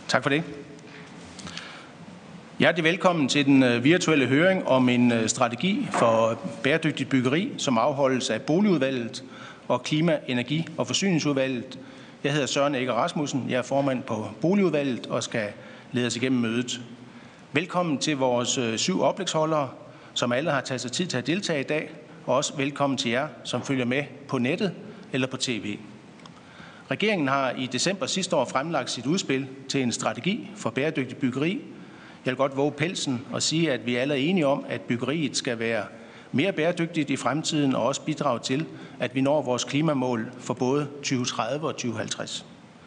Tak for det. Hjertelig velkommen til den virtuelle høring om en strategi for bæredygtigt byggeri, som afholdes af Boligudvalget og Klima-, Energi- og Forsyningsudvalget. Jeg hedder Søren Egge Rasmussen, jeg er formand på Boligudvalget og skal lede os igennem mødet. Velkommen til vores 7 oplægsholdere, som alle har taget sig tid til at deltage i dag, og også velkommen til jer, som følger med på nettet eller på tv. Regeringen har i december sidste år fremlagt sit udspil til en strategi for bæredygtigt byggeri. Jeg vil godt våge pelsen og sige, at vi alle er enige om, at byggeriet skal være mere bæredygtigt i fremtiden og også bidrage til, at vi når vores klimamål for både 2030 og 2050.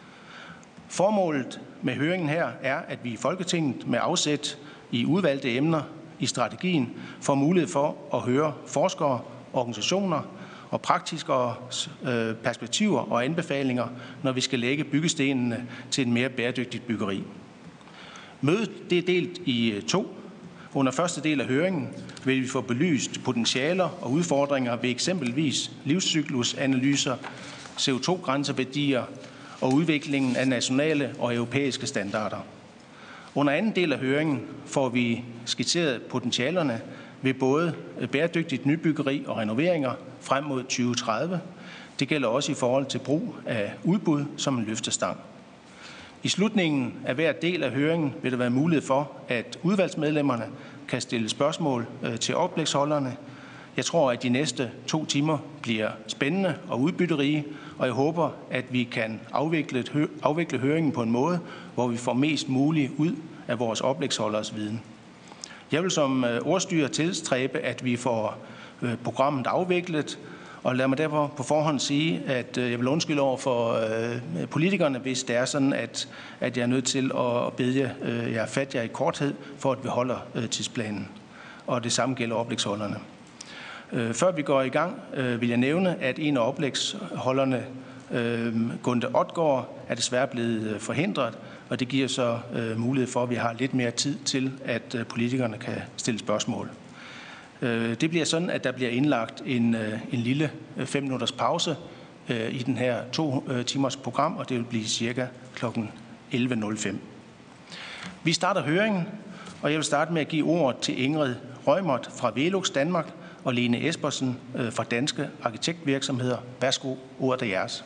Formålet med høringen her er, at vi i Folketinget med afsæt i udvalgte emner i strategien får mulighed for at høre forskere, organisationer og praktiske perspektiver og anbefalinger, når vi skal lægge byggestenene til et mere bæredygtigt byggeri. Mødet er delt i 2. Under første del af høringen vil vi få belyst potentialer og udfordringer ved eksempelvis livscyklusanalyser, CO2-grænseværdier og udviklingen af nationale og europæiske standarder. Under anden del af høringen får vi skitseret potentialerne ved både bæredygtigt nybyggeri og renoveringer frem mod 2030. Det gælder også i forhold til brug af udbud som en løftestang. I slutningen af hver del af høringen vil der være mulighed for, at udvalgsmedlemmerne kan stille spørgsmål til oplægsholderne. Jeg tror, at de næste 2 timer bliver spændende og udbytterige, og jeg håber, at vi kan afvikle høringen på en måde, hvor vi får mest muligt ud af vores oplægsholderes viden. Jeg vil som ordstyrer tilstræbe, at vi får programmet afviklet, og lad mig derfor på forhånd sige, at jeg vil undskylde over for politikerne, hvis det er sådan, at jeg er nødt til at bede jer fat jer i korthed, for at vi holder tidsplanen. Og det samme gælder oplægsholderne. Før vi går i gang, vil jeg nævne, at en af oplægsholderne, Gunde Otgaard, er desværre blevet forhindret, og det giver så mulighed for, at vi har lidt mere tid til, at politikerne kan stille spørgsmål. Det bliver sådan, at der bliver indlagt en lille 5 minutters pause i den her 2 timers program, og det vil blive cirka kl. 11.05. Vi starter høringen, og jeg vil starte med at give ordet til Ingrid Reumert fra Velux Danmark og Lene Espersen fra Danske Arkitektvirksomheder. Værsgo, ordet er jeres.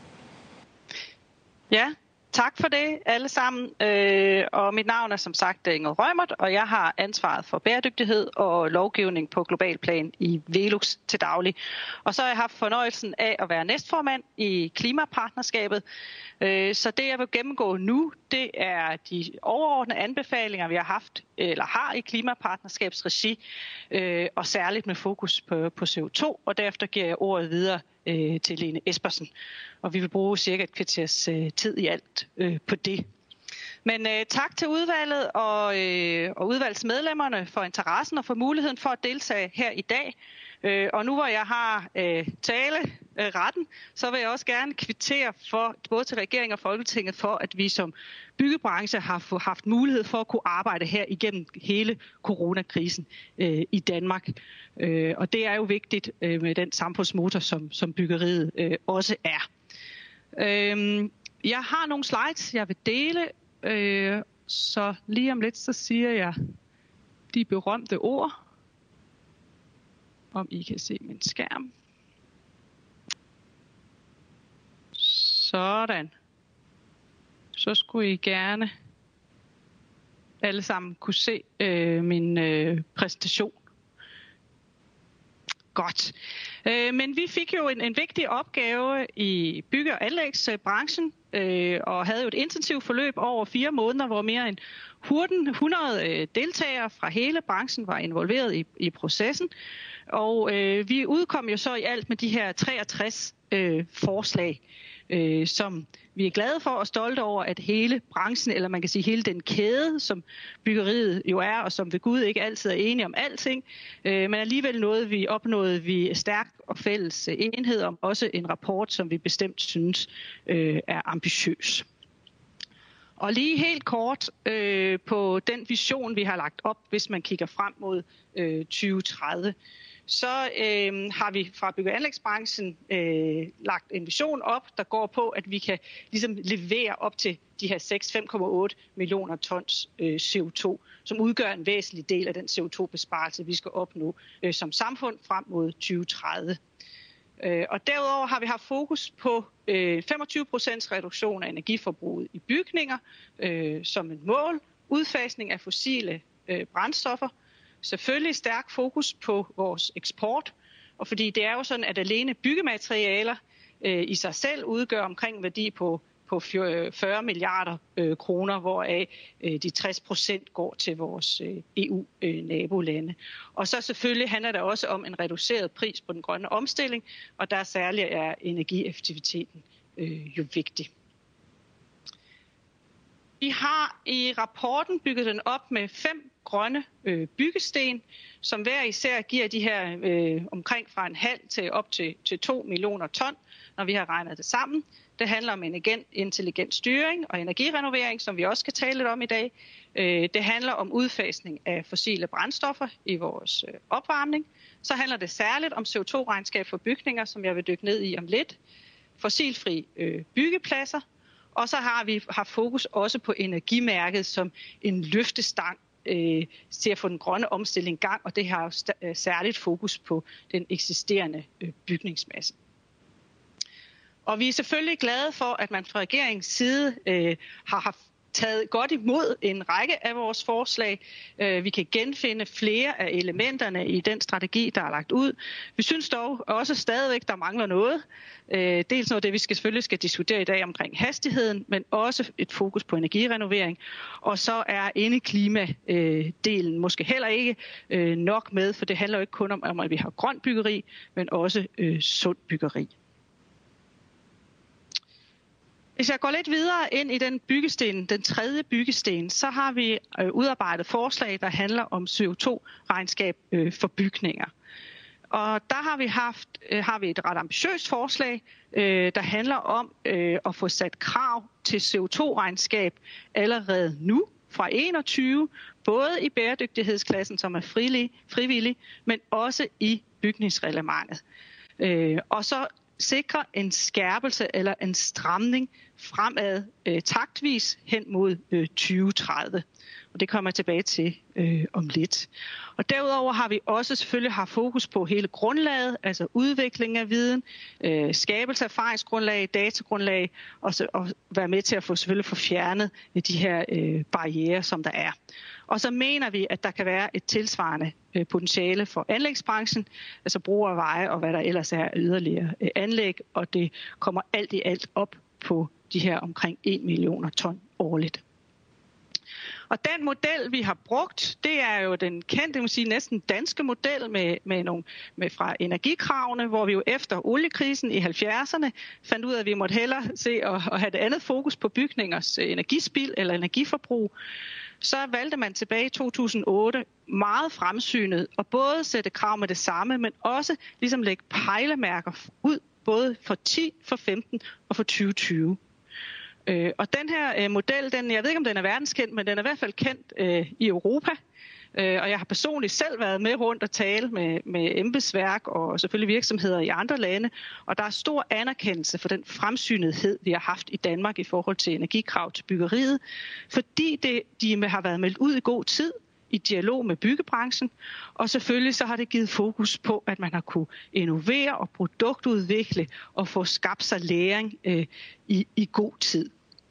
Ja. Tak for det alle sammen, og mit navn er som sagt Ingrid Reumert, og jeg har ansvaret for bæredygtighed og lovgivning på global plan i Velux til daglig. Og så har jeg haft fornøjelsen af at være næstformand i klimapartnerskabet, så det jeg vil gennemgå nu, det er de overordnede anbefalinger, vi har haft eller har i klimapartnerskabsregi, og særligt med fokus på CO2, og derefter giver jeg ordet videre til Lene Espersen. Og vi vil bruge cirka et kvarters tid i alt på det. Men tak til udvalget og udvalgsmedlemmerne for interessen og for muligheden for at deltage her i dag. Og nu hvor jeg har taleretten, så vil jeg også gerne kvittere for både til regeringen og Folketinget for, at vi som byggebranche har haft mulighed for at kunne arbejde her igennem hele coronakrisen i Danmark. Og det er jo vigtigt med den samfundsmotor, som byggeriet også er. Jeg har nogle slides, jeg vil dele, så lige om lidt så siger jeg de berømte ord, om I kan se min skærm. Sådan. Så skulle I gerne alle sammen kunne se min præsentation. Godt. Men vi fik jo en vigtig opgave i bygge- og anlægsbranchen, og havde jo et intensivt forløb over 4 måneder, hvor mere end 100 deltagere fra hele branchen var involveret i processen. Og vi udkom jo så i alt med de her 63 forslag, som vi er glade for og stolte over, at hele branchen, eller man kan sige hele den kæde, som byggeriet jo er, og som ved Gud ikke altid er enige om alting, men alligevel opnåede vi stærk og fælles enhed om også en rapport, som vi bestemt synes er ambitiøs. Og lige helt kort på den vision, vi har lagt op, hvis man kigger frem mod 2030, så har vi fra bygge- og anlægsbranchen lagt en vision op, der går på, at vi kan ligesom levere op til de her 5,8 millioner tons CO2, som udgør en væsentlig del af den CO2-besparelse, vi skal opnå som samfund frem mod 2030. Og derudover har vi haft fokus på 25% reduktion af energiforbruget i bygninger som et mål, udfasning af fossile brændstoffer, selvfølgelig stærk fokus på vores eksport, og fordi det er jo sådan, at alene byggematerialer i sig selv udgør omkring en værdi på 40 milliarder kroner, hvoraf de 60% går til vores EU-nabolande. Og så selvfølgelig handler det også om en reduceret pris på den grønne omstilling, og der særligt er energieffektiviteten jo vigtig. Vi har i rapporten bygget den op med 5 grønne byggesten, som hver især giver de her omkring fra 0,5 til op til 2 millioner ton, når vi har regnet det sammen. Det handler om intelligent styring og energirenovering, som vi også skal tale lidt om i dag. Det handler om udfasning af fossile brændstoffer i vores opvarmning. Så handler det særligt om CO2-regnskab for bygninger, som jeg vil dykke ned i om lidt. Fossilfri byggepladser. Og så har vi haft fokus også på energimærket som en løftestang til at få den grønne omstilling i gang, og det har jo særligt fokus på den eksisterende bygningsmasse. Og vi er selvfølgelig glade for, at man fra regeringens side har haft taget godt imod en række af vores forslag. Vi kan genfinde flere af elementerne i den strategi, der er lagt ud. Vi synes dog også stadigvæk, der mangler noget. Dels noget af det, vi selvfølgelig skal diskutere i dag omkring hastigheden, men også et fokus på energirenovering. Og så er indeklimadelen måske heller ikke nok med, for det handler jo ikke kun om, at vi har grønt byggeri, men også sundt byggeri. Hvis jeg går lidt videre ind i den byggesten, den tredje byggesten, så har vi udarbejdet forslag, der handler om CO2-regnskab for bygninger. Og der har vi et ret ambitiøst forslag, der handler om at få sat krav til CO2-regnskab allerede nu fra 2021, både i bæredygtighedsklassen, som er frivillig, men også i bygningsreglementet. Og så sikre en skærpelse eller en stramning fremad taktvis hen mod 2030. Og det kommer jeg tilbage til om lidt. Og derudover har vi også selvfølgelig haft fokus på hele grundlaget, altså udvikling af viden, skabelse af erfaringsgrundlag, datagrundlag, og være med til at selvfølgelig få fjernet de her barrierer, som der er. Og så mener vi, at der kan være et tilsvarende potentiale for anlægsbranchen, altså brug af veje og hvad der ellers er yderligere anlæg, og det kommer alt i alt op på de her omkring 1 millioner ton årligt. Og den model, vi har brugt, det er jo den kendte, man sige, næsten danske model med fra energikravene, hvor vi jo efter oliekrisen i 70'erne fandt ud af, at vi måtte hellere se at have det andet fokus på bygningers energispild eller energiforbrug. Så valgte man tilbage i 2008 meget fremsynet at både sætte krav med det samme, men også ligesom lægge pejlemærker ud, både for 10, for 15 og for 2020. Og den her model, jeg ved ikke om den er verdenskendt, men den er i hvert fald kendt i Europa. Og jeg har personligt selv været med rundt og tale med embedsværk og selvfølgelig virksomheder i andre lande. Og der er stor anerkendelse for den fremsynethed, vi har haft i Danmark i forhold til energikrav til byggeriet. Fordi de har været meldt ud i god tid i dialog med byggebranchen. Og selvfølgelig så har det givet fokus på, at man har kunne innovere og produktudvikle og få skabt sig læring i god tid.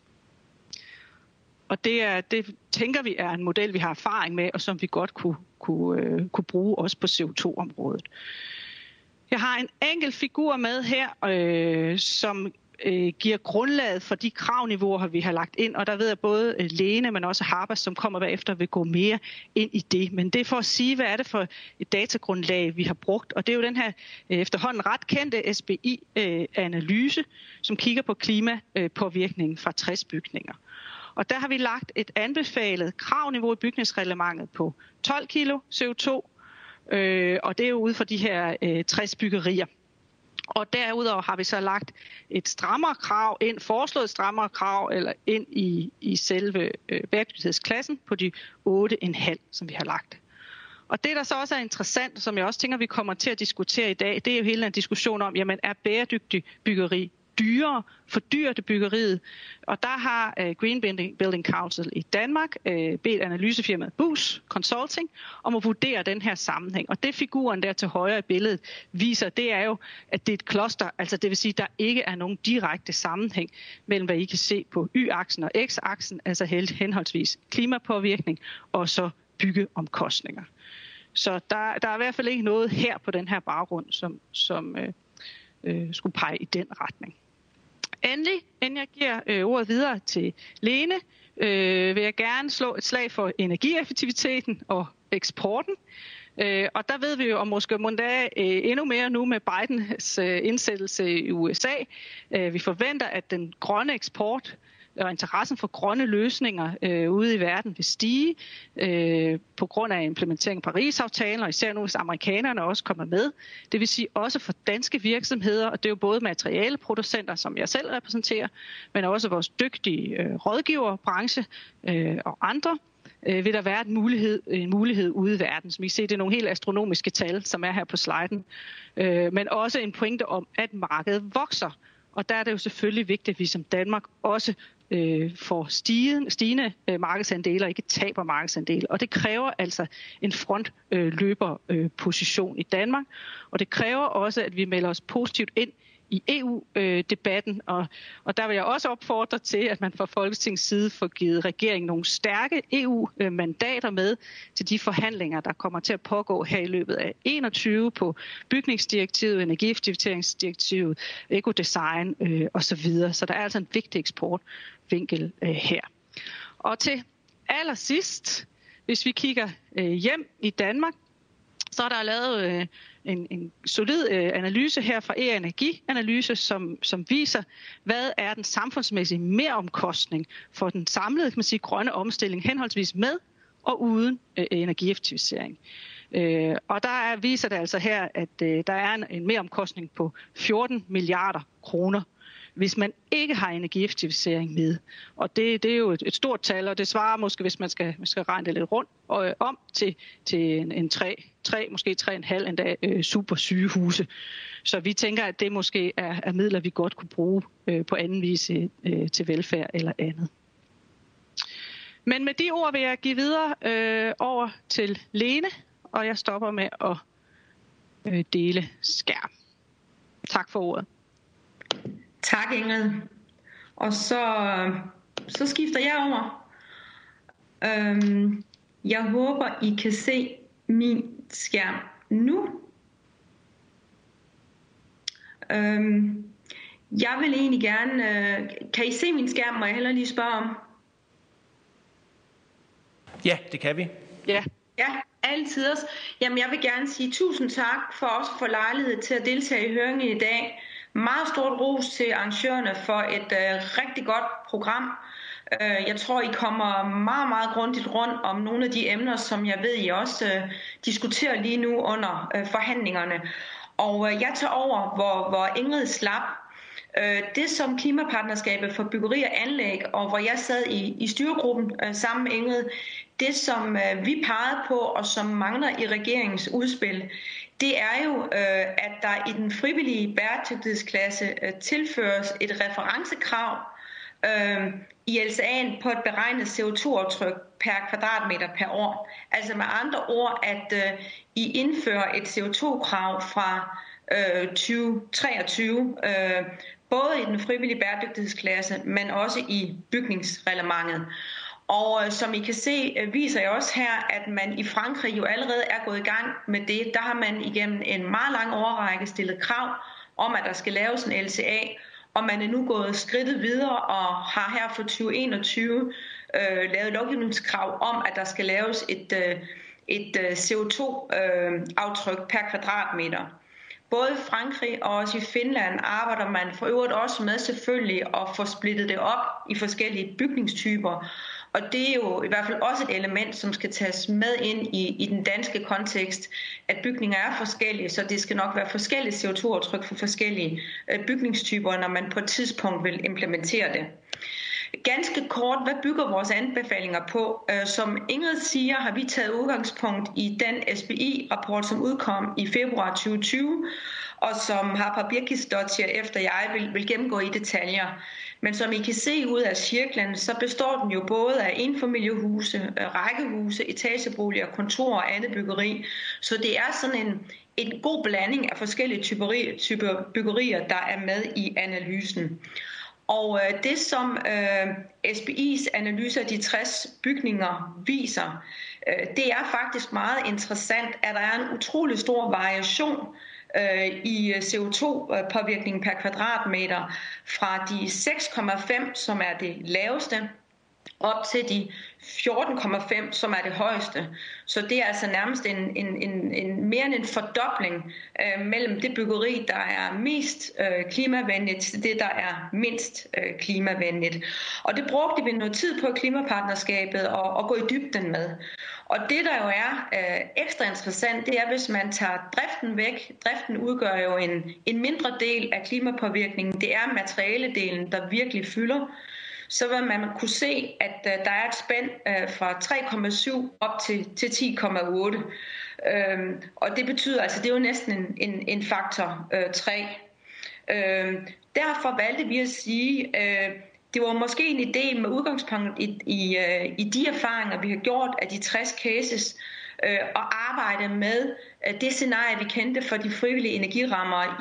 Og det tænker vi er en model, vi har erfaring med, og som vi godt kunne bruge også på CO2-området. Jeg har en enkelt figur med her, som giver grundlaget for de kravniveauer, vi har lagt ind. Og der ved jeg både Lene, men også Harbers, som kommer bagefter, vil gå mere ind i det. Men det er for at sige, hvad er det for et datagrundlag, vi har brugt. Og det er jo den her efterhånden ret kendte SBI-analyse, som kigger på klimapåvirkningen fra 60 bygninger. Og der har vi lagt et anbefalet kravniveau i bygningsreglementet på 12 kilo CO2, og det er jo ud fra de her 60 byggerier. Og derudover har vi så lagt et strammere krav ind, foreslået strammere krav, eller ind i selve bæredygtighedsklassen på de 8,5, som vi har lagt. Og det, der så også er interessant, som jeg også tænker, vi kommer til at diskutere i dag, det er jo hele en diskussion om, jamen er bæredygtig byggeri dyrere, fordyrer det byggeriet? Og der har Green Building Council i Danmark bedt analysefirmaet Bus Consulting om at vurdere den her sammenhæng. Og det figuren der til højre i billedet viser, det er jo, at det er et cluster, altså det vil sige, at der ikke er nogen direkte sammenhæng mellem, hvad I kan se på Y-aksen og X-aksen, altså henholdsvis klimapåvirkning og så byggeomkostninger. Så der er i hvert fald ikke noget her på den her baggrund, som skulle pege i den retning. Endelig, inden jeg giver ordet videre til Lene, vil jeg gerne slå et slag for energieffektiviteten og eksporten. Og der ved vi jo, og måske endnu mere nu med Bidens indsættelse i USA. Vi forventer, at den grønne eksport og interessen for grønne løsninger ude i verden vil stige på grund af implementering af Paris-aftalen, og især nu, hvis amerikanerne også kommer med. Det vil sige også for danske virksomheder, og det er jo både materialeproducenter, som jeg selv repræsenterer, men også vores dygtige rådgiverbranche og andre, vil der være en mulighed ude i verden. Som I ser, det er nogle helt astronomiske tal, som er her på sliden, men også en pointe om, at markedet vokser. Og der er det jo selvfølgelig vigtigt, at vi som Danmark også får stigende markedsandele og ikke taber markedsandele. Og det kræver altså en frontløberposition i Danmark. Og det kræver også, at vi melder os positivt ind i EU-debatten, og der vil jeg også opfordre til, at man fra Folketingets side får givet regeringen nogle stærke EU-mandater med til de forhandlinger, der kommer til at pågå her i løbet af 2021 på bygningsdirektivet, energieffektiviseringsdirektivet, ekodesign osv. Så der er altså en vigtig eksportvinkel her. Og til allersidst, hvis vi kigger hjem i Danmark, så er der lavet en solid analyse her fra Energianalyse, som viser, hvad er den samfundsmæssige meromkostning for den samlede, kan man sige, grønne omstilling, henholdsvis med og uden energieffektivisering. Og der viser det altså her, at der er en meromkostning på 14 milliarder kroner, hvis man ikke har energieffektivisering med. Og det er jo et stort tal, og det svarer måske, hvis man skal regne det lidt rundt om til en 3, måske 3,5 endda super sygehuse. Så vi tænker, at det måske er midler, vi godt kunne bruge på anden vis til velfærd eller andet. Men med de ord vil jeg give videre over til Lene, og jeg stopper med at dele skærm. Tak for ordet. Tak, Ingrid. Og så skifter jeg over. Jeg håber, I kan se min skærm nu. Jeg vil egentlig gerne... kan I se min skærm, må jeg hellere lige spørge om? Ja, det kan vi. Ja. Ja, altid. Jamen, jeg vil gerne sige tusind tak for også for lejlighed til at deltage i høringen i dag. Meget stort ros til arrangørerne for et rigtig godt program. Jeg tror, I kommer meget, meget grundigt rundt om nogle af de emner, som jeg ved, I også diskuterer lige nu under forhandlingerne. Og jeg tager over, hvor Ingrid slap. Det som Klimapartnerskabet for byggeri og anlæg, og hvor jeg sad i styregruppen sammen med Ingrid, det som vi pegede på, og som mangler i regeringens udspil, det er jo, at der i den frivillige bæredygtighedsklasse tilføres et referencekrav i LCA'en på et beregnet CO2-aftryk per kvadratmeter per år. Altså med andre ord, at I indfører et CO2-krav fra 2023, både i den frivillige bæredygtighedsklasse, men også i bygningsreglementet. Og som I kan se, viser jeg også her, at man i Frankrig jo allerede er gået i gang med det. Der har man igennem en meget lang årrække stillet krav om, at der skal laves en LCA, og man er nu gået skridtet videre og har her for 2021 lavet lovgivningskrav om, at der skal laves et CO2-aftryk per kvadratmeter. Både i Frankrig og også i Finland arbejder man for øvrigt også med selvfølgelig at få splittet det op i forskellige bygningstyper. Og det er jo i hvert fald også et element, som skal tages med ind i den danske kontekst, at bygninger er forskellige, så det skal nok være forskellige CO2-aftryk for forskellige bygningstyper, når man på et tidspunkt vil implementere det. Ganske kort, hvad bygger vores anbefalinger på? Som Ingrid siger, har vi taget udgangspunkt i den SBI-rapport, som udkom i februar 2020, og som Harpa Birgisdottir efter jeg vil gennemgå i detaljer. Men som I kan se ud af cirklen, så består den jo både af enfamiliehuse, rækkehuse, etageboliger, kontorer og andet byggeri. Så det er sådan en god blanding af forskellige typer byggerier, der er med i analysen. Og det, som SBI's analyse af de 60 bygninger viser, det er faktisk meget interessant, at der er en utrolig stor variation i CO2-påvirkning per kvadratmeter fra de 6,5, som er det laveste, op til de 14,5, som er det højeste. Så det er altså nærmest mere end en fordobling mellem det byggeri, der er mest klimavenligt, til det, der er mindst klimavenligt. Og det brugte vi noget tid på klimapartnerskabet at gå i dybden med. Og det, der jo er ekstra interessant, det er, hvis man tager driften væk. Driften udgør jo en mindre del af klimapåvirkningen. Det er materialedelen, der virkelig fylder. Så vil man kunne se, at der er et spænd fra 3,7 op til 10,8. Og det betyder, altså det er jo næsten en faktor 3. Derfor valgte vi at sige, det var måske en idé med udgangspunkt i de erfaringer, vi har gjort af de 60 cases, og arbejde med det scenarie, vi kendte for de frivillige energirammer,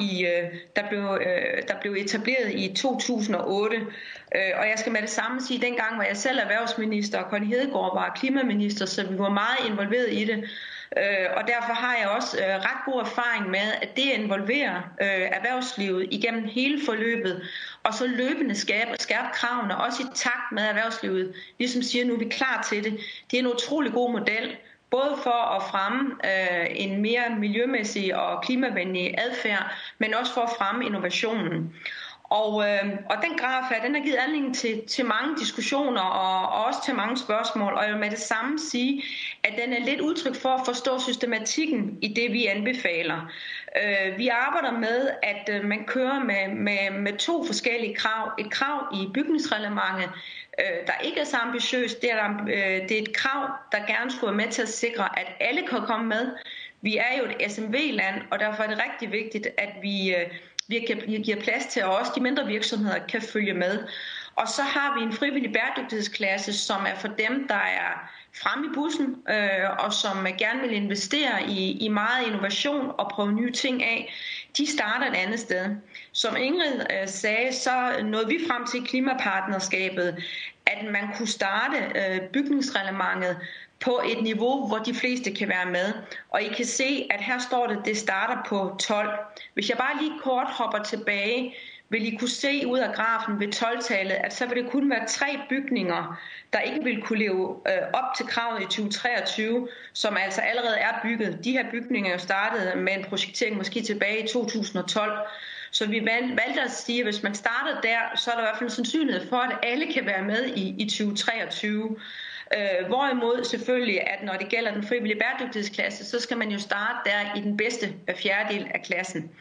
der blev etableret i 2008. Og jeg skal med det samme sige, at dengang var jeg selv erhvervsminister, og Connie Hedegaard var klimaminister, så vi var meget involveret i det. Og derfor har jeg også ret god erfaring med, at det involverer erhvervslivet igennem hele forløbet, og så løbende skærpe kravene, også i takt med erhvervslivet, ligesom siger, nu er vi klar til det. Det er en utrolig god model, både for at fremme en mere miljømæssig og klimavenlig adfærd, men også for at fremme innovationen. Og den graf her, den har givet anledning til mange diskussioner og også til mange spørgsmål, og jeg vil med det samme sige, at den er lidt udtryk for at forstå systematikken i det, vi anbefaler. Vi arbejder med, at man kører med 2 forskellige krav. Et krav i bygningsreglementet, der ikke er så ambitiøst. Det er et krav, der gerne skulle være med til at sikre, at alle kan komme med. Vi er jo et SMV-land, og derfor er det rigtig vigtigt, at vi giver plads til, at også de mindre virksomheder kan følge med. Og så har vi en frivillig bæredygtighedsklasse, som er for dem, der er fremme i bussen, og som gerne vil investere i meget innovation og prøve nye ting af. De starter et andet sted. Som Ingrid sagde, så nåede vi frem til klimapartnerskabet, at man kunne starte bygningsreglementet på et niveau, hvor de fleste kan være med. Og I kan se, at her står det starter på 12. Hvis jeg bare lige kort hopper tilbage, vil I kunne se ud af grafen ved 12-tallet, at så vil det kun være 3 bygninger, der ikke vil kunne leve op til kravet i 2023, som altså allerede er bygget. De her bygninger er jo startet med en projektering måske tilbage i 2012. Så vi valgte at sige, at hvis man starter der, så er der i hvert fald sandsynlighed for, at alle kan være med i 2023. Hvorimod selvfølgelig, at når det gælder den frivillige bæredygtighedsklasse, så skal man jo starte der i den bedste fjerdedel af klassen.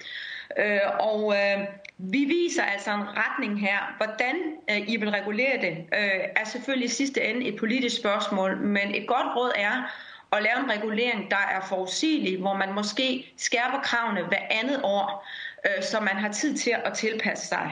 Vi viser altså en retning her. Hvordan I vil regulere det, er selvfølgelig i sidste ende et politisk spørgsmål, men et godt råd er at lave en regulering, der er forudsigelig, hvor man måske skærper kravene hver andet år, så man har tid til at tilpasse sig.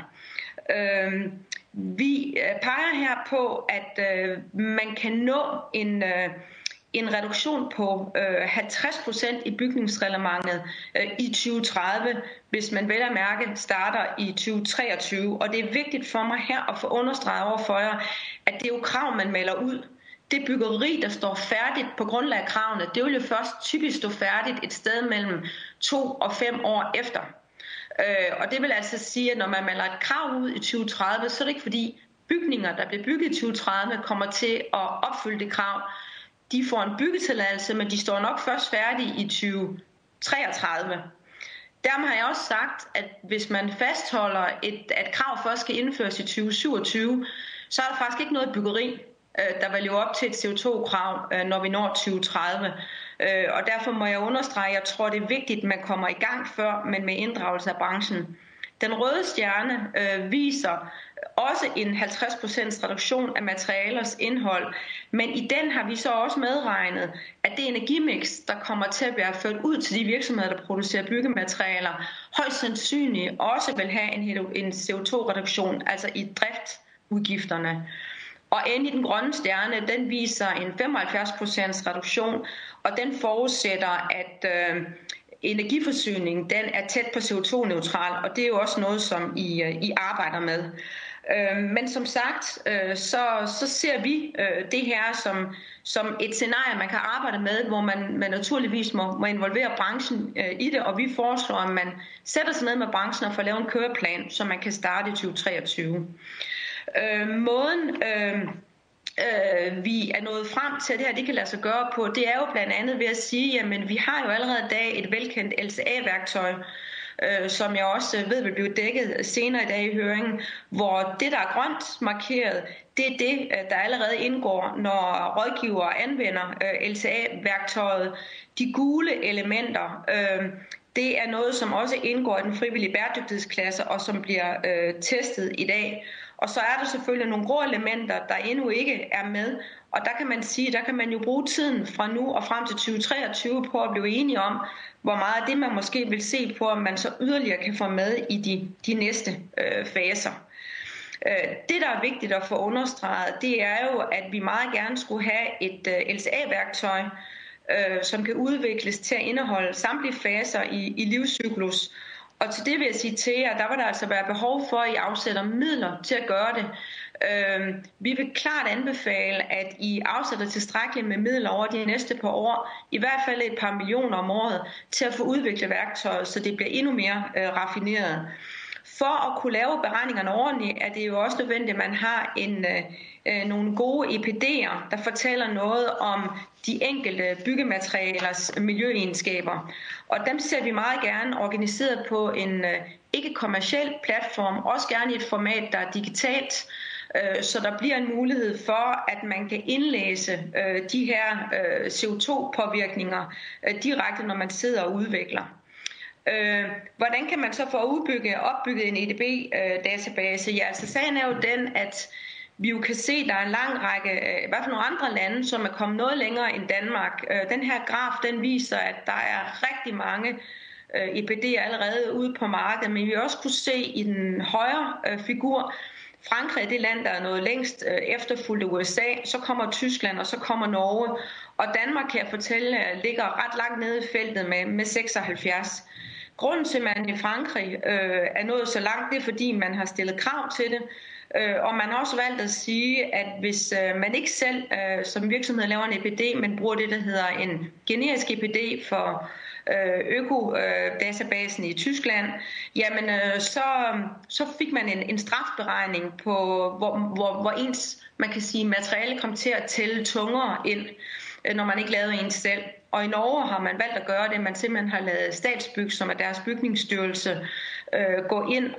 Vi peger her på, at man kan nå en reduktion på 50% i bygningsreglementet i 2030, hvis man vel at mærke starter i 2023. Og det er vigtigt for mig her at få understreget over for jer, at det er jo krav, man melder ud. Det byggeri, der står færdigt på grundlag af kravene, det vil jo først typisk stå færdigt et sted mellem 2 og 5 år efter. Og det vil altså sige, at når man melder et krav ud i 2030, så er det ikke fordi bygninger, der bliver bygget i 2030, kommer til at opfylde det krav. De får en byggetilladelse, men de står nok først færdige i 2033. Dermed har jeg også sagt, at hvis man fastholder, at krav først skal indføres i 2027, så er der faktisk ikke noget byggeri, der vil leve op til et CO2-krav, når vi når 2030. Og derfor må jeg understrege, at jeg tror, det er vigtigt, at man kommer i gang før, men med inddragelse af branchen. Den røde stjerne viser også en 50% reduktion af materialers indhold. Men i den har vi så også medregnet, at det energimix, der kommer til at være ført ud til de virksomheder, der producerer byggematerialer, højst sandsynligt også vil have en CO2-reduktion, altså i driftudgifterne. Og endelig den grønne stjerne, den viser en 75% reduktion, og den forudsætter, at energiforsyningen den er tæt på CO2-neutral, og det er jo også noget, som I arbejder med. Men som sagt, så ser vi det her som et scenarie, man kan arbejde med, hvor man naturligvis må involvere branchen i det, og vi foreslår, at man sætter sig ned med branchen og får lavet en køreplan, så man kan starte i 2023. Måden vi er nået frem til, at det her det kan lade sig gøre på, det er jo blandt andet ved at sige, jamen vi har jo allerede i dag et velkendt LCA-værktøj, som jeg også ved vil blive dækket senere i dag i høringen, hvor det, der er grønt markeret, det er det, der allerede indgår, når rådgivere anvender LCA-værktøjet. De gule elementer, det er noget, som også indgår i den frivillige bæredygtighedsklasse, og som bliver testet i dag. Og så er der selvfølgelig nogle grå elementer, der endnu ikke er med. Og der kan man sige, der kan man jo bruge tiden fra nu og frem til 2023 på at blive enige om, hvor meget af det man måske vil se på, om man så yderligere kan få med i de næste faser. Det, der er vigtigt at få understreget, det er jo, at vi meget gerne skulle have et LCA-værktøj, som kan udvikles til at indeholde samtlige faser i livscyklus. Og til det vil jeg sige til jer, der vil der altså være behov for, at I afsætter midler til at gøre det. Vi vil klart anbefale, at I afsætter tilstrækkeligt med midler over de næste par år, i hvert fald et par millioner om året, til at få udviklet værktøjet, så det bliver endnu mere raffineret. For at kunne lave beregningerne ordentligt, er det jo også nødvendigt, at man har nogle gode EPD'er, der fortæller noget om de enkelte byggematerialers miljøegenskaber. Og dem ser vi meget gerne organiseret på en ikke-kommerciel platform, også gerne i et format, der er digitalt, så der bliver en mulighed for, at man kan indlæse de her CO2-påvirkninger direkte, når man sidder og udvikler. Hvordan kan man så få opbygget en EDB-database? Ja, altså sagen er jo den, at vi jo kan se, at der er en lang række, i hvert fald nogle andre lande, som er kommet noget længere end Danmark. Den her graf, den viser, at der er rigtig mange EPD'er allerede ude på markedet, men vi vil også kunne se i den højre figur, Frankrig er det land, der er nået længst, efterfulgt af USA, så kommer Tyskland, og så kommer Norge. Og Danmark, kan jeg fortælle, ligger ret langt nede i feltet med 76. Grunden til, at man i Frankrig er nået så langt, det er, fordi man har stillet krav til det. Og man har også valgt at sige, at hvis man ikke selv som virksomhed laver en EPD, men bruger det, der hedder en generisk EPD for økodatabasen i Tyskland, jamen så fik man en strafberegning på, hvor ens, man kan sige, materiale kom til at tælle tungere ind, når man ikke lavede en selv. Og i Norge har man valgt at gøre det, man simpelthen har lavet Statsbyg, som er deres bygningsstyrelse, gå ind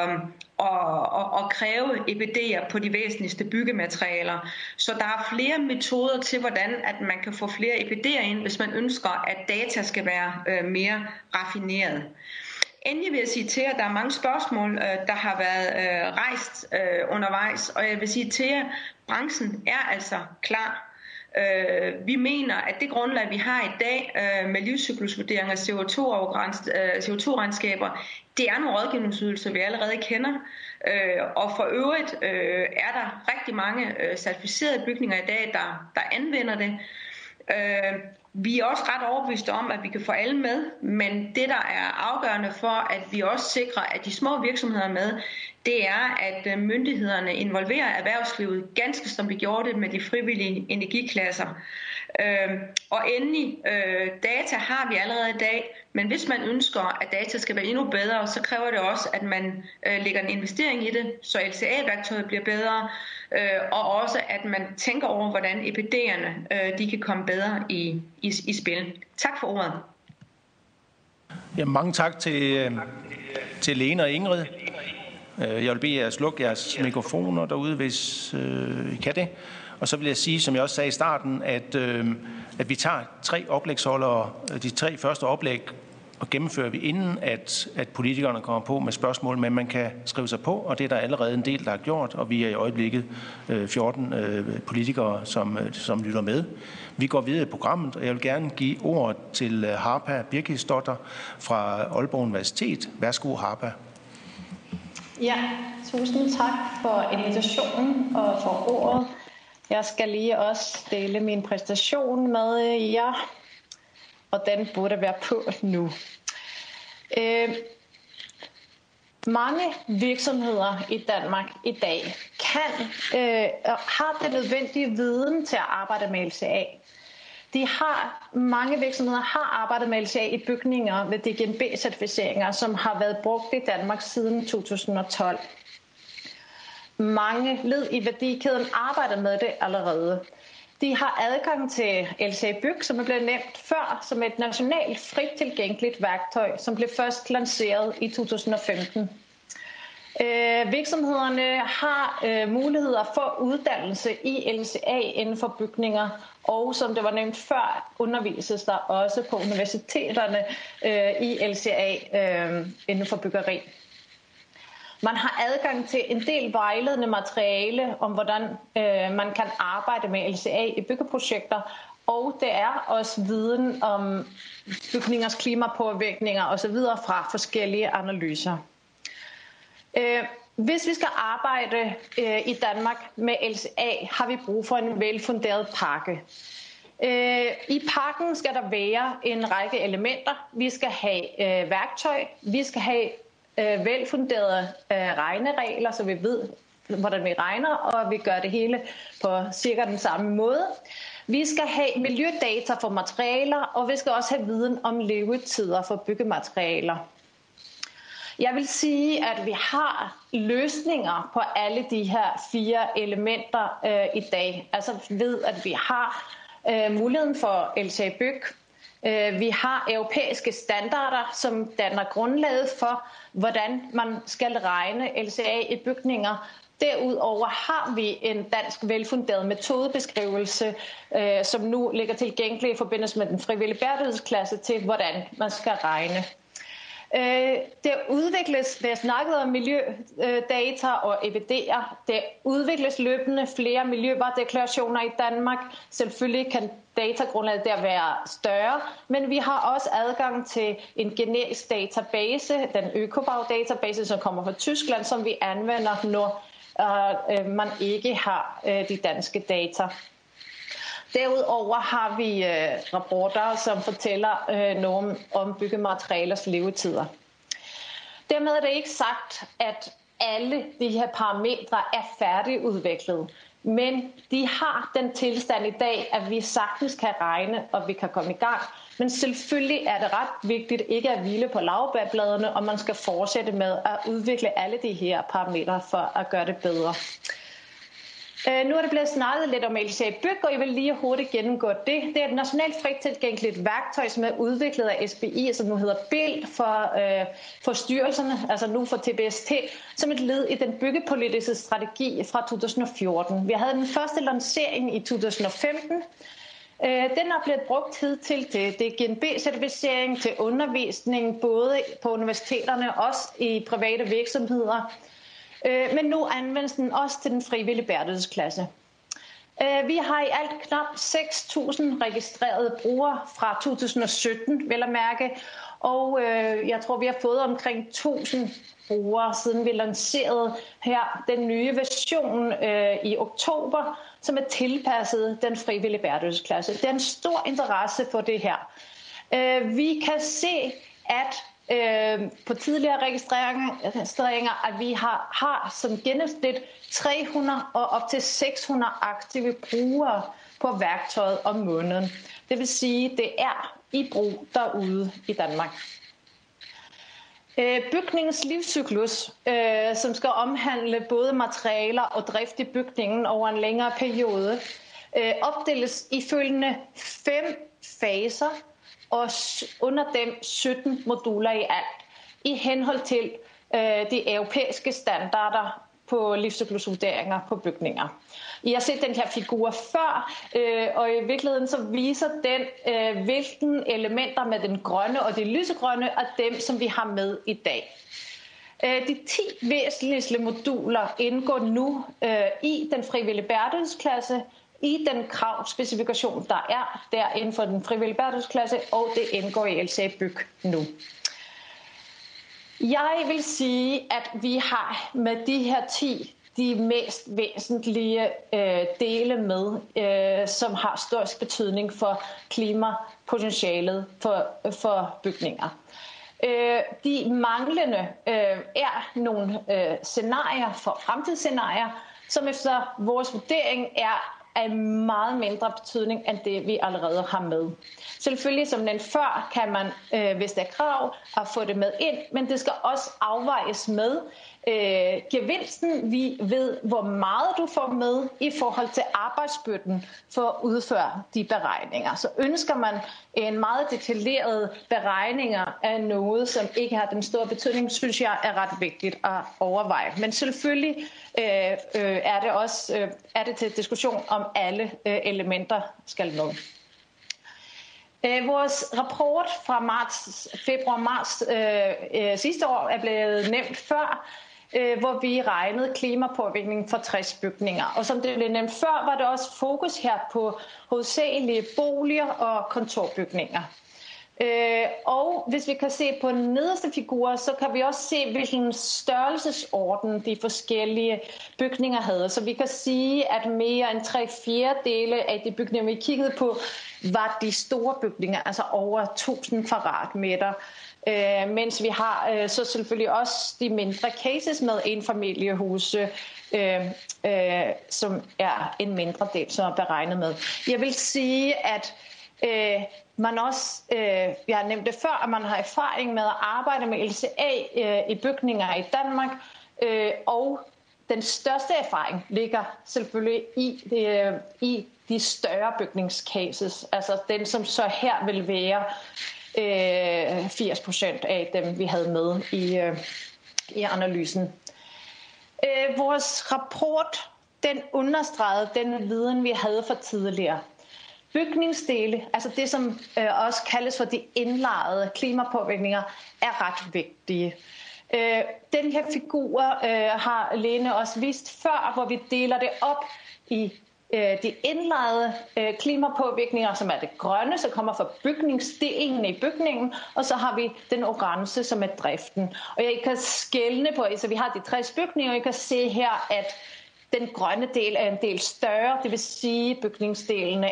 og kræve EPD'er på de væsentligste byggematerialer. Så der er flere metoder til, hvordan at man kan få flere EPD'er ind, hvis man ønsker, at data skal være mere raffineret. Endelig vil jeg sige til jer, at der er mange spørgsmål, der har været rejst undervejs, og jeg vil sige til jer, at branchen er altså klar. Vi mener, at det grundlag, vi har i dag med livscyklusvurdering af CO2-regnskaber, det er nogle rådgivningsydelser, vi allerede kender. Og for øvrigt er der rigtig mange certificerede bygninger i dag, der anvender det. Vi er også ret overbeviste om, at vi kan få alle med, men det, der er afgørende for, at vi også sikrer, at de små virksomheder er med, det er, at myndighederne involverer erhvervslivet, ganske som vi gjorde det med de frivillige energiklasser. Og endelig, data har vi allerede i dag, men hvis man ønsker, at data skal være endnu bedre, så kræver det også, at man lægger en investering i det, så LCA-værktøjet bliver bedre, og også, at man tænker over, hvordan EPD'erne de kan komme bedre i spil. Tak for ordet. Ja, mange tak til Lene og Ingrid. Jeg vil bede jer at slukke jeres mikrofoner derude, hvis I kan det. Og så vil jeg sige, som jeg også sagde i starten, at vi tager 3 oplægsholdere, de 3 første oplæg, og gennemfører vi inden, at politikerne kommer på med spørgsmål, men man kan skrive sig på, og det er der allerede en del, der har gjort, og vi er i øjeblikket 14 politikere, som lytter med. Vi går videre i programmet, og jeg vil gerne give ordet til Harpa Birgisdotter fra Aalborg Universitet. Værsgo, Harpa. Ja, tusind tak for invitationen og for ordet. Jeg skal lige også dele min præstation med jer, og den burde være på nu. Mange virksomheder i Danmark i dag har den nødvendige viden til at arbejde med LCA. Mange virksomheder har arbejdet med LCA i bygninger med DGNB-certificeringer, som har været brugt i Danmark siden 2012. Mange led i værdikæden arbejder med det allerede. De har adgang til LCA Byg, som er blevet nævnt før, som et nationalt frit tilgængeligt værktøj, som blev først lanceret i 2015. Virksomhederne har muligheder for uddannelse i LCA inden for bygninger, og som det var nævnt før, undervises der også på universiteterne i LCA inden for byggeri. Man har adgang til en del vejledende materiale om, hvordan man kan arbejde med LCA i byggeprojekter, og det er også viden om bygningers klimapåvirkninger osv. fra forskellige analyser. Hvis vi skal arbejde i Danmark med LCA, har vi brug for en velfunderet pakke. I pakken skal der være en række elementer. Vi skal have værktøj, vi skal have velfunderede regneregler, så vi ved, hvordan vi regner, og vi gør det hele på cirka den samme måde. Vi skal have miljødata for materialer, og vi skal også have viden om levetider for byggematerialer. Jeg vil sige, at vi har løsninger på alle de her 4 elementer i dag. Altså ved, at vi har muligheden for LCA Byg. Vi har europæiske standarder, som danner grundlaget for, hvordan man skal regne LCA i bygninger. Derudover har vi en dansk velfunderet metodebeskrivelse, som nu ligger tilgængelig i forbindelse med den frivillige bæredygtighedsklasse til, hvordan man skal regne. Det er snakket om miljødata og EVD'er. Det udvikles løbende flere miljøvaredeklarationer i Danmark. Selvfølgelig kan datagrundlaget der være større, men vi har også adgang til en generisk database, den Ökobau-database, som kommer fra Tyskland, som vi anvender, når man ikke har de danske data. Derudover har vi rapporter, som fortæller noget om byggematerialers levetider. Dermed er det ikke sagt, at alle de her parametre er færdigudviklet, men de har den tilstand i dag, at vi sagtens kan regne, og vi kan komme i gang. Men selvfølgelig er det ret vigtigt ikke at hvile på laurbærbladene, og man skal fortsætte med at udvikle alle de her parametre for at gøre det bedre. Nu er det blevet snakket lidt om LCA Byg, og jeg vil lige hurtigt gennemgå det. Det er et nationalt frit tilgængeligt værktøj, som er udviklet af SBI, som nu hedder BILD for styrelserne, altså nu for TBST, som et led i den byggepolitiske strategi fra 2014. Vi havde den første lancering i 2015. Den er blevet brugt hidtil til DGNB-certificering, til undervisning, både på universiteterne og også i private virksomheder. Men nu anvendes den også til den frivillige bæredygtighedsklasse. Vi har i alt knap 6.000 registrerede brugere fra 2017, vel at mærke, og jeg tror, vi har fået omkring 1.000 brugere, siden vi lancerede her den nye version i oktober, som er tilpasset den frivillige bæredygtighedsklasse. Det er en stor interesse for det her. Vi kan se, at på tidligere registreringer, at vi har som gennemsnit 300 og op til 600 aktive brugere på værktøjet om måneden. Det vil sige, at det er i brug derude i Danmark. Bygningens livscyklus, som skal omhandle både materialer og drift i bygningen over en længere periode, opdeles i følgende 5 faser, og under dem 17 moduler i alt, i henhold til de europæiske standarder på livscyklusvurderinger på bygninger. I har set den her figur før, og i virkeligheden så viser den, hvilke elementer med den grønne og det lysegrønne er dem, som vi har med i dag. De 10 væsentligste moduler indgår nu i den frivillige bæredygtighedsklasse, i den kravspecifikation, der er der inden for den frivillige bæredygtighedsklasse, og det indgår i LCA Byg nu. Jeg vil sige, at vi har med de her 10 de mest væsentlige dele med, som har størst betydning for klimapotentialet for bygninger. De manglende er nogle scenarier for fremtidsscenarier, som efter vores vurdering er af meget mindre betydning end det, vi allerede har med. Selvfølgelig, som den før, kan man, hvis der er krav, at få det med ind, men det skal også afvejes med gevinsten. Vi ved, hvor meget du får med i forhold til arbejdsbyrden for at udføre de beregninger. Så ønsker man en meget detaljeret beregninger af noget, som ikke har den store betydning, synes jeg er ret vigtigt at overveje. Men selvfølgelig er det til diskussion om alle elementer skal med. Vores rapport fra februar-marts sidste år er blevet nævnt før, hvor vi regnede klimapåvirkning for 60 bygninger. Og som det blev nævnt før, var der også fokus her på hovedsagelige boliger og kontorbygninger. Og hvis vi kan se på den nederste figur, så kan vi også se, hvilken størrelsesorden de forskellige bygninger havde. Så vi kan sige, at mere end 3/4 af de bygninger, vi kiggede på, var de store bygninger, altså over 1000 kvadratmeter. Mens vi har så selvfølgelig også de mindre cases med enfamiliehuse, som er en mindre del, som er beregnet med. Jeg vil sige, at man også, jeg har nævnt det før, at man har erfaring med at arbejde med LCA i bygninger i Danmark, og den største erfaring ligger selvfølgelig i de større bygningscases, altså den, som så her vil være 80% af dem, vi havde med i analysen. Vores rapport, den understregede den viden, vi havde fra tidligere. Bygningsdele, altså det, som også kaldes for de indlejrede klimapåvirkninger, er ret vigtige. Den her figur har Lene også vist før, hvor vi deler det op i de indlejrede klimapåvirkninger, som er det grønne, som kommer fra bygningsdelen i bygningen, og så har vi den orange, som er driften. Og jeg kan skelne på, så vi har de 60 bygninger, og jeg kan se her, at den grønne del er en del større, det vil sige, at bygningsdelene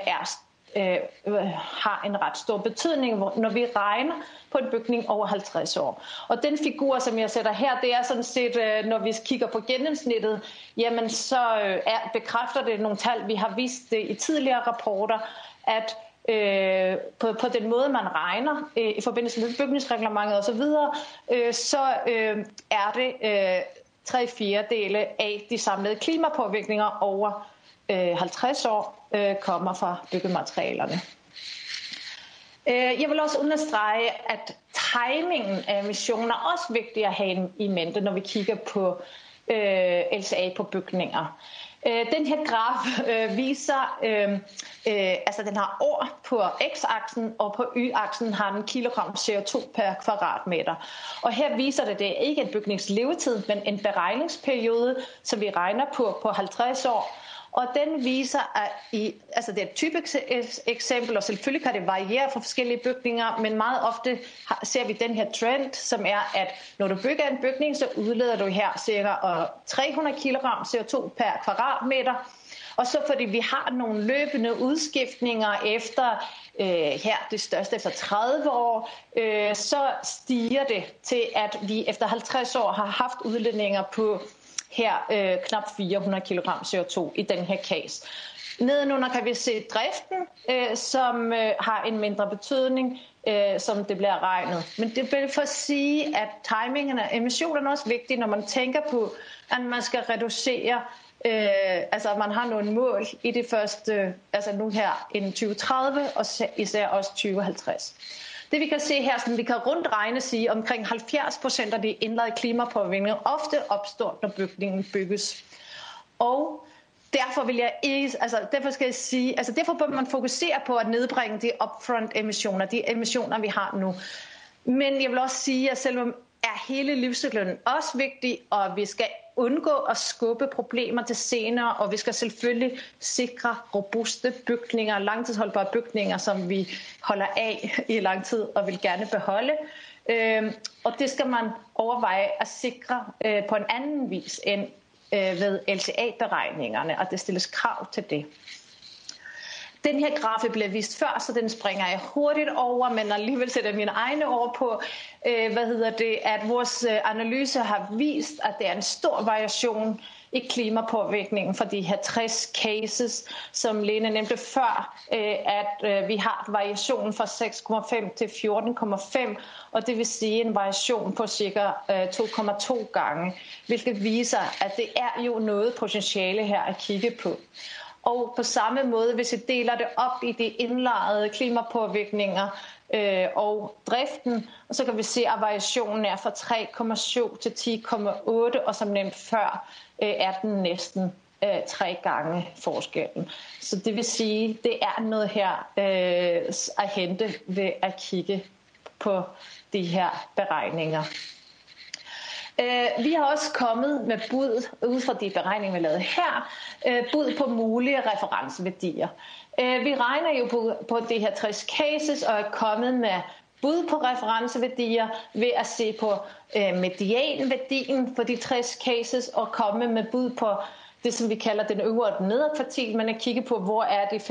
har en ret stor betydning, når vi regner på en bygning over 50 år. Og den figur, som jeg sætter her, det er sådan set, når vi kigger på gennemsnittet, jamen så bekræfter det nogle tal, vi har vist i tidligere rapporter, at på den måde, man regner i forbindelse med bygningsreglementet osv., så er det 3/4 af de samlede klimapåvirkninger over 50 år kommer fra byggematerialerne. Jeg vil også understrege, at timingen af emissioner er også vigtigt at have i mente, når vi kigger på LCA på bygninger. Den her graf viser, altså den har år på x-aksen, og på y-aksen har den kilogram CO2 per kvadratmeter. Og her viser det ikke en bygningslevetid, men en beregningsperiode, som vi regner på 50 år. Og den viser, at altså det er et typisk eksempel, og selvfølgelig kan det variere for forskellige bygninger, men meget ofte ser vi den her trend, som er, at når du bygger en bygning, så udleder du her ca. 300 kg CO2 per kvadratmeter. Og så fordi vi har nogle løbende udskiftninger efter her det største efter 30 år, så stiger det til, at vi efter 50 år har haft udledninger på her knap 400 kg CO2 i den her case. Nedenunder kan vi se driften, som har en mindre betydning, som det bliver regnet. Men det vil for at sige, at timingen af emissionerne er også vigtig, når man tænker på, at man skal reducere, altså at man har nogle mål i det første, altså nu her inden 2030 og især også 2050. Det vi kan se her, som vi kan rundt regne sige, omkring 70% af de indlejede klimapåvirkninger ofte opstår, når bygningen bygges. Og derfor vil jeg ikke, derfor skal jeg sige, derfor bør man fokusere på at nedbringe de upfront emissioner, de emissioner vi har nu. Men jeg vil også sige, at selvom er hele livscyklen også vigtig, og vi skal undgå at skubbe problemer til senere, og vi skal selvfølgelig sikre robuste bygninger, langtidsholdbare bygninger, som vi holder af i lang tid og vil gerne beholde. Og det skal man overveje at sikre på en anden vis end ved LCA-beregningerne, og det stilles krav til det. Den her graf blev vist før, så den springer jeg hurtigt over, men alligevel sætter mine egne ord på, at vores analyse har vist, at der er en stor variation i klimapåvirkningen for de her 60 cases, som Lene nævnte før, at vi har en variation fra 6,5 til 14,5, og det vil sige en variation på cirka 2,2 gange, hvilket viser, at det er jo noget potentiale her at kigge på. Og på samme måde, hvis vi deler det op i de indlejrede klimapåvirkninger og driften, så kan vi se, at variationen er fra 3,7 til 10,8, og som nævnt før, er den næsten 3 gange forskellen. Så det vil sige, det er noget her at hente ved at kigge på de her beregninger. Vi har også kommet med bud ud fra de beregninger, vi lavede her, bud på mulige referenceværdier. Vi regner jo på de her 60 cases og er kommet med bud på referenceværdier ved at se på medianværdien for de 60 cases og komme med bud på det, som vi kalder den øvre og den nedre kvartil, men at kigge på, hvor er de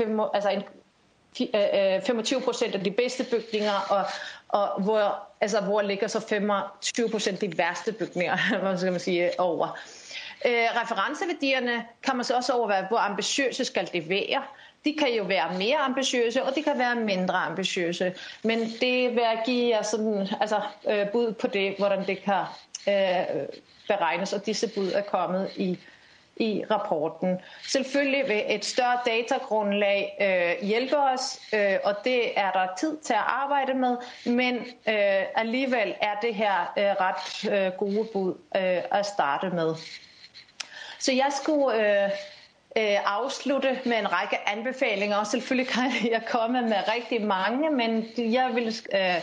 25% af de bedste bygninger, og hvor ligger så 25% de værste bygninger, hvad skal man sige, over. Referenceværdierne kan man så også overveje, hvor ambitiøse skal de være. De kan jo være mere ambitiøse, og de kan være mindre ambitiøse. Men det vil jeg give jer sådan, bud på det, hvordan det kan beregnes, og disse bud er kommet i rapporten. Selvfølgelig vil et større datagrundlag hjælpe os, og det er der tid til at arbejde med, men alligevel er det her ret gode bud at starte med. Så jeg skulle afslutte med en række anbefalinger, og selvfølgelig kan jeg komme med rigtig mange, men jeg vil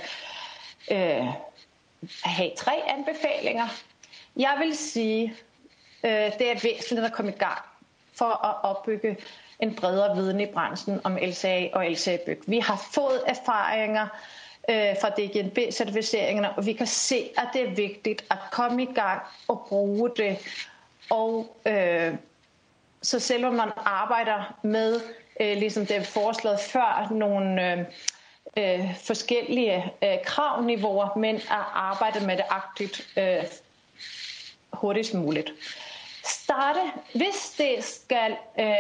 have 3 anbefalinger. Jeg vil sige, det er væsentligt at komme i gang for at opbygge en bredere viden i branchen om LCA og LCA-byg. Vi har fået erfaringer fra DGNB-certificeringerne, og vi kan se, at det er vigtigt at komme i gang og bruge det. Og så selvom man arbejder med, ligesom det foreslået før, nogle forskellige kravniveauer, men at arbejde med det aktivt hurtigst muligt. Starte, hvis det skal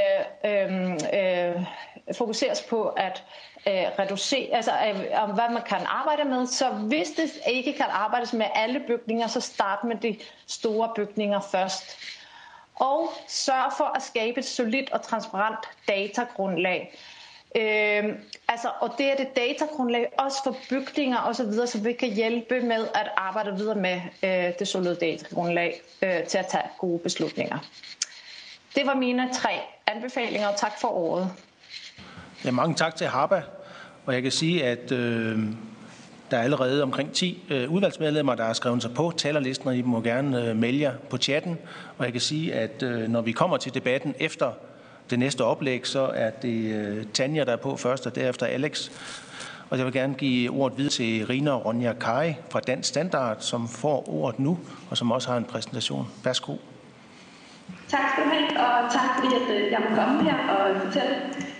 fokuseres på at reducere, om hvad man kan arbejde med, så hvis det ikke kan arbejdes med alle bygninger, så start med de store bygninger først. Og sørg for at skabe et solidt og transparent datagrundlag. Og det er det datagrundlag også for bygninger og så videre, så vi kan hjælpe med at arbejde videre med det solide datagrundlag til at tage gode beslutninger. Det var mine 3 anbefalinger, og tak for ordet. Ja, mange tak til Haba, og jeg kan sige, at der er allerede omkring 10 udvalgsmedlemmer, der har skrevet sig på talerlisten, og I må gerne melde jer på chatten. Og jeg kan sige, at når vi kommer til debatten efter det næste oplæg, så er det Tanja, der er på først, og derefter Alex. Og jeg vil gerne give ordet videre til Rina Ronja Kari fra Dansk Standard, som får ordet nu, og som også har en præsentation. Værsgo. Tak skal du have, og tak fordi at jeg må komme her og fortælle.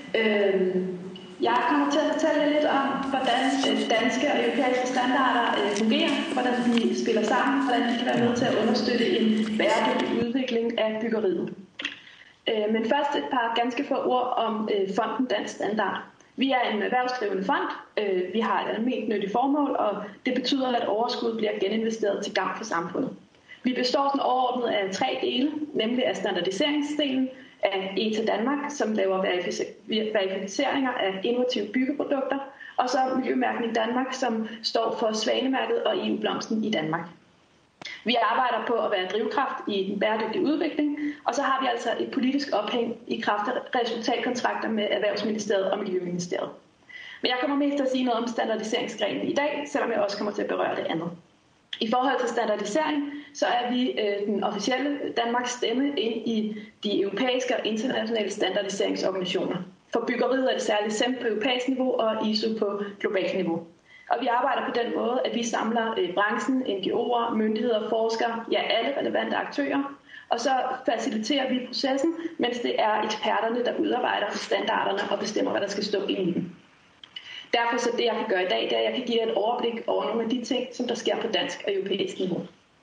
Jeg kommer til at fortælle jer lidt om, hvordan danske og europæiske standarder fungerer, hvordan de spiller sammen, hvordan de kan være med til at understøtte en bæredygtig udvikling af byggeriet. Men først et par ganske få ord om fonden Dansk Standard. Vi er en erhvervsdrivende fond. Vi har et almindeligt nyttigt formål, og det betyder, at overskud bliver geninvesteret til gavn for samfundet. Vi består sådan overordnet af 3 dele, nemlig af standardiseringsdelen af ETA Danmark, som laver verificeringer af innovative byggeprodukter, og så Miljømærkning Danmark, som står for Svanemærket og EU-blomsten i Danmark. Vi arbejder på at være drivkraft i den bæredygtige udvikling, og så har vi altså et politisk ophæng i kraft af resultatkontrakter med Erhvervsministeriet og Miljøministeriet. Men jeg kommer mest til at sige noget om standardiseringsgrenen i dag, selvom jeg også kommer til at berøre det andet. I forhold til standardisering, så er vi den officielle Danmarks stemme ind i de europæiske og internationale standardiseringsorganisationer. For byggeriet er det særligt SEM på europæisk niveau og ISO på globalt niveau. Og vi arbejder på den måde, at vi samler branchen, NGO'er, myndigheder, forskere, ja alle relevante aktører, og så faciliterer vi processen, mens det er eksperterne, der udarbejder standarderne og bestemmer, hvad der skal stå inde i dem. Derfor så det, jeg kan gøre i dag, det er, at jeg kan give et overblik over nogle af de ting, som der sker på dansk og europæisk niveau.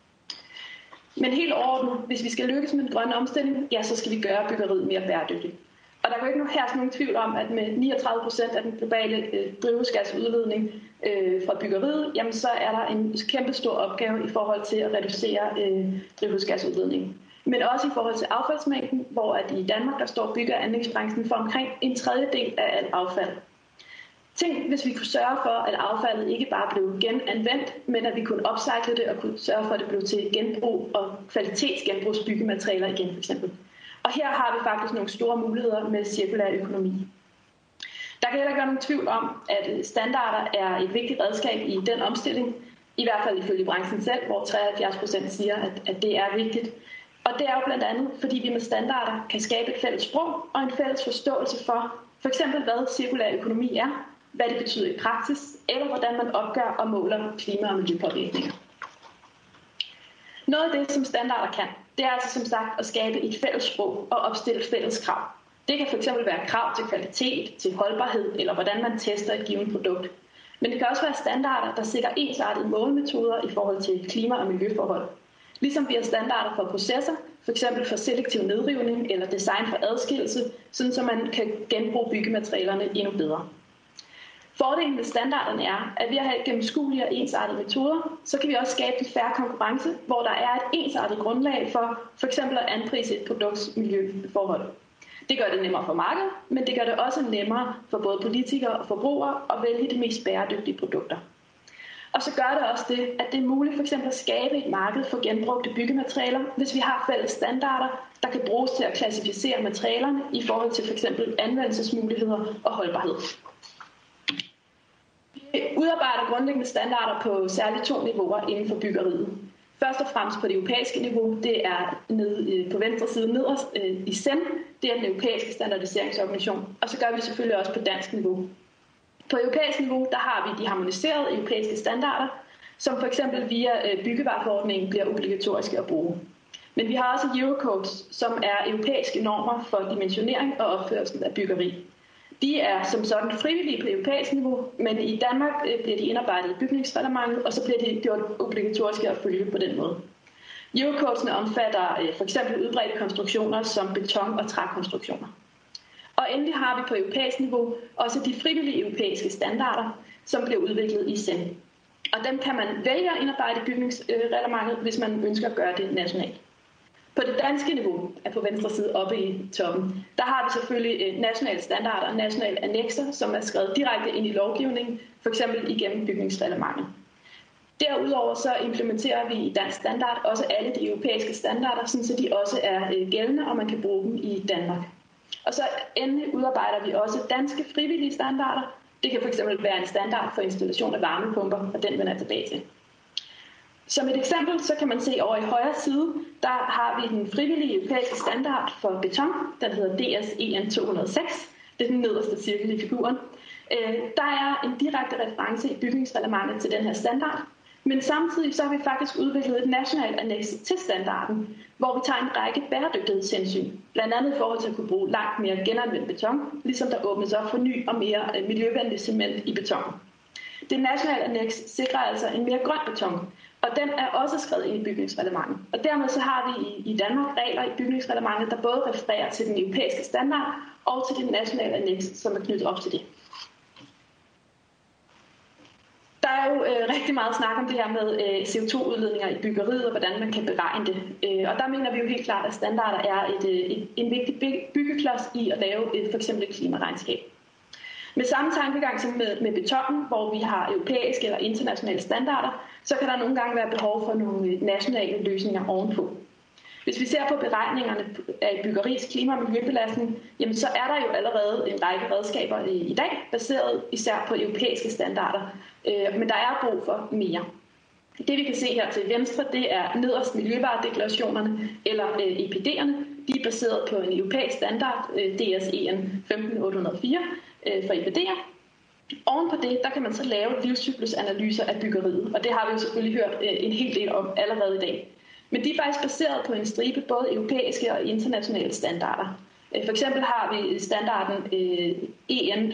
Men helt overordnet, hvis vi skal lykkes med den grønne omstilling, ja, så skal vi gøre byggeriet mere bæredygtigt. Og der kan jo ikke herske nogen tvivl om, at med 39% af den globale drivhusgasudledning fra byggeriet, jamen så er der en kæmpe stor opgave i forhold til at reducere drivhusgasudledningen. Men også i forhold til affaldsmængden, hvor at i Danmark der står bygge- og anlægsbranchen for omkring en tredjedel af alt affald. Tænk, hvis vi kunne sørge for, at affaldet ikke bare blev genanvendt, men at vi kunne upcycle det og kunne sørge for, at det blev til genbrug og kvalitetsgenbrugsbyggematerialer igen for eksempel. Og her har vi faktisk nogle store muligheder med cirkulær økonomi. Der kan heller ikke være nogen tvivl om, at standarder er et vigtigt redskab i den omstilling, i hvert fald ifølge branchen selv, hvor 73% siger, at det er vigtigt. Og det er jo blandt andet, fordi vi med standarder kan skabe et fælles sprog og en fælles forståelse for eksempel hvad cirkulær økonomi er, hvad det betyder i praksis, eller hvordan man opgør og måler klima- og miljøpåvirkninger. Noget af det, som standarder kan, det er altså som sagt at skabe et fælles sprog og opstille fælles krav. Det kan fx være krav til kvalitet, til holdbarhed eller hvordan man tester et givet produkt. Men det kan også være standarder, der sikrer ensartede målemetoder i forhold til klima- og miljøforhold. Ligesom vi har standarder for processer, f.eks. for selektiv nedrivning eller design for adskillelse, sådan så man kan genbruge byggematerialerne endnu bedre. Fordelen med standarderne er, at ved at have gennemskuelige og ensartede metoder, så kan vi også skabe en fair konkurrence, hvor der er et ensartet grundlag for f.eks. at anprise et produkts miljøforhold. Det gør det nemmere for markedet, men det gør det også nemmere for både politikere og forbrugere at vælge de mest bæredygtige produkter. Og så gør det også det, at det er muligt f.eks. at skabe et marked for genbrugte byggematerialer, hvis vi har fælles standarder, der kan bruges til at klassificere materialerne i forhold til f.eks. anvendelsesmuligheder og holdbarhed. Vi udarbejder grundlæggende standarder på særligt 2 niveauer inden for byggeriet. Først og fremmest på det europæiske niveau, det er nede på venstre side nederst i SEM, det er den europæiske standardiseringsorganisation, og så gør vi det selvfølgelig også på dansk niveau. På europæisk niveau, der har vi de harmoniserede europæiske standarder, som for eksempel via byggevareforordningen bliver obligatoriske at bruge. Men vi har også Eurocodes, som er europæiske normer for dimensionering og opførsel af byggeri. De er som sådan frivillige på europæisk niveau, men i Danmark bliver de indarbejdet i bygningsreglementet, og så bliver de gjort obligatoriske at følge på den måde. Eurocodesene omfatter for eksempel udbredte konstruktioner som beton- og trækonstruktioner. Og endelig har vi på europæisk niveau også de frivillige europæiske standarder, som bliver udviklet i SEM. Og dem kan man vælge at indarbejde i bygningsreglementet, hvis man ønsker at gøre det nationalt. På det danske niveau, er på venstre side oppe i toppen, der har vi selvfølgelig nationale standarder og nationale annekser, som er skrevet direkte ind i lovgivningen, f.eks. igennem bygningsreglementet. Derudover så implementerer vi i dansk standard også alle de europæiske standarder, så de også er gældende, og man kan bruge dem i Danmark. Og så endelig udarbejder vi også danske frivillige standarder. Det kan fx være en standard for installation af varmepumper, og den vender jeg tilbage til. Som et eksempel, så kan man se over i højre side, der har vi den frivillige europæiske standard for beton. Den hedder DSEN 206. Det er den nederste cirkel i figuren. Der er en direkte reference i bygningsreglementet til den her standard. Men samtidig så har vi faktisk udviklet et nationalt anneks til standarden, hvor vi tager en række bæredygtighedshensyn. Blandt andet i forhold til at kunne bruge langt mere genanvendt beton, ligesom der åbnes op for ny og mere miljøvenlig cement i beton. Det nationale anneks sikrer altså en mere grøn beton, og den er også skrevet ind i bygningsreglementet. Og dermed så har vi i Danmark regler i bygningsreglementet, der både refererer til den europæiske standard og til det nationale anneks, som er knyttet op til det. Der er jo rigtig meget snak om det her med CO2-udledninger i byggeriet og hvordan man kan beregne det. Og der mener vi jo helt klart, at standarder er en vigtig byggeklods i at lave for eksempel et klimaregnskab. Med samme tankegang som med betonen, hvor vi har europæiske eller internationale standarder, så kan der nogle gange være behov for nogle nationale løsninger ovenpå. Hvis vi ser på beregningerne af byggeris klima- og miljøbelastning, jamen så er der jo allerede en række redskaber i dag, baseret især på europæiske standarder, men der er brug for mere. Det vi kan se her til venstre, det er nederst miljøvaredeklarationerne eller EPD'erne. De er baseret på en europæisk standard, DSEN 15804 for EPD'er. Oven på det, der kan man så lave livscyklusanalyser af byggeriet, og det har vi jo selvfølgelig hørt en hel del om allerede i dag. Men de er faktisk baseret på en stribe både europæiske og internationale standarder. For eksempel har vi standarden EN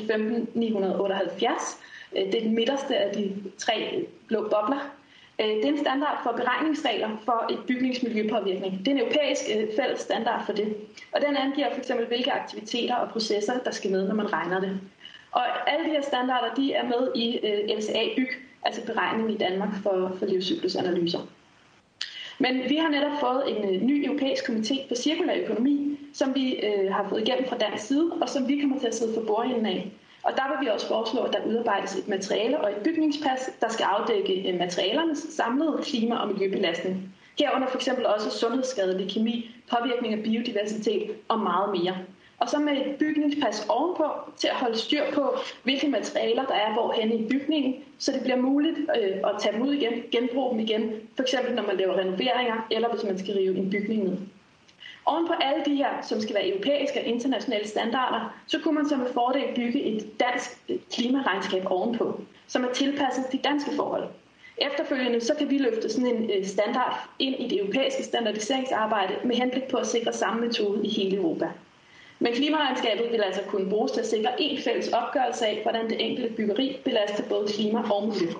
15978. Det er den midterste af de 3 blå bobler. Det er en standard for beregningsregler for et bygningsmiljøpåvirkning. Det er en europæisk fælles standard for det. Og den angiver for eksempel, hvilke aktiviteter og processer, der skal med, når man regner det. Og alle de her standarder, de er med i LCA-byg, altså beregning i Danmark for livscyklusanalyser. Men vi har netop fået en ny europæisk komité for cirkulær økonomi, som vi har fået igennem fra dansk side, og som vi kommer til at sidde for bordenden af. Og der vil vi også foreslå, at der udarbejdes et materiale og et bygningspas, der skal afdække materialernes samlede klima- og miljøbelastning. Herunder for eksempel også sundhedsskadelig kemi, påvirkning af biodiversitet og meget mere. Og så med et bygningspas ovenpå til at holde styr på, hvilke materialer der er hvorhenne i bygningen, så det bliver muligt at tage dem ud igen, genbruge dem igen, for eksempel når man laver renoveringer, eller hvis man skal rive en bygning ned. Oven på alle de her, som skal være europæiske og internationale standarder, så kunne man så med fordel bygge et dansk klimaregnskab ovenpå, som er tilpasset de danske forhold. Efterfølgende så kan vi løfte sådan en standard ind i det europæiske standardiseringsarbejde med henblik på at sikre samme metode i hele Europa. Men klimaregnskabet vil altså kunne bruges til at sikre en fælles opgørelse af, hvordan det enkelte byggeri belaster både klima og miljø.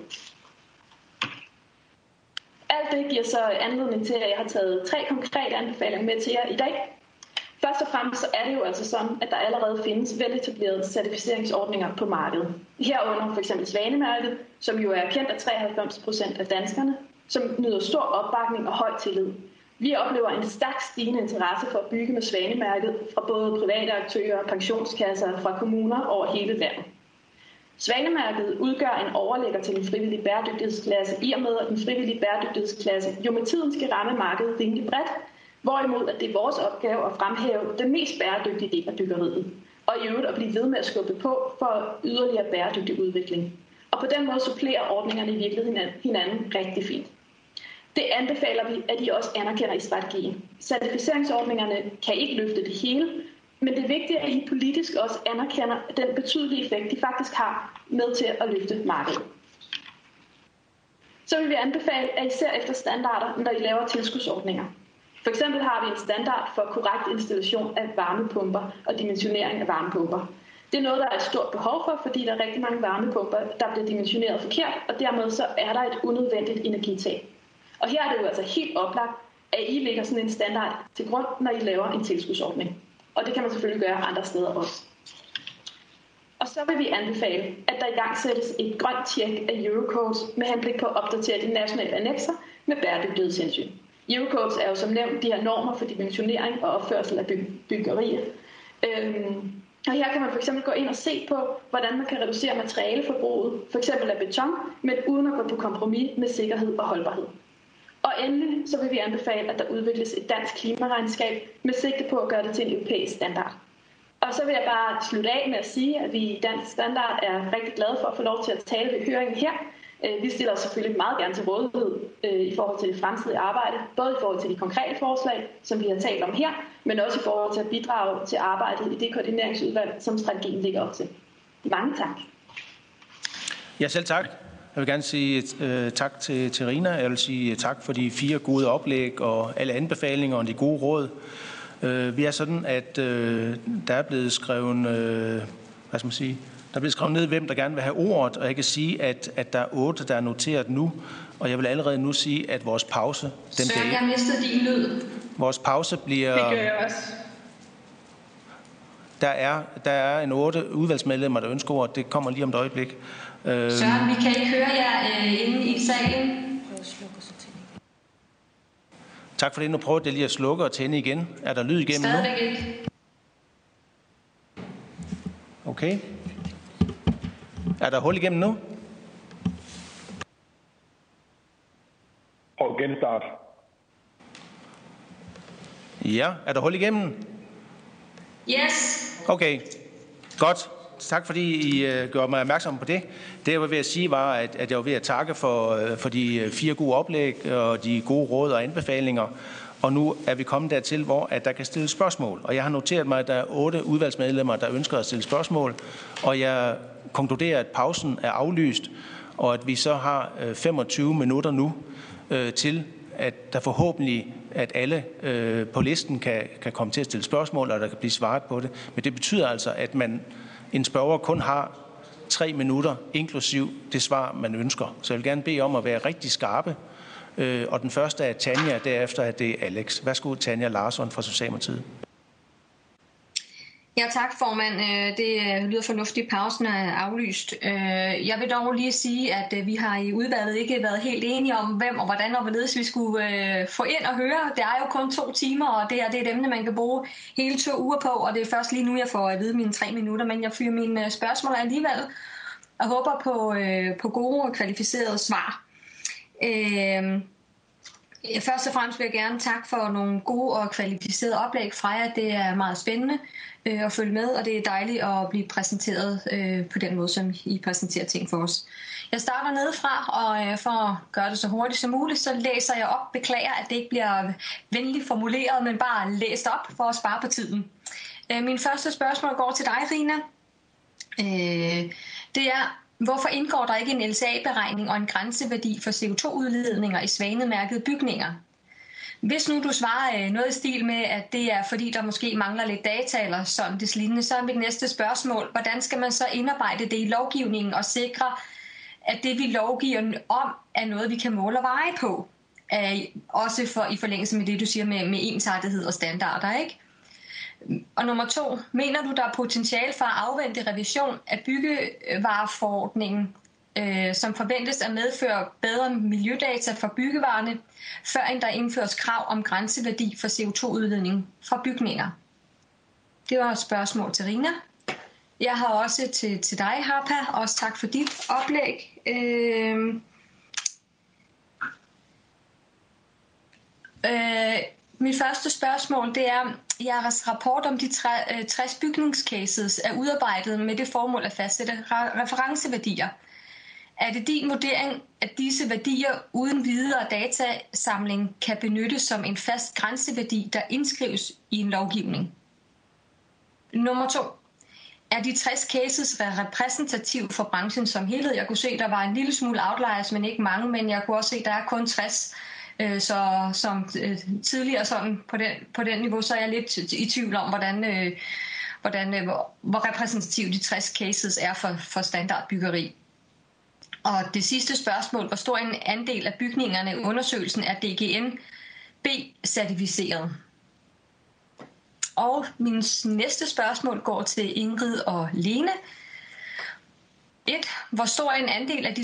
Alt det giver så anledning til, at jeg har taget 3 konkrete anbefalinger med til jer i dag. Først og fremmest så er det jo altså sådan, at der allerede findes veletablerede certificeringsordninger på markedet. Herunder for eksempel Svanemærket, som jo er kendt af 93% af danskerne, som nyder stor opbakning og høj tillid. Vi oplever en stærkt stigende interesse for at bygge med Svanemærket fra både private aktører, pensionskasser fra kommuner over hele landet. Svanemærket udgør en overlægger til den frivillige bæredygtighedsklasse, i og med at den frivillige bæredygtighedsklasse jo med tiden skal ramme markedet rimelig bredt, hvorimod at det er vores opgave at fremhæve den mest bæredygtige del af byggeriet, og i øvrigt at blive ved med at skubbe på for yderligere bæredygtig udvikling. Og på den måde supplerer ordningerne i virkeligheden hinanden rigtig fint. Det anbefaler vi, at I også anerkender i strategien. Certificeringsordningerne kan ikke løfte det hele, men det er vigtigt, at I politisk også anerkender den betydelige effekt, de faktisk har med til at løfte markedet. Så vil vi anbefale, at I ser efter standarder, når I laver tilskudsordninger. For eksempel har vi en standard for korrekt installation af varmepumper og dimensionering af varmepumper. Det er noget, der er et stort behov for, fordi der er rigtig mange varmepumper, der bliver dimensioneret forkert, og dermed så er der et unødvendigt energitab. Og her er det jo altså helt oplagt, at I lægger sådan en standard til grund, når I laver en tilskudsordning. Og det kan man selvfølgelig gøre andre steder også. Og så vil vi anbefale, at der i gang sættes et grønt tjek af Eurocodes med henblik på at opdatere de nationale annekser med bæredygtighedshensyn. Eurocodes er jo som nævnt de her normer for dimensionering og opførsel af byggerier. Og her kan man for eksempel gå ind og se på, hvordan man kan reducere materialeforbruget, for eksempel af beton, men uden at gå på kompromis med sikkerhed og holdbarhed. Og endelig så vil vi anbefale, at der udvikles et dansk klimaregnskab med sigte på at gøre det til en europæisk standard. Og så vil jeg bare slutte af med at sige, at vi i Dansk Standard er rigtig glade for at få lov til at tale ved høringen her. Vi stiller os selvfølgelig meget gerne til rådighed i forhold til det fremtidige arbejde, både i forhold til de konkrete forslag, som vi har talt om her, men også i forhold til at bidrage til arbejdet i det koordineringsudvalg, som strategien ligger op til. Mange tak. Ja, selv tak. Jeg vil gerne sige tak til Rina. Jeg vil sige tak for de 4 gode oplæg og alle anbefalinger og de gode råd. Vi er sådan, at der er blevet skrevet, der er blevet skrevet ned, hvem der gerne vil have ordet, og jeg kan sige, at der er 8, der er noteret nu, og jeg vil allerede nu sige, at vores pause... Søren, jeg mistede din lyd. Vores pause bliver... Det gør jeg også. Der er en 8 udvalgsmedlemmer, der ønsker ordet. Det kommer lige om et øjeblik. Søren, vi kan ikke høre jer inde i salen. Tak for det. Nu prøver jeg lige at slukke og tænde igen. Er der lyd igennem nu? Stadigvæk ikke. Okay. Er der hul igennem nu? Og genstart. Ja, er der hul igennem? Yes. Okay, godt. Tak fordi I gør mig opmærksom på det. Det jeg var ved at sige var, at jeg var ved at takke for de 4 gode oplæg og de gode råd og anbefalinger. Og nu er vi kommet dertil, hvor at der kan stilles spørgsmål. Og jeg har noteret mig, at der er 8 udvalgsmedlemmer, der ønsker at stille spørgsmål. Og jeg konkluderer, at pausen er aflyst, og at vi så har 25 minutter nu til, at der forhåbentlig, at alle på listen kan komme til at stille spørgsmål, og der kan blive svaret på det. Men det betyder altså, at en spørger kun har 3 minutter, inklusiv det svar, man ønsker. Så jeg vil gerne bede om at være rigtig skarpe. Og den første er Tanja, derefter er det Alex. Værsgo, Tanja Larsson fra Socialdemokratiet. Ja, tak formand. Det lyder fornuftigt. Pausen er aflyst. Jeg vil dog lige sige, at vi har i udvalget ikke været helt enige om, hvem og hvordan og hvorledes vi skulle få ind og høre. Det er jo kun 2 timer, og det er et emne, man kan bruge hele 2 uger på, og det er først lige nu, jeg får at vide mine 3 minutter, men jeg fyrer mine spørgsmål alligevel og håber på gode og kvalificerede svar. Først og fremmest vil jeg gerne takke for nogle gode og kvalificerede oplæg fra jer. Det er meget spændende at følge med, og det er dejligt at blive præsenteret på den måde, som I præsenterer ting for os. Jeg starter nedefra, og for at gøre det så hurtigt som muligt, så læser jeg op. Beklager, at det ikke bliver venligt formuleret, men bare læst op for at spare på tiden. Min første spørgsmål går til dig, Rina. Det er: hvorfor indgår der ikke en LCA-beregning og en grænseværdi for CO2-udledninger i svanemærkede bygninger? Hvis nu du svarer noget i stil med, at det er fordi, der måske mangler lidt data eller sådan det lignende, så er mit næste spørgsmål: hvordan skal man så indarbejde det i lovgivningen og sikre, at det vi lovgiver om er noget, vi kan måle og veje på? Også i forlængelse med det, du siger med ensartethed og standarder, ikke? Og nummer 2, mener du, der er potentiale for at afvente revision af byggevareforordningen, som forventes at medføre bedre miljødata for byggevarerne, før end der indføres krav om grænseværdi for CO2-udledning fra bygninger? Det var et spørgsmål til Rina. Jeg har også til dig, Harpa. Også tak for dit oplæg. Mit første spørgsmål, det er: jeres rapport om de 60 bygningscases er udarbejdet med det formål at fastsætte referenceværdier. Er det din vurdering, at disse værdier uden videre datasamling kan benyttes som en fast grænseværdi, der indskrives i en lovgivning? Nummer 2. Er de 60 cases repræsentativ for branchen som helhed? Jeg kunne se, der var en lille smule outliers, men ikke mange, men jeg kunne også se, at der er kun 60. Så som tidligere sådan på den niveau, så er jeg lidt i tvivl om, hvor repræsentativ de 60 cases er for standardbyggeri. Og det sidste spørgsmål: hvor stor en andel af bygningerne i undersøgelsen er DGN B-certificeret? Og min næste spørgsmål går til Ingrid og Lene. 1. Hvor stor en andel af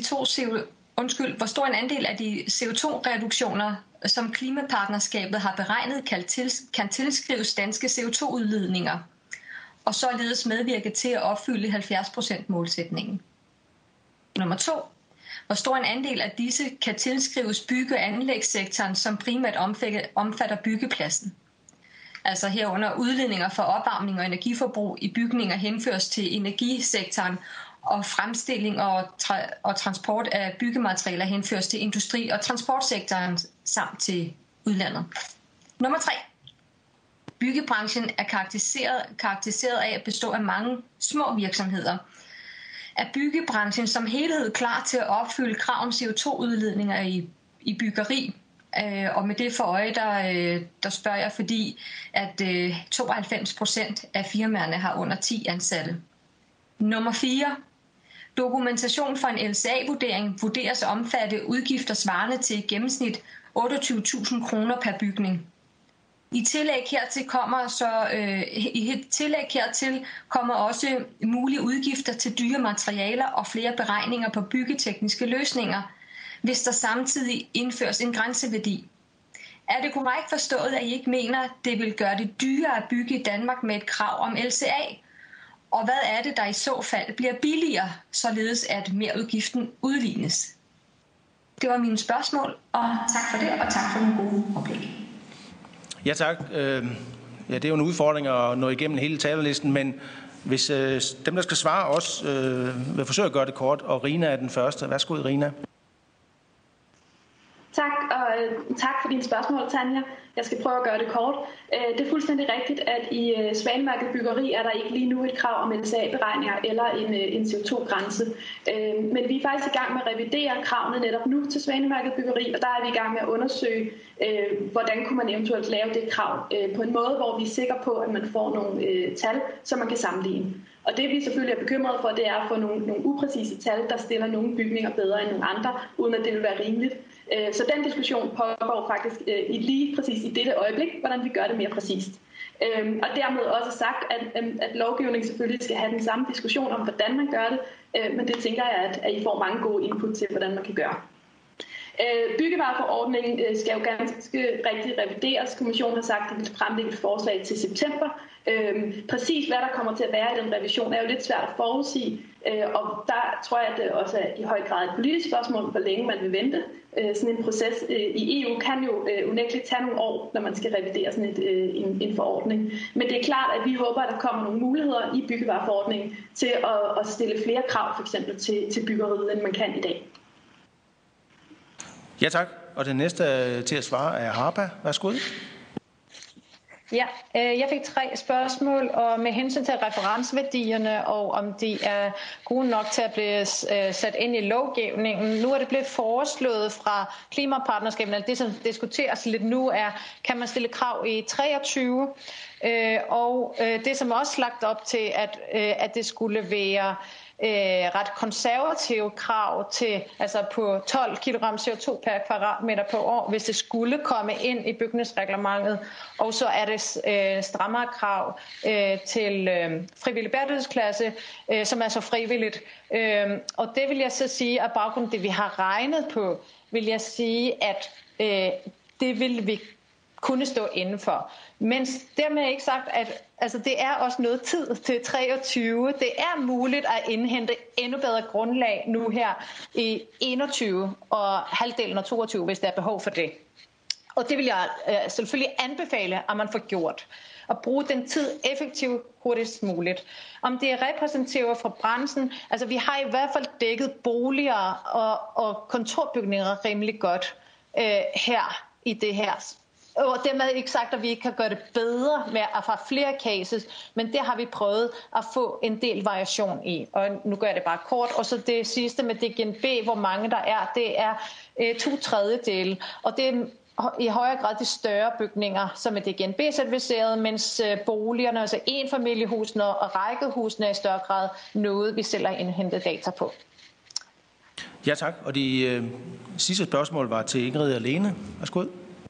de CO2-reduktioner, som Klimapartnerskabet har beregnet, kan tilskrives danske CO2-udledninger, og således medvirke til at opfylde 70%-målsætningen? Nummer 2. Hvor stor en andel af disse kan tilskrives bygge- og anlægssektoren, som primært omfatter byggepladsen? Altså herunder udledninger for opvarmning og energiforbrug i bygninger henføres til energisektoren, og fremstilling og transport af byggematerialer henføres til industri- og transportsektoren samt til udlandet. Nummer 3. Byggebranchen er karakteriseret af at bestå af mange små virksomheder. Er byggebranchen som helhed klar til at opfylde krav om CO2-udledninger i byggeri? Og med det for øje, der spørger jeg, fordi at 92% af firmaerne har under 10 ansatte. Nummer 4. Dokumentation for en LCA-vurdering vurderes at omfatte udgifter svarende til i gennemsnit 28.000 kroner per bygning. I tillæg hertil kommer også mulige udgifter til dyre materialer og flere beregninger på byggetekniske løsninger, hvis der samtidig indføres en grænseværdi. Er det korrekt forstået, at I ikke mener, at det vil gøre det dyrere at bygge i Danmark med et krav om LCA? Og hvad er det, der i så fald bliver billigere, således at merudgiften udlignes? Det var mine spørgsmål, og tak for det, og tak for nogle gode oplæg. Ja, tak. Ja, det er jo en udfordring at nå igennem hele talerlisten, men hvis dem, der skal svare også, vil forsøge at gøre det kort, og Rina er den første. Værsgo, Rina. Tak, og tak for dine spørgsmål, Tanja. Jeg skal prøve at gøre det kort. Det er fuldstændig rigtigt, at i Svanemærket byggeri er der ikke lige nu et krav om LCA-beregninger eller en CO2-grænse. Men vi er faktisk i gang med at revidere kravene netop nu til Svanemærket byggeri, og der er vi i gang med at undersøge, hvordan kunne man eventuelt lave det krav på en måde, hvor vi er sikre på, at man får nogle tal, som man kan sammenligne. Og det vi selvfølgelig er bekymrede for, det er at få nogle upræcise tal, der stiller nogle bygninger bedre end nogle andre, uden at det vil være rimeligt. Så den diskussion pågår faktisk lige præcis i dette øjeblik, hvordan vi gør det mere præcist. Og dermed også sagt, at lovgivningen selvfølgelig skal have den samme diskussion om, hvordan man gør det, men det tænker jeg, at I får mange gode input til, hvordan man kan gøre. Byggevareforordningen skal jo ganske rigtig revideres. Kommissionen har sagt, at de vil fremlægge et forslag til september. Præcis hvad der kommer til at være i den revision er jo lidt svært at forudsige, og der tror jeg, at det også er i høj grad et politisk spørgsmål, hvor længe man vil vente. Sådan en proces i EU kan jo unægteligt tage nogle år, når man skal revidere sådan en forordning. Men det er klart, at vi håber, at der kommer nogle muligheder i byggevareforordningen til at stille flere krav, for eksempel til byggeriet, end man kan i dag. Ja, tak. Og den næste til at svare er Harpa. Værsgo. Ja, jeg fik 3 spørgsmål, og med hensyn til referenceværdierne, og om de er gode nok til at blive sat ind i lovgivningen. Nu er det blevet foreslået fra klimapartnerskabet, at det, som diskuteres lidt nu, er, kan man stille krav i 23, og det, som også lagt op til, at det skulle være ret konservative krav til, altså på 12 kg CO2 per kvadratmeter på år, hvis det skulle komme ind i bygningsreglementet. Og så er det strammere krav til frivillig bæredygtighedsklasse, som er så frivilligt. Og det vil jeg så sige, at baggrund af det, vi har regnet på, vil jeg sige, at det vil vi kunne stå indenfor. Men dermed ikke sagt, at altså, det er også noget tid til 23. Det er muligt at indhente endnu bedre grundlag nu her i 21 og halvdelen af 22, hvis der er behov for det. Og det vil jeg selvfølgelig anbefale, at man får gjort. At bruge den tid effektivt hurtigst muligt. Om det er repræsentativt fra branchen, altså vi har i hvert fald dækket boliger og kontorbygninger rimelig godt her i det her. Og dermed ikke sagt, at vi ikke kan gøre det bedre med at få flere cases, men det har vi prøvet at få en del variation i. Og nu gør jeg det bare kort. Og så det sidste med DGNB, hvor mange der er, det er 2/3. Og det er i højere grad de større bygninger, som er DGNB-certificeret, mens boligerne, altså enfamiliehusene og rækkehusene er i større grad noget, vi selv har indhentet data på. Ja, tak. Og de sidste spørgsmål var til Ingrid og Lene. Værsgo.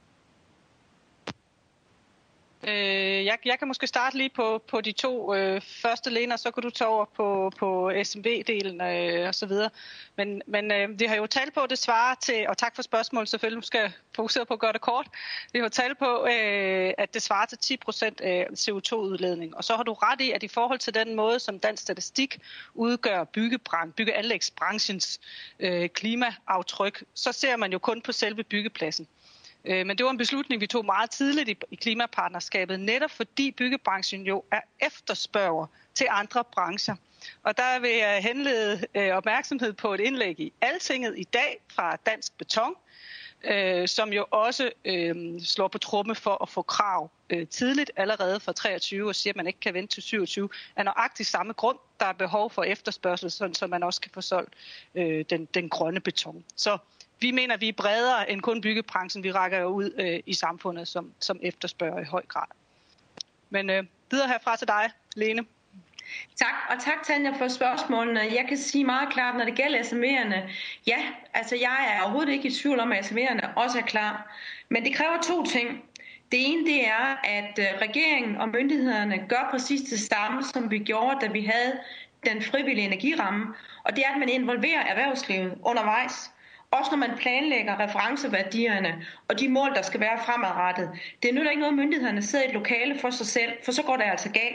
Jeg kan måske starte lige på de 2 første, Lena, så kan du tage over på SMV-delen og så videre. Men vi har jo talt på, det svarer til, og tak for spørgsmålet selvfølgelig, skal jeg fokusere på at gøre det kort. Vi har talt på, at det svarer til 10% af CO2-udledning. Og så har du ret i, at i forhold til den måde, som Dansk Statistik udgør byggeanlægsbranchens klimaaftryk, så ser man jo kun på selve byggepladsen. Men det var en beslutning, vi tog meget tidligt i klimapartnerskabet, netop fordi byggebranchen jo er efterspørger til andre brancher. Og der vil jeg henlede opmærksomhed på et indlæg i Altinget i dag fra Dansk Beton, som jo også slår på tromme for at få krav tidligt allerede fra 23 og siger, at man ikke kan vente til 27. Af nøjagtigt samme grund, der er behov for efterspørgsel, så man også kan få solgt den grønne beton. Så vi mener, at vi er bredere end kun byggebranchen. Vi rækker jo ud i samfundet, som efterspørger i høj grad. Men videre herfra til dig, Lene. Tak, og tak Tanja for spørgsmålene. Jeg kan sige meget klart, når det gælder SMV'erne, ja, altså jeg er overhovedet ikke i tvivl om, at SMV'erne også er klar. Men det kræver 2 ting. Det ene det er, at regeringen og myndighederne gør præcis det samme, som vi gjorde, da vi havde den frivillige energiramme. Og det er, at man involverer erhvervslivet undervejs. Også når man planlægger referenceværdierne og de mål, der skal være fremadrettet. Det nytter ikke noget, myndighederne sidder i et lokale for sig selv, for så går det altså galt.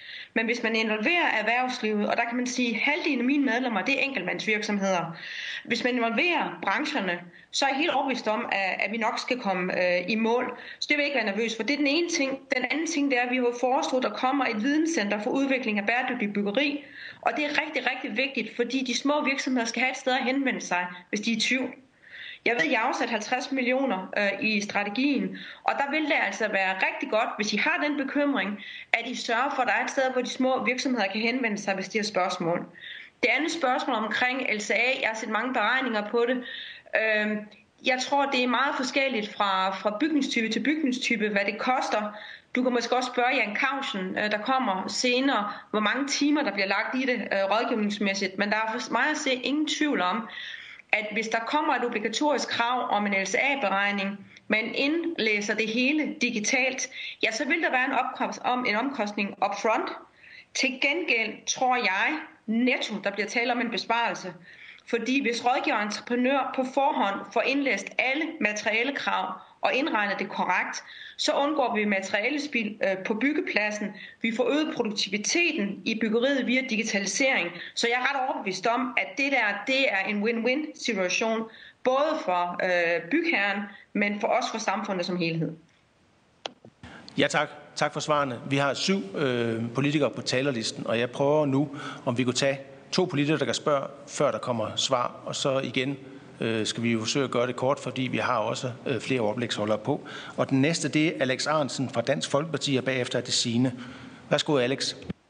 Men hvis man involverer erhvervslivet, og der kan man sige, at halvdelen af mine medlemmer, det er enkeltmandsvirksomheder. Hvis man involverer brancherne, så er jeg helt overbevist om, at vi nok skal komme i mål. Så det vil jeg ikke være nervøs for. Det er den ene ting. Den anden ting, det er, at vi har foreslået, at der kommer et videnscenter for udvikling af bæredygtig byggeri. Og det er rigtig, rigtig vigtigt, fordi de små virksomheder skal have et sted at henvende sig, hvis de er i tvivl. Jeg ved, at jeg har afsat 50 millioner i strategien, og der vil det altså være rigtig godt, hvis I har den bekymring, at I sørger for, at der er et sted, hvor de små virksomheder kan henvende sig, hvis de har spørgsmål. Det andet spørgsmål omkring LCA, jeg har set mange beregninger på det. Jeg tror, det er meget forskelligt fra bygningstype til bygningstype, hvad det koster. Du kan måske også spørge Jan Kausen, der kommer senere, hvor mange timer, der bliver lagt i det rådgivningsmæssigt. Men der er for mig at se ingen tvivl om, at hvis der kommer et obligatorisk krav om en LCA-beregning, man indlæser det hele digitalt, ja, så vil der være en omkostning upfront. Til gengæld tror jeg netto, der bliver tale om en besparelse. Fordi hvis rådgiver og entreprenør på forhånd får indlæst alle materialekrav og indregnet det korrekt, så undgår vi materialespild på byggepladsen. Vi får øget produktiviteten i byggeriet via digitalisering. Så jeg er ret overbevist om, at det er en win-win situation, både for bygherren, men for os for samfundet som helhed. Ja, tak. Tak for svarene. Vi har 7 politikere på talerlisten, og jeg prøver nu, om vi kunne tage 2 politikere, der kan spørge, før der kommer svar, og så igen skal vi jo forsøge at gøre det kort, fordi vi har også flere oplægsholdere på. Og den næste, det er Alex Ahrendtsen fra Dansk Folkeparti, og bagefter er det Signe. Værsgo, Alex.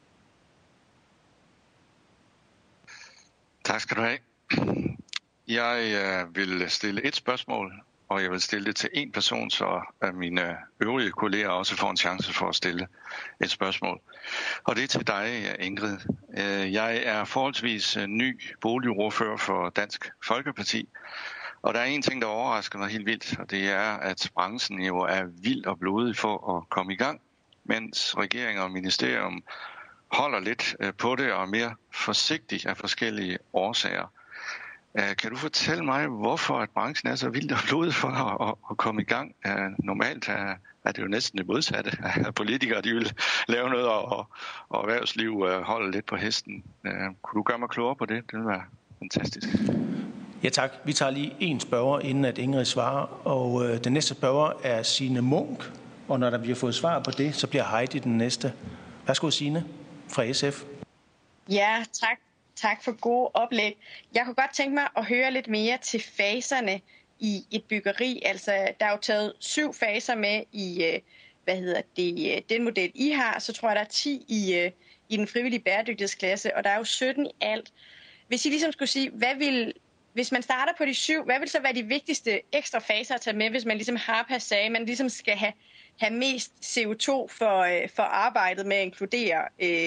Tak skal du have. Jeg vil stille et spørgsmål, og jeg vil stille det til en person, så at mine øvrige kolleger også får en chance for at stille et spørgsmål. Og det er til dig, Ingrid. Jeg er forholdsvis ny boligordfører for Dansk Folkeparti, og der er en ting, der overrasker mig helt vildt, og det er, at branchen jo er vild og blodig for at komme i gang, mens regering og ministerium holder lidt på det og er mere forsigtig af forskellige årsager. Kan du fortælle mig, hvorfor at branchen er så vildt og blodig for at komme i gang? Normalt er det jo næsten det modsatte. Politikere de vil lave noget, og erhvervsliv holde lidt på hesten. Kunne du gøre mig klogere på det? Det ville være fantastisk. Ja tak. Vi tager lige en spørger, inden at Ingrid svarer. Og den næste spørger er Signe Munk. Og når vi har fået svar på det, så bliver Heidi den næste. Værsgo, Signe fra SF. Ja, tak. Tak for gode oplæg. Jeg kunne godt tænke mig at høre lidt mere til faserne i et byggeri. Altså, der er jo taget 7 faser med i, den model, I har. Så tror jeg, der er 10 i den frivillige bæredygtighedsklasse, og der er jo 17 i alt. Hvis I ligesom skulle sige, hvis man starter på de 7, hvad vil så være de vigtigste ekstra faser at tage med, hvis man ligesom har passage, man ligesom skal have mest CO2 for arbejdet med at inkludere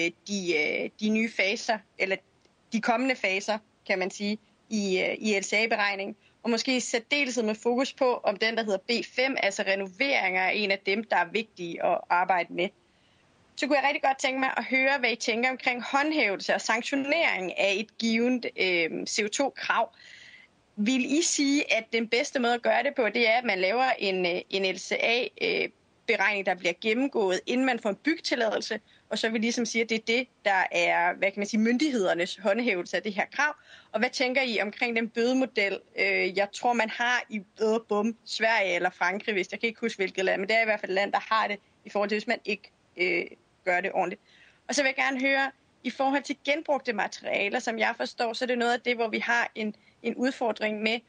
de nye faser, eller de kommende faser, kan man sige, i LCA-beregningen. Og måske i særdeleshed med fokus på, om den, der hedder B5, altså renoveringer, er en af dem, der er vigtige at arbejde med. Så kunne jeg rigtig godt tænke mig at høre, hvad I tænker omkring håndhævelse og sanktionering af et givet CO2-krav. Vil I sige, at den bedste måde at gøre det på, det er, at man laver en LCA-beregning, der bliver gennemgået, inden man får en byggetilladelse, og så vil ligesom sige, at det er det, der er, hvad kan man sige, myndighedernes håndhævelse af det her krav. Og hvad tænker I omkring den bødemodel, jeg tror, man har i Sverige eller Frankrig, hvis jeg kan ikke huske, hvilket land, men det er i hvert fald et land, der har det, i forhold til, hvis man ikke gør det ordentligt. Og så vil jeg gerne høre, i forhold til genbrugte materialer, som jeg forstår, så er det noget af det, hvor vi har en udfordring med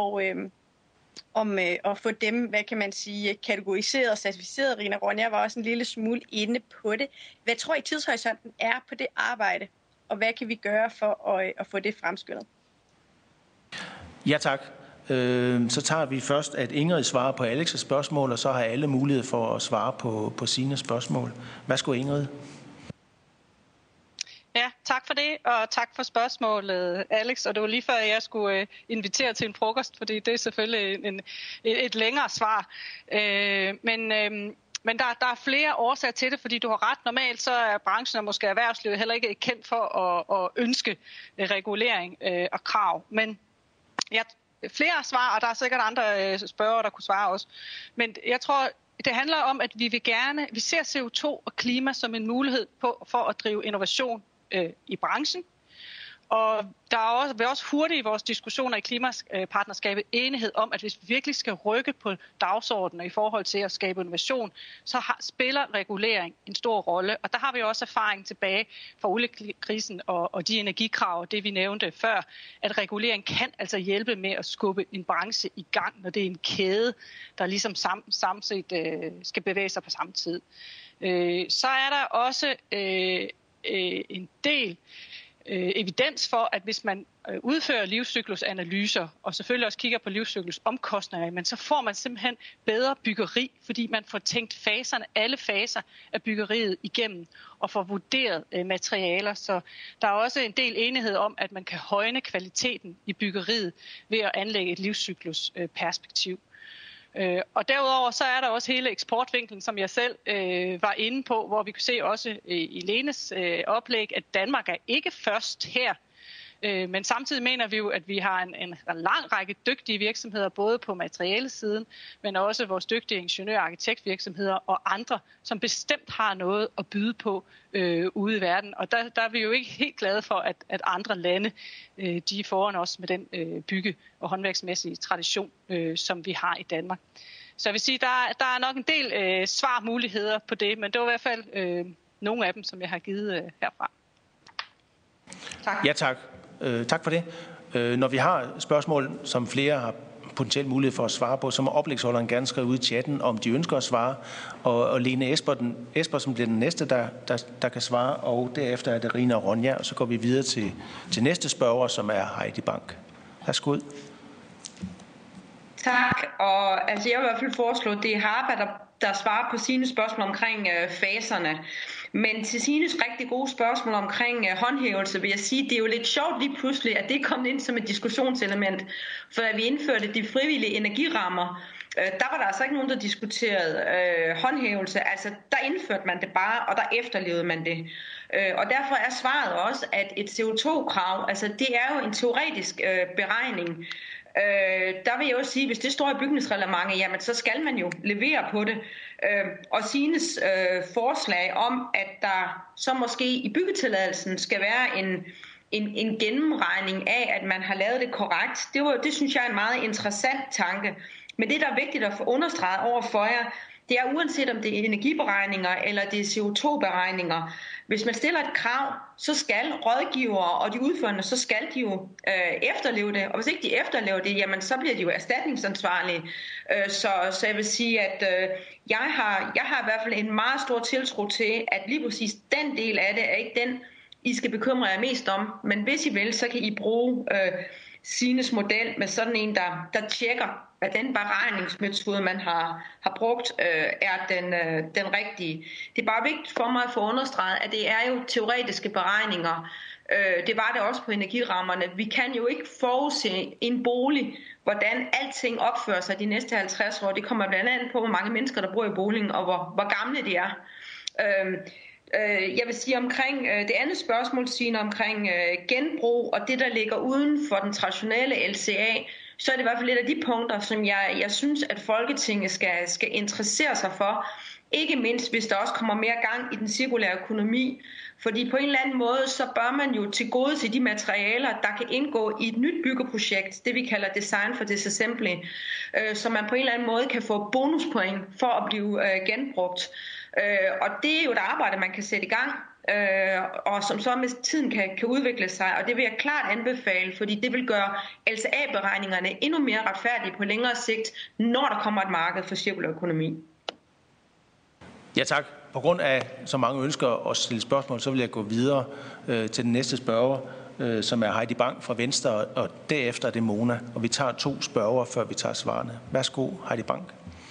at få dem, hvad kan man sige, kategoriseret og certificeret. Rina Ronja, jeg var også en lille smule inde på det. Hvad tror I tidshorisonten er på det arbejde, og hvad kan vi gøre for at få det fremskyndet? Ja tak. Så tager vi først, at Ingrid svarer på Alex' spørgsmål, og så har alle mulighed for at svare på sine spørgsmål. Værsgo, Ingrid. Ja, tak for det, og tak for spørgsmålet, Alex. Og det var lige før, jeg skulle invitere til en frokost, fordi det er selvfølgelig et længere svar. Men der er flere årsager til det, fordi du har ret. Normalt så er branchen og måske erhvervslivet heller ikke kendt for at ønske regulering og krav. Men flere svar, og der er sikkert andre spørgere, der kunne svare også. Men jeg tror, det handler om, at vi ser CO2 og klima som en mulighed for at drive innovation i branchen. Og der er også hurtigt i vores diskussioner i klimapartnerskabet enighed om, at hvis vi virkelig skal rykke på dagsordenen i forhold til at skabe innovation, så spiller regulering en stor rolle. Og der har vi også erfaring tilbage fra oliekrisen og de energikrav, det vi nævnte før, at regulering kan altså hjælpe med at skubbe en branche i gang, når det er en kæde, der ligesom samtidig skal bevæge sig på samme tid. Så er der også en del evidens for, at hvis man udfører livscyklusanalyser, og selvfølgelig også kigger på livscyklusomkostninger, men så får man simpelthen bedre byggeri, fordi man får tænkt alle faser af byggeriet igennem, og får vurderet materialer. Så der er også en del enighed om, at man kan højne kvaliteten i byggeriet ved at anlægge et livscyklusperspektiv. Og derudover så er der også hele eksportvinklen, som jeg selv var inde på, hvor vi kan se også i Lenes oplæg, at Danmark er ikke først her. Men samtidig mener vi jo, at vi har en lang række dygtige virksomheder, både på materialesiden, men også vores dygtige ingeniør- og arkitektvirksomheder og andre, som bestemt har noget at byde på ude i verden. Og der er vi jo ikke helt glade for, at andre lande de er foran os med den bygge- og håndværksmæssige tradition, som vi har i Danmark. Så jeg vil sige, der er nok en del svarmuligheder på det, men det var i hvert fald nogle af dem, som jeg har givet herfra. Tak. Ja, tak. Tak for det. Når vi har spørgsmål, som flere har potentielt mulighed for at svare på, så må oplægsholderen gerne skrive ud i chatten, om de ønsker at svare. Og Lene Espersen bliver den næste, der kan svare, og derefter er det Rina og Ronja, og så går vi videre til næste spørger, som er Heidi Bank. Værsgo. Tak, og altså jeg vil i hvert fald foreslå, at det er Harper, der svarer på sine spørgsmål omkring faserne. Men til Sines rigtig gode spørgsmål omkring håndhævelse vil jeg sige, at det er jo lidt sjovt lige pludselig, at det er kommet ind som et diskussionselement. For da vi indførte de frivillige energirammer, der var der altså ikke nogen, der diskuterede håndhævelse. Altså der indførte man det bare, og der efterlevede man det. Og derfor er svaret også, at et CO2-krav, altså det er jo en teoretisk beregning. Der vil jeg jo sige, hvis det står i bygningsreglementet, jamen så skal man jo levere på det. Og Sines forslag om, at der så måske i byggetilladelsen skal være en gennemregning af, at man har lavet det korrekt, det synes jeg er en meget interessant tanke. Men det, der er vigtigt at få understreget over for jer, det er uanset om det er energiberegninger eller det er CO2-beregninger. Hvis man stiller et krav, så skal rådgivere og de udførende, så skal de jo efterleve det. Og hvis ikke de efterlever det, jamen så bliver de jo erstatningsansvarlige. Så jeg vil sige, at jeg har i hvert fald en meget stor tiltro til, at lige præcis den del af det er ikke den, I skal bekymre jer mest om. Men hvis I vil, så kan I bruge Sines model med sådan en, der tjekker, at den beregningsmetode, man har brugt, er den rigtige. Det er bare vigtigt for mig at få understreget, at det er jo teoretiske beregninger. Det var det også på energirammerne. Vi kan jo ikke forudse en bolig, hvordan alting opfører sig de næste 50 år. Det kommer blandt andet på, hvor mange mennesker, der bor i boligen, og hvor gamle de er. Jeg vil sige omkring det andet spørgsmål, Signe, omkring genbrug og det, der ligger uden for den traditionelle LCA, så er det i hvert fald et af de punkter, som jeg synes, at Folketinget skal interessere sig for. Ikke mindst, hvis der også kommer mere gang i den cirkulære økonomi. Fordi på en eller anden måde, så bør man jo tilgodese de materialer, der kan indgå i et nyt byggeprojekt, det vi kalder design for disassembly, så man på en eller anden måde kan få bonuspoint for at blive genbrugt. Og det er jo et arbejde, man kan sætte i gang, og som så med tiden kan udvikle sig, og det vil jeg klart anbefale, fordi det vil gøre LCA-beregningerne endnu mere retfærdige på længere sigt, når der kommer et marked for cirkulær økonomi. Ja, tak. På grund af så mange ønsker at stille spørgsmål, så vil jeg gå videre til den næste spørger, som er Heidi Bank fra Venstre, og derefter er det Mona. Og vi tager 2 spørger, før vi tager svarene. Værsgo, Heidi Bank.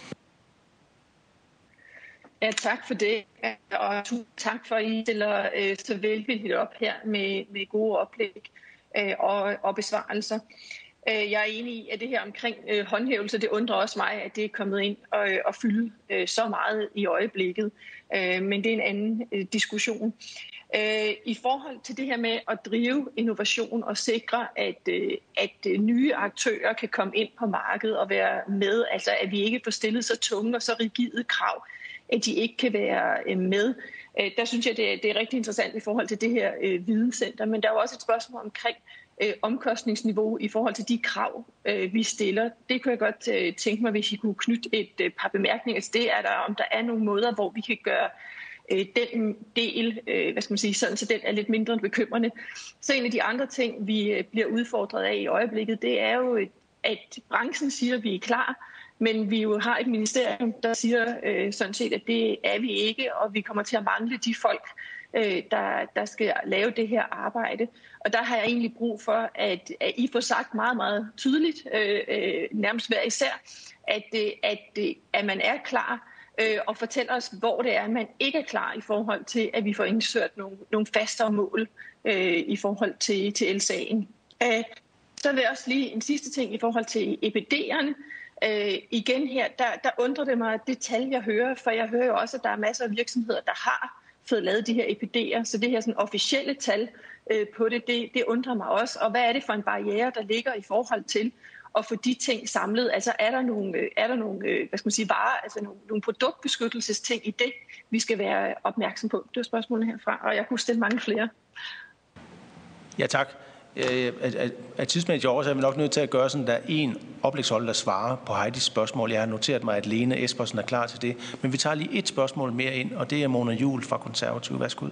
Ja, tak for det, og tusind tak for, at I stiller så velvilligt op her med gode oplæg og besvarelser. Jeg er enig i, at det her omkring håndhævelse, det undrer også mig, at det er kommet ind og fylde så meget i øjeblikket. Men det er en anden diskussion. I forhold til det her med at drive innovation og sikre, at nye aktører kan komme ind på markedet og være med, altså at vi ikke får stillet så tunge og så rigide krav, at de ikke kan være med. Der synes jeg, det er rigtig interessant i forhold til det her videnscenter, men der er jo også et spørgsmål omkring omkostningsniveau i forhold til de krav, vi stiller. Det kunne jeg godt tænke mig, hvis I kunne knytte et par bemærkninger til det, om der er nogle måder, hvor vi kan gøre den del, så den er lidt mindre bekymrende. Så en af de andre ting, vi bliver udfordret af i øjeblikket, det er jo, at branchen siger, at vi er klar, men vi jo har et ministerium, der siger sådan set, at det er vi ikke, og vi kommer til at mangle de folk, der skal lave det her arbejde. Og der har jeg egentlig brug for, at I får sagt meget, meget tydeligt, nærmest hver især, at man er klar, og fortæller os, hvor det er, man ikke er klar i forhold til, at vi får indført nogle fastere mål i forhold til LCA'en. Så vil jeg også lige en sidste ting i forhold til EPD'erne. Igen her, der undrer det mig, det tal, jeg hører, for jeg hører jo også, at der er masser af virksomheder, der har fået lavet de her EPD'er, så det her sådan officielle tal på det undrer mig også. Og hvad er det for en barriere, der ligger i forhold til at få de ting samlet? Altså er der nogle varer, altså nogle produktbeskyttelsesting i det, vi skal være opmærksom på? Det er spørgsmålet herfra, og jeg kunne stille mange flere. Ja, tak. Af tidsmæssige årsager er vi nok nødt til at gøre sådan, at der er en oplægsholder, der svarer på Heidis spørgsmål. Jeg har noteret mig, at Lene Espersen er klar til det. Men vi tager lige et spørgsmål mere ind, og det er Mona Juhl fra Konservative. Værsgo.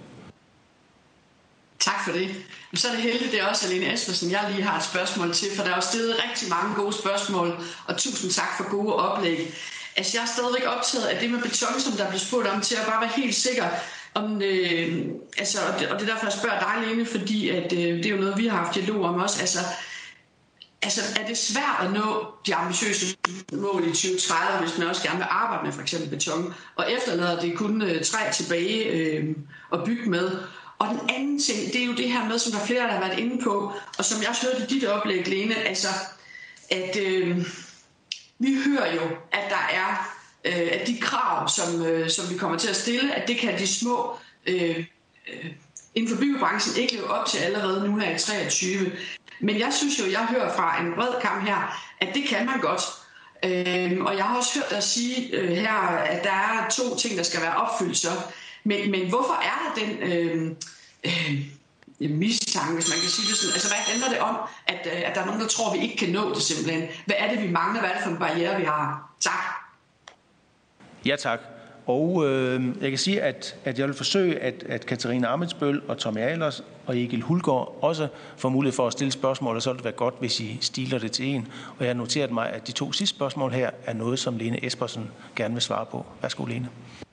Tak for det. Så er det heldigt, det er også Lene Espersen, jeg lige har et spørgsmål til, for der er jo stillet rigtig mange gode spørgsmål, og tusind tak for gode oplæg. Altså, jeg er stadigvæk optaget af det med beton, som der blev spurgt om, til at bare være helt sikker om, og det er derfor, jeg spørger dig, Lene, fordi at, det er jo noget, vi har haft dialog om også. Altså, er det svært at nå de ambitiøse mål i 2030, hvis man også gerne vil arbejde med for eksempel beton, og efterlader det kun træ tilbage at bygge med? Og den anden ting, det er jo det her med, som der er flere, der har været inde på, og som jeg også hørte i dit oplæg, Lene, altså, at vi hører jo, at der er at de krav, som vi kommer til at stille, at det kan de små inden for byggebranchen ikke leve op til allerede nu her i 2023. Men jeg synes jo, jeg hører fra en bred kam her, at det kan man godt. Og jeg har også hørt dig sige her, at der er 2 ting, der skal være opfyldt så. Men hvorfor er der den mistanke, hvis man kan sige det sådan? Altså, hvad handler det om, at der er nogen, der tror, vi ikke kan nå det simpelthen? Hvad er det, vi mangler? Hvad er det for en barriere, vi har? Tak. Ja, tak. Og jeg kan sige, at jeg vil forsøge, at Katarina Amitsbøl og Tommy Ahlers og Egil Hulgaard også får mulighed for at stille spørgsmål, og så vil det være godt, hvis I stiler det til en. Og jeg har noteret mig, at de 2 sidste spørgsmål her er noget, som Lene Espersen gerne vil svare på. Værsgo, Lene.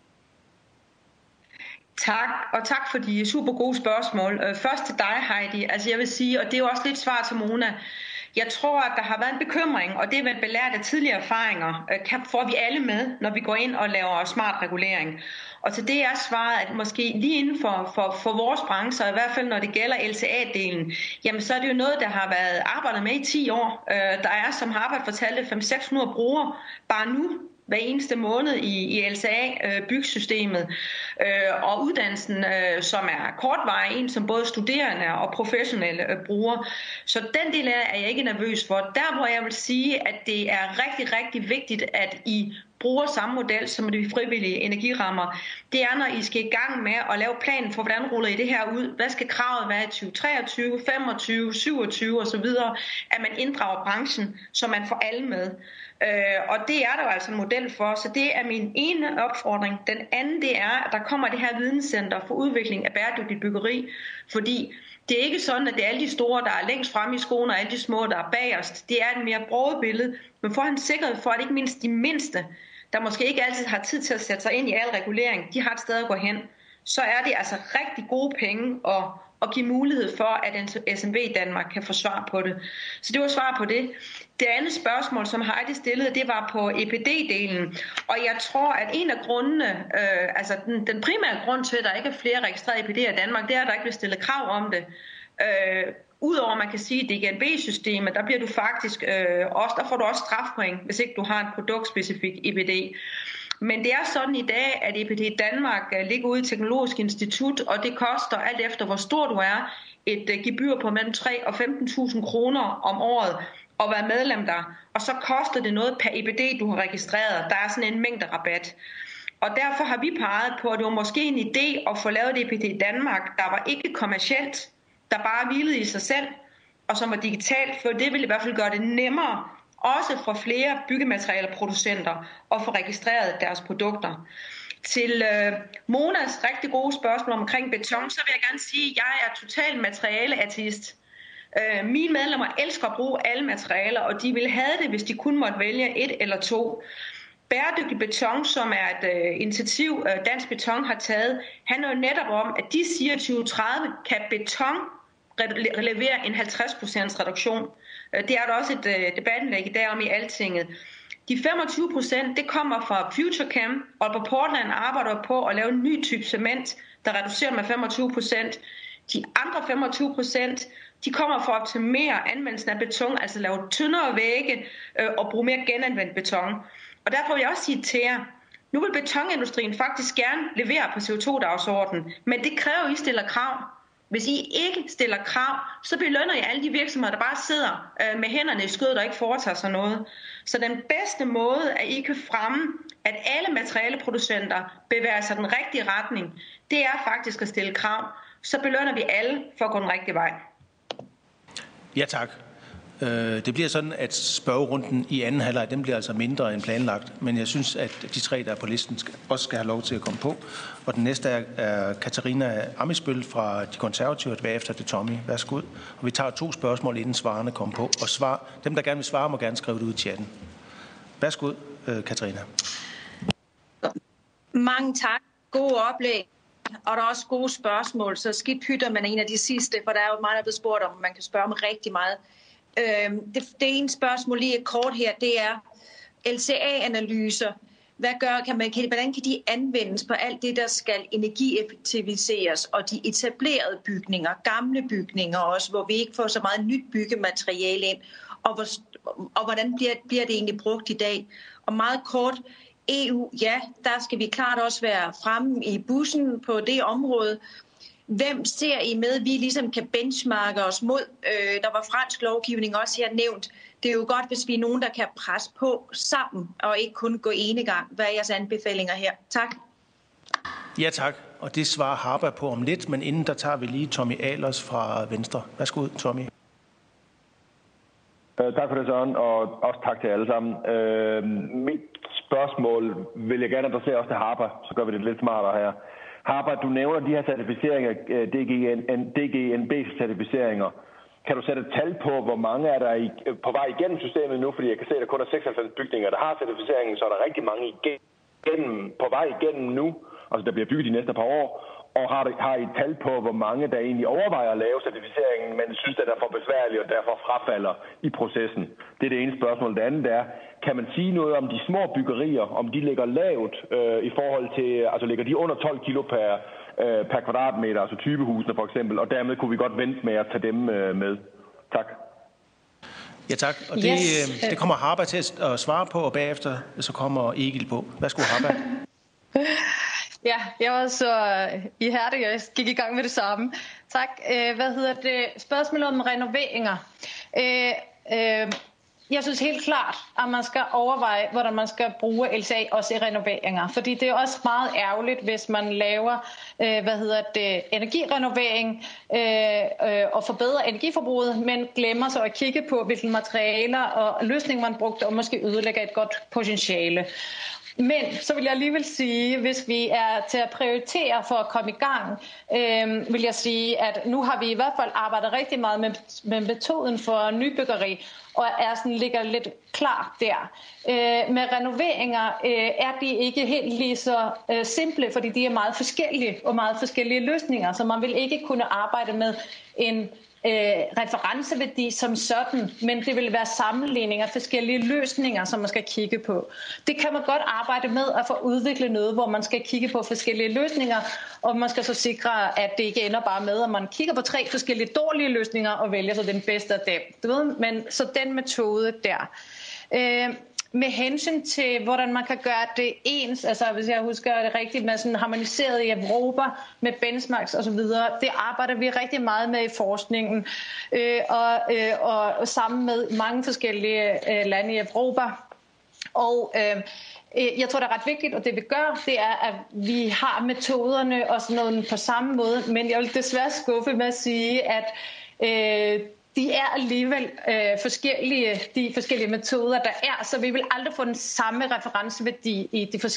Tak, og tak for de super gode spørgsmål. Først til dig, Heidi. Altså jeg vil sige, og det er jo også lidt svar til Mona. Jeg tror, at der har været en bekymring, og det er vel belært af tidligere erfaringer, får vi alle med, når vi går ind og laver smart regulering. Og til det er svaret, at måske lige inden for vores branche, og i hvert fald når det gælder LCA-delen, jamen så er det jo noget, der har været arbejdet med i 10 år. Der er, som Harvard fortalte, 500-600 brugere bare nu, hver eneste måned i LCA-bygsystemet, og uddannelsen, som er kortvarig, en som både studerende og professionelle bruger. Så den del er jeg ikke nervøs for. Der, hvor jeg vil sige, at det er rigtig, rigtig vigtigt, at I bruger samme model som de frivillige energirammer, det er, når I skal i gang med at lave planen for, hvordan ruller I det her ud. Hvad skal kravet være i 2023, 25, 27 osv., at man inddrager branchen, så man får alle med. Og det er der jo altså en model for, så det er min ene opfordring. Den anden, det er, at der kommer det her videnscenter for udvikling af bæredygtigt byggeri, fordi det er ikke sådan, at det er alle de store, der er længst fremme i skoen, og alle de små, der er bagerst. Det er et mere broget billede, men for en sikkerhed for, at ikke mindst de mindste, der måske ikke altid har tid til at sætte sig ind i al regulering, de har et sted at gå hen, så er det altså rigtig gode penge at give mulighed for, at en SMV i Danmark kan få svar på det. Så det var svar på det. Det andet spørgsmål, som Heidi stillede, det var på EPD-delen. Og jeg tror, at en af grundene, altså den primære grund til, at der ikke er flere registrerede EPD'er i Danmark, det er, at der ikke bliver stillet krav om det. Udover man kan sige, at DGNB-systemet, der bliver du faktisk der får du også strafpoint, hvis ikke du har en produktspecifik EPD. Men det er sådan i dag, at EPD Danmark ligger ude i Teknologisk Institut, og det koster alt efter, hvor stor du er, et gebyr på mellem 3 og 15.000 kroner om året at være medlem der. Og så koster det noget per EPD, du har registreret. Der er sådan en mængderabat. Og derfor har vi peget på, at det var måske en idé at få lavet et EPD Danmark, der var ikke kommercielt, der bare hvilede i sig selv, og som var digitalt, for det ville i hvert fald gøre det nemmere, også for flere byggematerialeproducenter, at få registreret deres produkter. Til Monas rigtig gode spørgsmål omkring beton, så vil jeg gerne sige, at jeg er total materialeateist. Mine medlemmer elsker at bruge alle materialer, og de ville have det, hvis de kun måtte vælge 1 eller 2. Bæredygtig beton, som er et initiativ, Dansk Beton har taget, handler jo netop om, at de siger, at 2030 kan beton levere en 50% reduktion. Det er der også et debatindlæg i dag om i Altinget. De 25%, det kommer fra FutureChem, og på Portland arbejder på at lave en ny type cement, der reducerer med 25%. De andre 25%, de kommer for at optimere anvendelsen af beton, altså lave tyndere vægge og bruge mere genanvendt beton. Og derfor vil jeg også sige til jer, nu vil betonindustrien faktisk gerne levere på CO2-dagsordenen, men det kræver, at I stiller krav. Hvis I ikke stiller krav, så belønner I alle de virksomheder, der bare sidder med hænderne i skødet og ikke foretager sig noget. Så den bedste måde, at I kan fremme, at alle materialeproducenter bevæger sig den rigtige retning, det er faktisk at stille krav. Så belønner vi alle for at gå den rigtige vej. Ja, tak. Det bliver sådan, at spørgerunden i anden halvleg, den bliver altså mindre end planlagt. Men jeg synes, at de 3, der er på listen, også skal have lov til at komme på. Og den næste er Katarina Ammitzbøll fra De Konservative, og bagefter til Tommy. Værsgo. Og vi tager 2 spørgsmål, inden svarene kommer på. Og dem, der gerne vil svare, må gerne skrive det ud i chatten. Værsgo, Katarina. Mange tak. God oplæg. Og der er også gode spørgsmål, så skidt pytter man en af de sidste, for der er jo meget, der er blevet spurgt om, man kan spørge om rigtig meget. Det ene spørgsmål lige kort her, det er LCA-analyser. Hvordan kan de anvendes på alt det, der skal energieffektiviseres, og de etablerede bygninger, gamle bygninger også, hvor vi ikke får så meget nyt byggemateriale ind, og hvordan bliver det egentlig brugt i dag? Og meget kort, EU, ja, der skal vi klart også være fremme i bussen på det område. Hvem ser I med, vi ligesom kan benchmarke os mod? Der var fransk lovgivning også her nævnt. Det er jo godt, hvis vi er nogen, der kan presse på sammen, og ikke kun gå enegang. Hvad er jeres anbefalinger her? Tak. Ja, tak. Og det svarer Harper på om lidt, men inden der tager vi lige Tommy Ahlers fra Venstre. Værsgo, Tommy. Tak for det, Søren, og også tak til alle sammen. Mit spørgsmål vil jeg gerne adressere også til Harper, så gør vi det lidt smartere her. Harper, du nævner de her certificeringer, DGNB-certificeringer. Kan du sætte et tal på, hvor mange er der på vej igennem systemet nu? Fordi jeg kan se, at der kun er 96 bygninger, der har certificeringen, så er der rigtig mange på vej igennem nu. Altså, der bliver bygget de næste par år. Og har I et tal på, hvor mange der egentlig overvejer at lave certificeringen, men synes, at det er for besværligt og derfor frafalder i processen? Det er det ene spørgsmål. Det andet er, kan man sige noget om de små byggerier, om de ligger lavt i forhold til, altså ligger de under 12 kilo per kvadratmeter, altså typehusene for eksempel, og dermed kunne vi godt vente med at tage dem med. Tak. Ja, tak. Og det kommer Harper til at svare på, og bagefter så kommer Egil på. Værsgo, Harper. Ja, jeg var så ihærdig, og jeg gik i gang med det samme. Tak. Spørgsmålet om renoveringer. Jeg synes helt klart, at man skal overveje, hvordan man skal bruge LCA også i renoveringer. Fordi det er også meget ærgerligt, hvis man laver energirenovering og forbedrer energiforbruget, men glemmer så at kigge på, hvilke materialer og løsninger man brugte, og måske ødelægger et godt potentiale. Men så vil jeg alligevel sige, hvis vi er til at prioritere for at komme i gang, vil jeg sige, at nu har vi i hvert fald arbejdet rigtig meget med metoden for nybyggeri, og ligger lidt klar der. Med renoveringer er de ikke helt lige så simple, fordi de er meget forskellige og meget forskellige løsninger, så man vil ikke kunne arbejde med en referenceværdi som sådan, men det vil være sammenligning af forskellige løsninger, som man skal kigge på. Det kan man godt arbejde med at få udviklet noget, hvor man skal kigge på forskellige løsninger, og man skal så sikre, at det ikke ender bare med, at man kigger på 3 forskellige dårlige løsninger og vælger så den bedste af dem. Du ved? Men så den metode der. med hensyn til, hvordan man kan gøre det ens, altså hvis jeg husker det rigtigt, med sådan harmoniseret i Europa, med benchmarks og så videre, det arbejder vi rigtig meget med i forskningen, og sammen med mange forskellige lande i Europa. Og jeg tror, det er ret vigtigt, og det vi gør, det er, at vi har metoderne og sådan noget på samme måde, men jeg vil desværre skuffe med at sige, at de er alligevel forskellige, de forskellige metoder, der er, så vi vil aldrig få den samme referenceværdi i de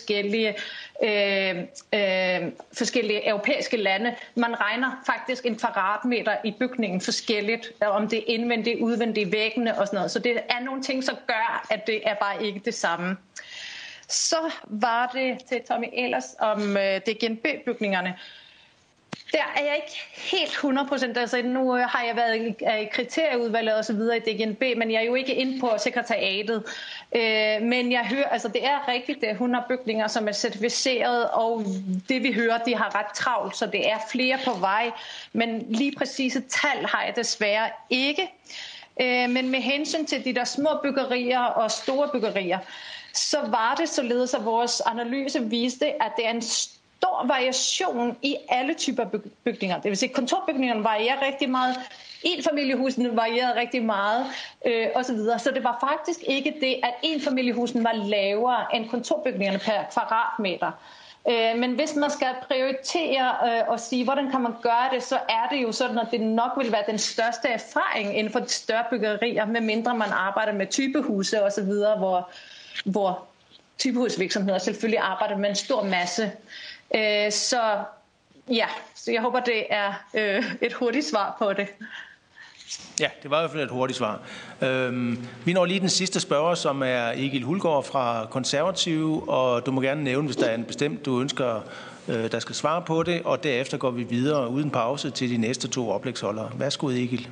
forskellige europæiske lande. Man regner faktisk en kvadratmeter i bygningen forskelligt, om det er indvendigt, udvendigt, væggene og sådan noget. Så det er nogle ting, som gør, at det er bare ikke det samme. Så var det til Tommy Ahlers om DGNB-bygningerne. Der er jeg ikke helt 100%, altså nu har jeg været i kriterieudvalget og så videre i DGNB, men jeg er jo ikke inde på sekretariatet. Men jeg hører, altså det er rigtigt, det er 100 bygninger, som er certificeret, og det vi hører, de har ret travlt, så det er flere på vej. Men lige præcise tal har jeg desværre ikke. Men med hensyn til de der små byggerier og store byggerier, så var det således, at vores analyse viste, at det er en stor variation i alle typer bygninger. Det vil sige, at kontorbygningerne varierer rigtig meget, enfamiliehusene varierede rigtig meget, osv. Så det var faktisk ikke det, at enfamiliehusene var lavere end kontorbygningerne per kvadratmeter. Men hvis man skal prioritere og sige, hvordan kan man gøre det, så er det jo sådan, at det nok vil være den største erfaring inden for de større byggerier, medmindre man arbejder med typehuse osv., hvor typehusvirksomheder selvfølgelig arbejder med en stor masse. Så jeg håber, det er et hurtigt svar på det. Ja, det var i hvert fald et hurtigt svar. Vi når lige den sidste spørger, som er Egil Hulgaard fra Konservative, og du må gerne nævne, hvis der er en bestemt, du ønsker, der skal svare på det, og derefter går vi videre uden pause til de næste 2 oplægsholdere. Værsgo, Egil.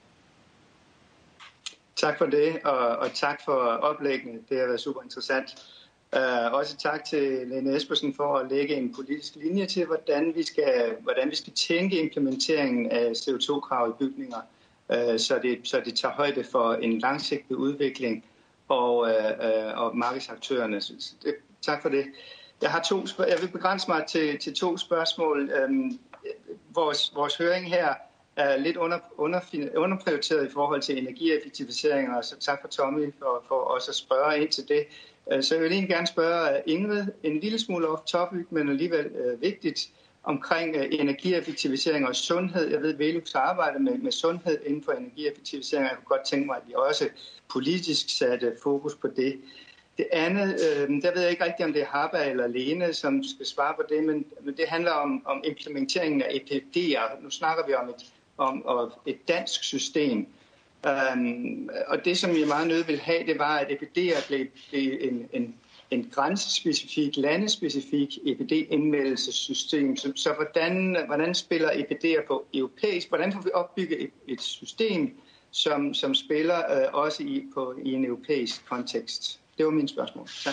Tak for det, og tak for oplæggene. Det har været super interessant. Også tak til Lene Espersen for at lægge en politisk linje til, hvordan vi skal tænke implementeringen af CO2-krav i bygninger, så det tager højde for en langsigtet udvikling og markedsaktørerne. Tak for det. Jeg vil begrænse mig til 2 spørgsmål. Vores høring her er lidt underprioriteret i forhold til energieffektivisering, og så tak for Tommy for også at spørge ind til det. Så jeg vil egentlig gerne spørge Ingrid en lille smule off-topic, men alligevel vigtigt, omkring energieffektivisering og sundhed. Jeg ved, at Velux har arbejdet med sundhed inden for energieffektivisering, og jeg kunne godt tænke mig, at vi også politisk satte fokus på det. Det andet, der ved jeg ikke rigtigt, om det er Harba eller Lene, som skal svare på det, men det handler om implementeringen af EPD'er. Nu snakker vi om et dansk system. Og det, som jeg meget nødt vil have, det var, at EPD'er blev en grænsespecifik, landespecifik EPD-indmeldelsessystem. Så hvordan spiller EPD'er på europæisk? Hvordan får vi opbygget et system, som spiller også i en europæisk kontekst? Det var mine spørgsmål. Tak.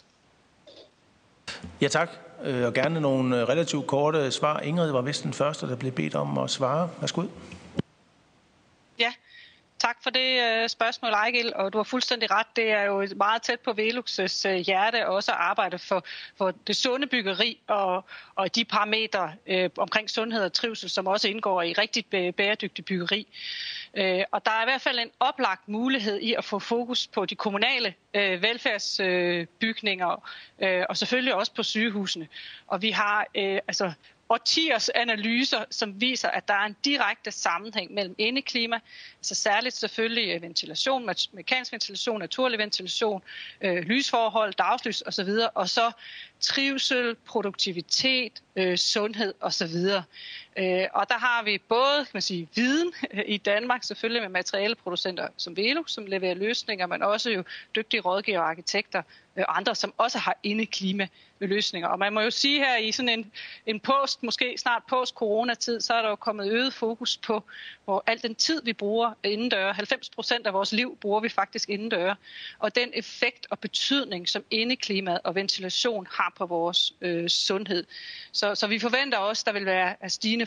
Ja, tak. Og gerne nogle relativt korte svar. Ingrid var vist den første, der blev bedt om at svare. Værsgo. Ja, tak for det spørgsmål, Ejgil, og du har fuldstændig ret. Det er jo meget tæt på Velux' hjerte også at arbejde for det sunde byggeri og de parametre omkring sundhed og trivsel, som også indgår i rigtig bæredygtig byggeri. Og der er i hvert fald en oplagt mulighed i at få fokus på de kommunale velfærdsbygninger og selvfølgelig også på sygehusene. Og vi har årtiers analyser, som viser, at der er en direkte sammenhæng mellem indeklima, altså særligt selvfølgelig ventilation, mekanisk ventilation, naturlig ventilation, lysforhold, dagslys osv., og så trivsel, produktivitet, sundhed osv. Og der har vi både viden i Danmark, selvfølgelig med materialeproducenter som Velux, som leverer løsninger, men også jo dygtige rådgivere og arkitekter og andre, som også har indeklima med løsninger. Og man må jo sige her i sådan en måske snart post-coronatid, så er der jo kommet øget fokus på, hvor al den tid, vi bruger indendør, 90% af vores liv bruger vi faktisk indendør, og den effekt og betydning, som indeklimaet og ventilation har på vores sundhed. Så vi forventer også, der vil være stigende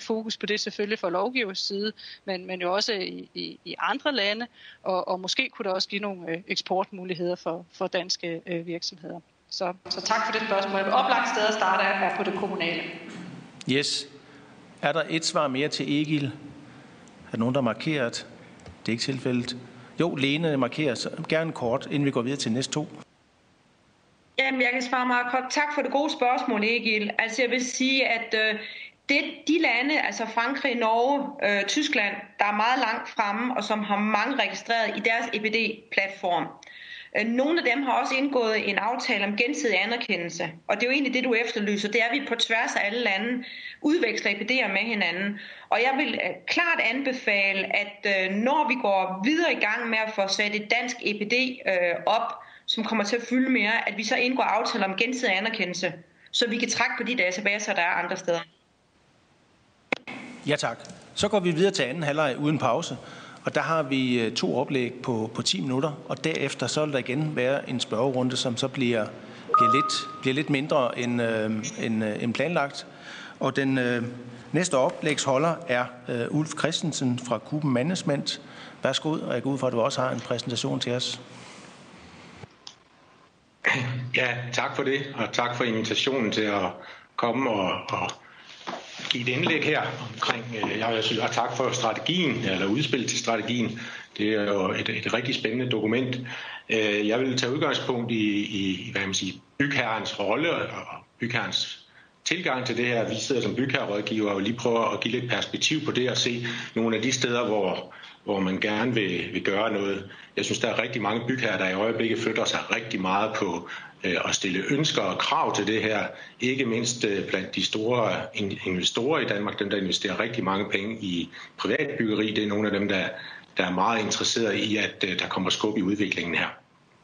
fokus på det selvfølgelig fra lovgivers side, men jo også i andre lande, og måske kunne der også give nogle eksportmuligheder for danske virksomheder. Så tak for det spørgsmål. Et oplagt sted at starte er på det kommunale. Yes. Er der et svar mere til Egil? Er der nogen, der er markeret? Det er ikke tilfældet. Jo, Lene markerer gerne kort, inden vi går videre til næste 2. Jamen, jeg kan svare meget kort. Tak for det gode spørgsmål, Egil. Altså, jeg vil sige, at de lande, altså Frankrig, Norge, Tyskland, der er meget langt fremme, og som har mange registreret i deres EPD-platform. Nogle af dem har også indgået en aftale om gensidig anerkendelse, og det er jo egentlig det, du efterlyser. Det er, at vi på tværs af alle lande udveksler EPD'er med hinanden. Og jeg vil klart anbefale, at når vi går videre i gang med at få sat et dansk EPD op, som kommer til at fylde mere, at vi så indgår aftaler om gensidig anerkendelse, så vi kan trække på de databaser, der er andre steder. Ja, tak. Så går vi videre til anden halvleg uden pause. Og der har vi 2 oplæg på 10 minutter, og derefter så vil der igen være en spørgerunde, som så bliver lidt mindre end planlagt. Og den næste oplægsholder er Ulf Christensen fra Kuben Management. Værsgo, og jeg går ud fra, at du også har en præsentation til os. Ja, tak for det, og tak for invitationen til at komme og give et indlæg her omkring, jeg synes, og tak for strategien, eller udspil til strategien. Det er jo et rigtig spændende dokument. Jeg vil tage udgangspunkt i hvad man siger, bygherrens rolle og bygherrens tilgang til det her. Vi sidder som bygherrerådgiver og lige prøver at give lidt perspektiv på det og se nogle af de steder, hvor man gerne vil gøre noget. Jeg synes, der er rigtig mange bygherrer, der i øjeblikket flytter sig rigtig meget på at stille ønsker og krav til det her. Ikke mindst blandt de store investorer i Danmark, dem der investerer rigtig mange penge i privatbyggeri. Det er nogle af dem, der er meget interesserede i, at der kommer skub i udviklingen her.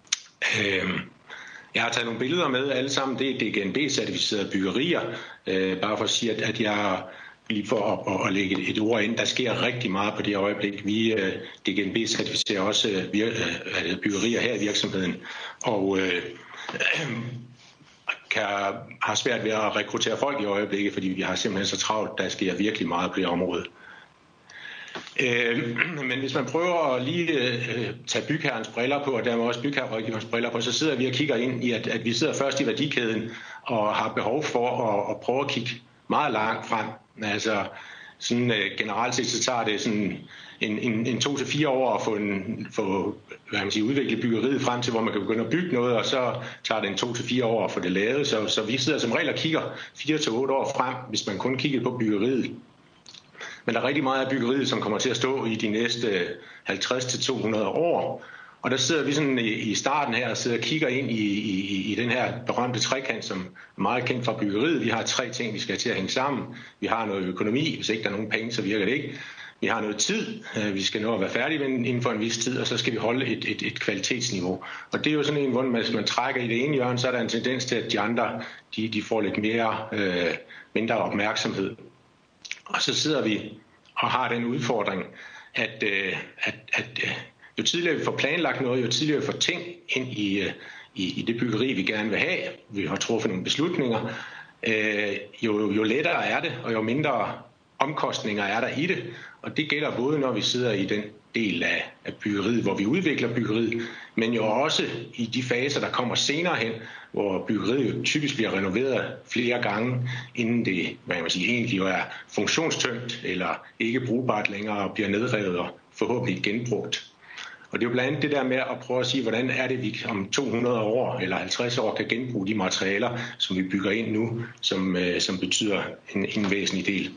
Jeg har taget nogle billeder med alle sammen. Det er DGNB-certificerede byggerier. Bare for at sige, at jeg lige for at lægge et ord ind, der sker rigtig meget på det øjeblik. Vi DGNB-certificerer også byggerier her i virksomheden, og har svært ved at rekruttere folk i øjeblikket, fordi vi har simpelthen så travlt, der sker virkelig meget på det område. Men hvis man prøver at lige tage bygherrens briller på, og dermed også bygherrerådgiverens briller på, så sidder vi og kigger ind i, at vi sidder først i værdikæden og har behov for at prøve at kigge meget langt frem. Altså sådan generelt set, så tager det sådan en 2 til 4 år at få hvad man siger, udvikle byggeriet frem til, hvor man kan begynde at bygge noget, og så tager det en 2 til 4 år at få det lavet. Så vi sidder som regel og kigger 4 til 8 år frem, hvis man kun kigger på byggeriet. Men der er rigtig meget af byggeriet, som kommer til at stå i de næste 50 til 200 år. Og der sidder vi sådan i starten her og sidder og kigger ind i den her berømte trekant, som er meget kendt fra byggeriet. Vi har 3 ting, vi skal have til at hænge sammen. Vi har noget økonomi, hvis ikke der er nogen penge, så virker det ikke. Vi har noget tid, vi skal nå at være færdige inden for en vis tid, og så skal vi holde et kvalitetsniveau. Og det er jo sådan en, hvor hvis man trækker i det ene hjørne, så er der en tendens til, at de andre de får lidt mindre opmærksomhed. Og så sidder vi og har den udfordring, at jo tidligere vi får planlagt noget, jo tidligere vi får ting ind i det byggeri, vi gerne vil have, vi har truffet nogle beslutninger, jo lettere er det, og jo mindre omkostninger er der i det. Og det gælder både, når vi sidder i den del af byggeriet, hvor vi udvikler byggeriet, men jo også i de faser, der kommer senere hen, hvor byggeriet jo typisk bliver renoveret flere gange, inden det egentlig jo er funktionstømt eller ikke brugbart længere og bliver nedrevet og forhåbentlig genbrugt. Og det er jo blandt andet det der med at prøve at sige, hvordan er det, vi om 200 år eller 50 år kan genbruge de materialer, som vi bygger ind nu, som betyder en væsentlig del.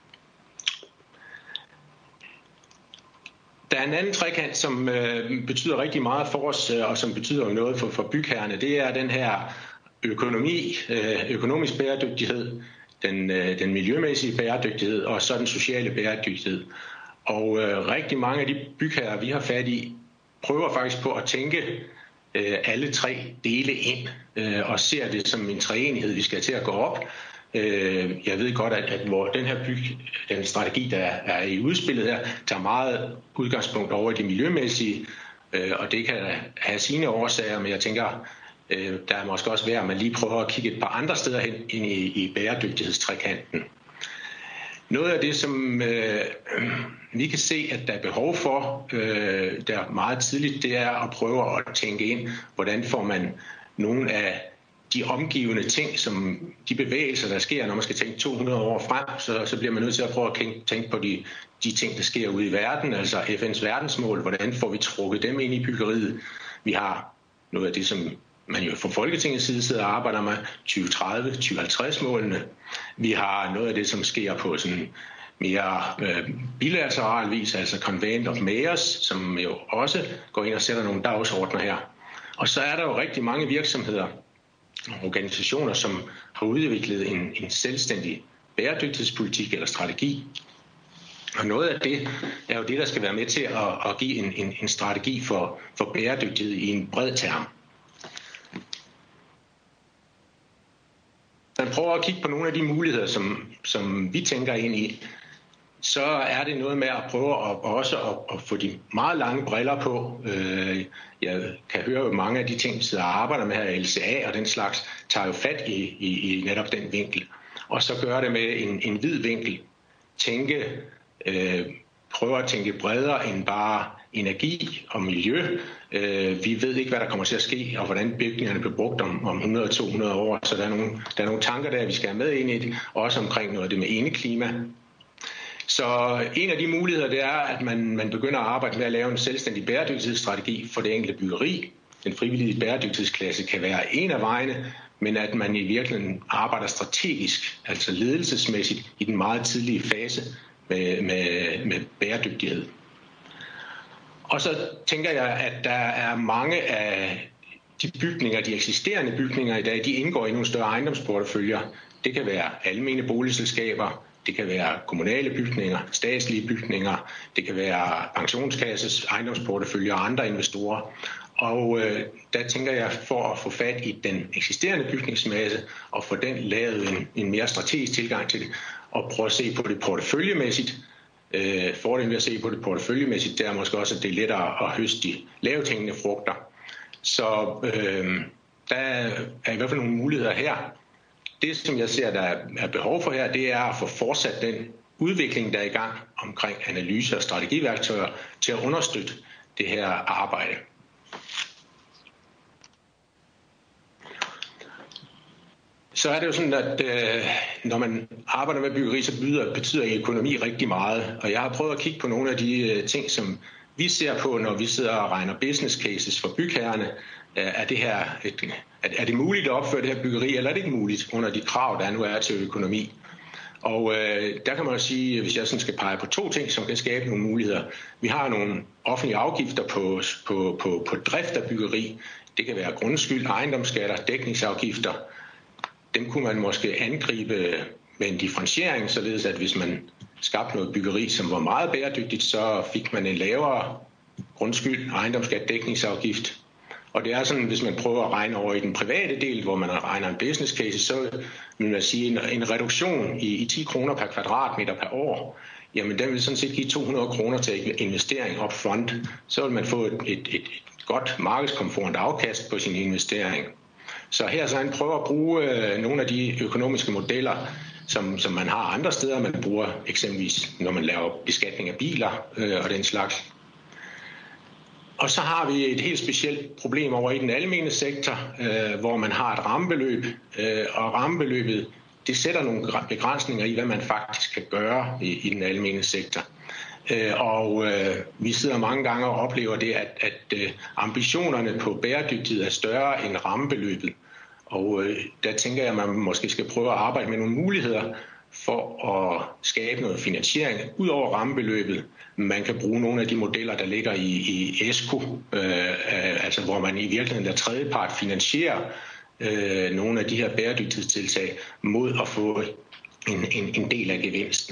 Der er en anden trekant, som betyder rigtig meget for os, og som betyder noget for bygherrerne. Det er den her økonomisk bæredygtighed, den miljømæssige bæredygtighed og så den sociale bæredygtighed. Og rigtig mange af de bygherrer, vi har fat i, prøver faktisk på at tænke alle 3 dele ind og ser det som en treenighed, vi skal til at gå op. Jeg ved godt, at hvor den strategi, der er i udspillet her, tager meget udgangspunkt over i det miljømæssige, og det kan have sine årsager, men jeg tænker, der er måske også værd, at man lige prøver at kigge et par andre steder hen ind i bæredygtighedstrekanten. Noget af det, som vi kan se, at der er behov for der meget tidligt, det er at prøve at tænke ind, hvordan får man nogle af de omgivende ting, som de bevægelser, der sker, når man skal tænke 200 år frem, så bliver man nødt til at prøve at tænke på de ting, der sker ude i verden, altså FN's verdensmål, hvordan får vi trukket dem ind i byggeriet. Vi har noget af det, som man jo fra Folketingets side sidder og arbejder med, 2030-2050-målene. Vi har noget af det, som sker på sådan mere bilateral vis, altså Convent of Mayors, som jo også går ind og sætter nogle dagsordner her. Og så er der jo rigtig mange virksomheder og organisationer, som har udviklet en selvstændig bæredygtighedspolitik eller strategi. Og noget af det er jo det, der skal være med til at give en strategi for bæredygtighed i en bred term. Man prøver at kigge på nogle af de muligheder, som vi tænker ind i, så er det noget med at prøve at få de meget lange briller på. Jeg kan høre jo mange af de ting, der arbejder med her, LCA og den slags, tager jo fat i netop den vinkel. Og så gøre det med en vid vinkel. Prøve at tænke bredere end bare energi og miljø. Vi ved ikke, hvad der kommer til at ske, og hvordan bygningerne bliver brugt om 100-200 år. Så der er nogle tanker der, vi skal have med ind i det, også omkring noget af det med indeklima. Så en af de muligheder, det er, at man begynder at arbejde med at lave en selvstændig bæredygtighedsstrategi for det enkelte byggeri. Den frivillige bæredygtighedsklasse kan være en af vejene, men at man i virkeligheden arbejder strategisk, altså ledelsesmæssigt, i den meget tidlige fase med bæredygtighed. Og så tænker jeg, at der er mange af de bygninger, de eksisterende bygninger i dag, de indgår i nogle større ejendomsporteføljer. Det kan være almene boligselskaber, det kan være kommunale bygninger, statslige bygninger, det kan være pensionskasses, ejendomsporteføljer og andre investorer. Og der tænker jeg, for at få fat i den eksisterende bygningsmasse og få den lavet en mere strategisk tilgang til det, og prøve at se på det porteføljemæssigt. Fordelen ved at se på det porteføljemæssigt, det er måske også, at det er lettere at høste de lavthængende frugter. Så der er i hvert fald nogle muligheder her. Det, som jeg ser, der er behov for her, det er at få fortsat den udvikling, der er i gang omkring analyse og strategiværktøjer til at understøtte det her arbejde. Så er det jo sådan, at når man arbejder med byggeri, så betyder økonomi rigtig meget. Og jeg har prøvet at kigge på nogle af de ting, som vi ser på, når vi sidder og regner business cases for bygherrerne. Er det muligt at opføre det her byggeri, eller er det ikke muligt under de krav, der nu er til økonomi? Og der kan man jo sige, hvis jeg sådan skal pege på to ting, som kan skabe nogle muligheder. Vi har nogle offentlige afgifter på drift af byggeri. Det kan være grundskyld, ejendomsskatter, dækningsafgifter. Dem kunne man måske angribe med en differentiering, således at hvis man skabte noget byggeri, som var meget bæredygtigt, så fik man en lavere grundskyld, ejendomsskat, dækningsafgift. Og det er sådan, hvis man prøver at regne over i den private del, hvor man regner en business case, så vil man sige en reduktion i 10 kroner per kvadratmeter per år. Jamen den vil sådan set give 200 kroner til investering up front. Så vil man få et godt markedskomfort afkast på sin investering. Så her så han prøver at bruge nogle af de økonomiske modeller, som man har andre steder. Man bruger eksempelvis, når man laver beskatning af biler og den slags. Og så har vi et helt specielt problem over i den almene sektor, hvor man har et rammebeløb, og rammebeløbet det sætter nogle begrænsninger i, hvad man faktisk kan gøre i den almene sektor. Og vi sidder mange gange og oplever det, at ambitionerne på bæredygtighed er større end rammebeløbet. Og der tænker jeg, at man måske skal prøve at arbejde med nogle muligheder for at skabe noget finansiering ud over rammebeløbet. Man kan bruge nogle af de modeller, der ligger i ESCO, altså hvor man i virkeligheden der tredjepart finansierer nogle af de her bæredygtighedstiltag mod at få en del af gevinsten.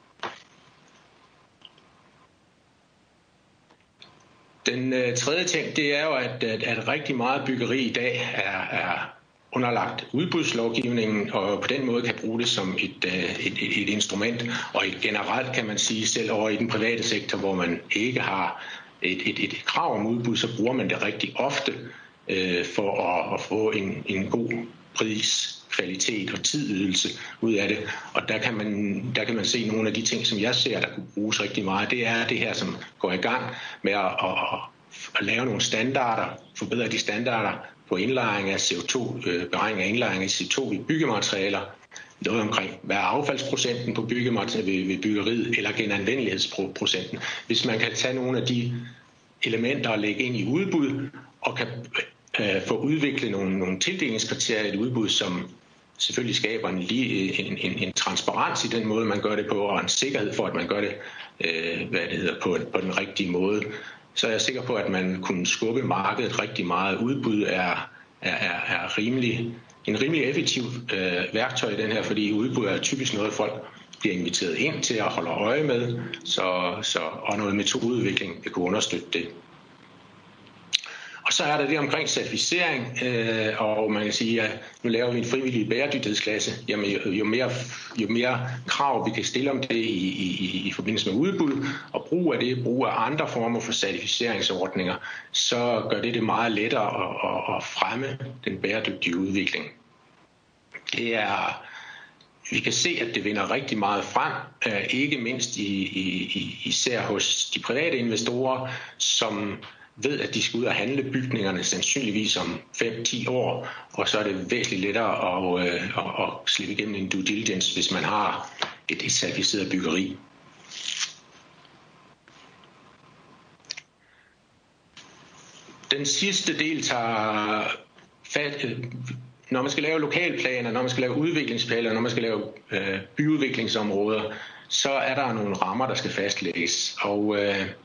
Den tredje ting, det er jo, at rigtig meget byggeri i dag er underlagt udbudslovgivningen, og på den måde kan bruge det som et instrument. Og generelt kan man sige, selv over i den private sektor, hvor man ikke har et krav om udbud, så bruger man det rigtig ofte for at få en god pris kvalitet og tidydelse ud af det. Og der kan man se nogle af de ting, som jeg ser, der kunne bruges rigtig meget. Det er det her, som går i gang med at lave nogle standarder, forbedre de standarder på indlejring af CO2, beregning af indlejring af CO2 i byggematerialer. Noget omkring, hvad er affaldsprocenten på ved byggeriet, eller genanvendelighedsprocenten. Hvis man kan tage nogle af de elementer og lægge ind i udbud, og kan få udviklet nogle tildelingskriterier i et udbud, som selvfølgelig skaber en transparens i den måde, man gør det på, og en sikkerhed for, at man gør det, på den rigtige måde. Så er jeg sikker på, at man kunne skubbe markedet rigtig meget. Udbud er en rimelig effektiv værktøj i den her, fordi udbud er typisk noget, folk bliver inviteret ind til at holde øje med, og noget metodeudvikling vil kunne understøtte det. Og så er der det omkring certificering, og man kan sige, at nu laver vi en frivillig bæredygtighedsklasse. Jamen, jo mere krav vi kan stille om det i forbindelse med udbud, og brug af andre former for certificeringsordninger, så gør det meget lettere at fremme den bæredygtige udvikling. Vi kan se, at det vinder rigtig meget frem, ikke mindst især hos de private investorer, som ved, at de skal ud og handle bygningerne sandsynligvis om 5-10 år, og så er det væsentligt lettere at slippe igennem en due diligence, hvis man har et certificeret byggeri. Den sidste del tager fat, når man skal lave lokalplaner, når man skal lave udviklingsplaner, når man skal lave byudviklingsområder, så er der nogle rammer, der skal fastlægges. Og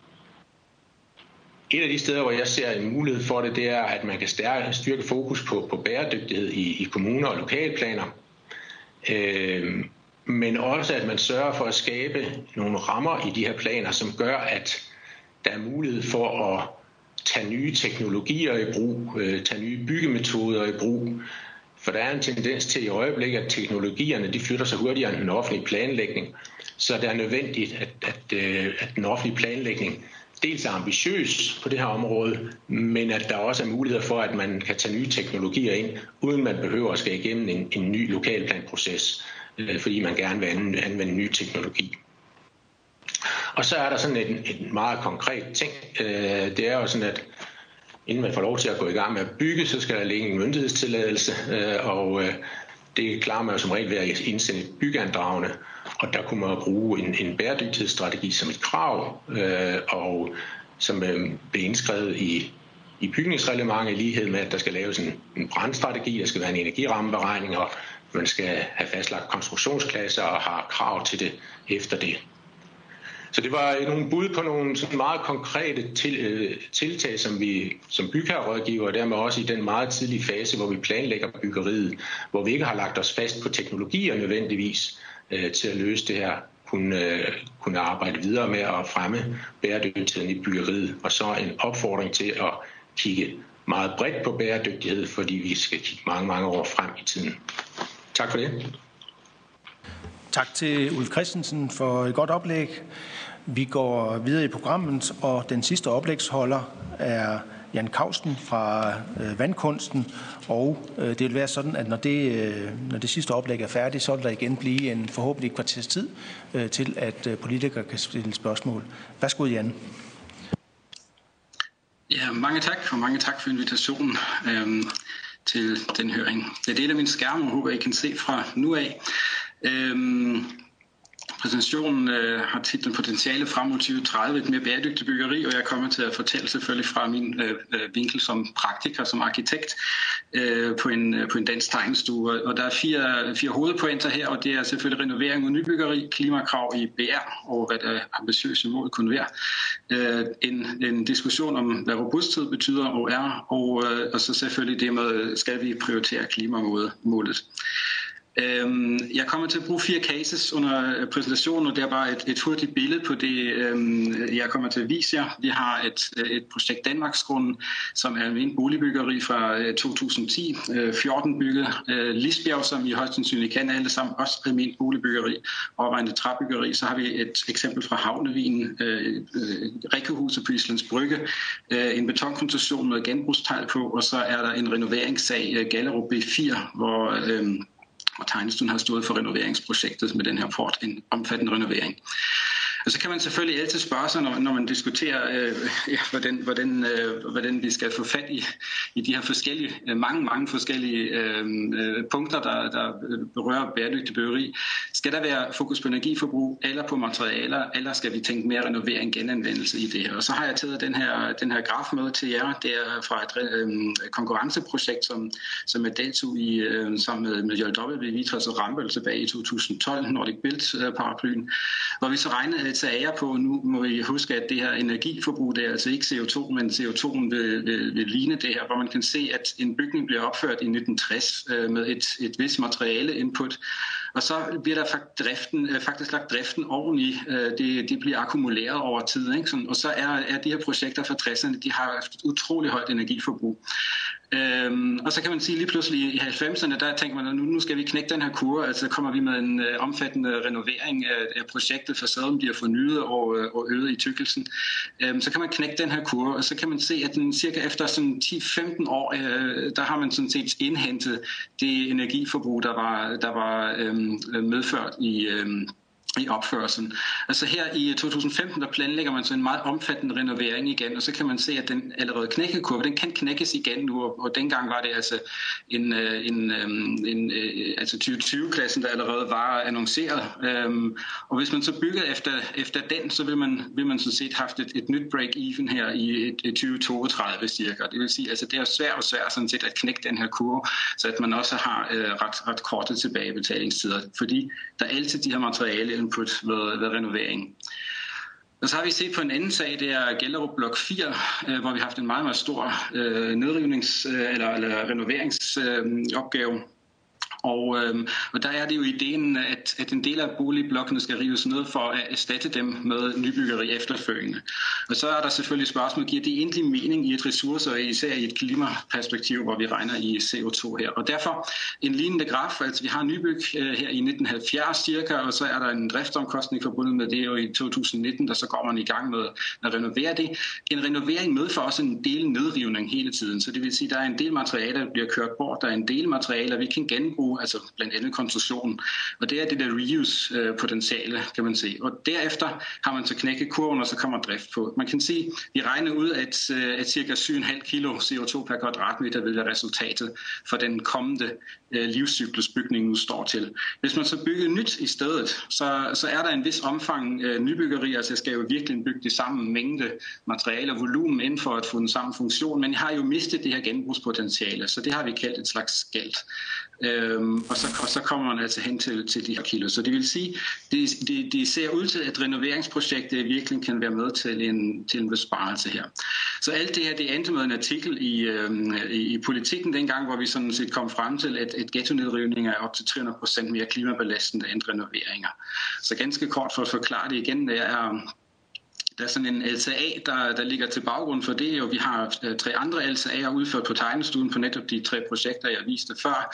et af de steder, hvor jeg ser en mulighed for det, det er, at man kan styrke fokus på bæredygtighed i kommuner og lokalplaner. Men også, at man sørger for at skabe nogle rammer i de her planer, som gør, at der er mulighed for at tage nye teknologier i brug, tage nye byggemetoder i brug. For der er en tendens til i øjeblikket, at teknologierne de flytter sig hurtigere end den offentlige planlægning. Så det er nødvendigt, at den offentlige planlægning dels er ambitiøs på det her område, men at der også er muligheder for, at man kan tage nye teknologier ind, uden man behøver at skal igennem en ny lokalplanproces, fordi man gerne vil anvende ny teknologi. Og så er der sådan en meget konkret ting. Det er jo sådan, at inden man får lov til at gå i gang med at bygge, så skal der ligge en myndighedstilladelse, og det klarer man jo som regel ved at indsende et byggeandragende. Og der kunne man bruge en bæredygtighedsstrategi som et krav, og som blev indskrevet i bygningsreglementet i lighed med, at der skal laves en brandstrategi, der skal være en energirammeberegning, og man skal have fastlagt konstruktionsklasser og har krav til det efter det. Så det var nogle bud på nogle sådan meget konkrete tiltag, som vi som bygherrerådgiver, og dermed også i den meget tidlige fase, hvor vi planlægger byggeriet, hvor vi ikke har lagt os fast på teknologier nødvendigvis til at løse det her, kunne arbejde videre med at fremme bæredygtigheden i byggeriet, og så en opfordring til at kigge meget bredt på bæredygtighed, fordi vi skal kigge mange år frem i tiden. Tak for det. Tak til Ulf Christensen for et godt oplæg. Vi går videre i programmet, og den sidste oplægsholder er Jan Kausten fra Vandkunsten, og det vil være sådan, at når det sidste oplæg er færdigt, så vil der igen blive en forhåbentlig kvarters tid til, at politikere kan stille spørgsmål. Værsgo, Jan. Ja, mange tak, og mange tak for invitationen til den høring. Det er det af min skærm, og håber I kan se fra nu af. Præsentationen har titlen Potentiale frem mod 2030, et mere bæredygtigt byggeri, og jeg kommer til at fortælle selvfølgelig fra min vinkel som praktiker, som arkitekt på en dansk tegnestue. Og der er fire hovedpointer her, og det er selvfølgelig renovering og nybyggeri, klimakrav i BR og hvad der ambitiøse mål kunne være. En diskussion om, hvad robusthed betyder og er, og så selvfølgelig det med, skal vi prioritere klimamålet. Jeg kommer til at bruge 4 cases under præsentationen, og det er bare et hurtigt billede på det, jeg kommer til at vise jer. Vi har et projekt Danmarksgrunden, som er en boligbyggeri fra 2010, 14 bygget. Lisbjerg, som I højst sandsynligt kender alle sammen, også almen boligbyggeri, overvejende træbyggeri. Så har vi et eksempel fra Havnevinen, rækkehuset på Islands Brygge, en betonkonstruktion med genbrugstegl på, og så er der en renoveringssag, Gallerup B4, hvor Og Tegnestuen har stået for renoveringsprojektet med den her port, en omfattende renovering. Og så kan man selvfølgelig altid spørge sig, når man diskuterer, hvordan vi skal få fat i de her forskellige, mange forskellige punkter, der berører bæredygtig byggeri. Skal der være fokus på energiforbrug eller på materialer, eller skal vi tænke mere renovering, genanvendelse i det her? Og så har jeg taget den her graf med til jer. Det er fra et konkurrenceprojekt, som er deltog i sammen med JW, Vitras og Rambøll tilbage i 2012, Nordic Build-paraplyen, hvor vi så regnede LCA'er på. Nu må I huske, at det her energiforbrug, det er altså ikke CO2, men CO2'en vil ligne det her, hvor man kan se, at en bygning bliver opført i 1960 med et vist materiale input, og så bliver der faktisk lagt driften oveni. Det bliver akkumuleret over tid, ikke? Og så er de her projekter fra 60'erne, de har haft et utrolig højt energiforbrug. Og så kan man sige lige pludselig i 90'erne, der tænker man, at nu skal vi knække den her kurve, altså kommer vi med en omfattende renovering af projektet, facaden bliver fornyet og øget i tykkelsen. Så kan man knække den her kurve, og så kan man se, at den cirka efter sådan 10-15 år, der har man sådan set indhentet det energiforbrug, der var medført i opførelsen. Altså her i 2015, der planlægger man så en meget omfattende renovering igen, og så kan man se, at den allerede knækkede kurve, den kan knækkes igen nu, og dengang var det altså altså 2020-klassen, der allerede var annonceret. Og hvis man så bygger efter den, så vil man sådan set haft et nyt break-even her i 2032 cirka. Det vil sige, altså det er svært sådan set at knække den her kurve, så at man også har ret korte tilbagebetalingstider, fordi der er altid de her materiale input ved renovering. Og så har vi set på en anden sag, det er Gellerup Blok 4, hvor vi har haft en meget, meget stor eller renoveringsopgave. Og der er det jo ideen, at en del af boligblokkene skal rives ned for at erstatte dem med nybyggeri efterfølgende. Og så er der selvfølgelig spørgsmål, giver det egentlig mening i et ressourcer, især i et klimaperspektiv, hvor vi regner i CO2 her. Og derfor en lignende graf, altså vi har nybyg her i 1970 cirka, og så er der en driftsomkostning forbundet med det, og i 2019, der så går man i gang med at renovere det. En renovering medfører også en del nedrivning hele tiden, så det vil sige, at der er en del materialer, der bliver kørt bort, der er en del materialer, vi kan genbruge, altså blandt andet konstruktionen. Og det er det der reuse-potentiale, kan man se. Og derefter har man så knækket kurven, og så kommer drift på. Man kan sige, vi regner ud, at cirka 7,5 kilo CO2 per kvadratmeter vil være resultatet for den kommende livscyklusbygning nu står til. Hvis man så bygger nyt i stedet, så er der en vis omfang nybyggeri, altså jeg skal jo virkelig bygge det samme mængde materiale og volumen inden for at få den samme funktion, men jeg har jo mistet det her genbrugspotentiale, så det har vi kaldt et slags gæld. Og så kommer man altså hen til de her kilo. Så det vil sige, det ser ud til, at renoveringsprojektet virkelig kan være med til en besparelse her. Så alt det her, det endte med en artikel i Politikken dengang, hvor vi sådan set kom frem til, at ghetto-nedrivninger er op til 300% mere klimabelastende end renoveringer. Så ganske kort for at forklare det igen, der er sådan en LCA, der ligger til baggrund for det, og vi har 3 andre LCA'er udført på Tegnestuen på netop de 3 projekter, jeg viste før.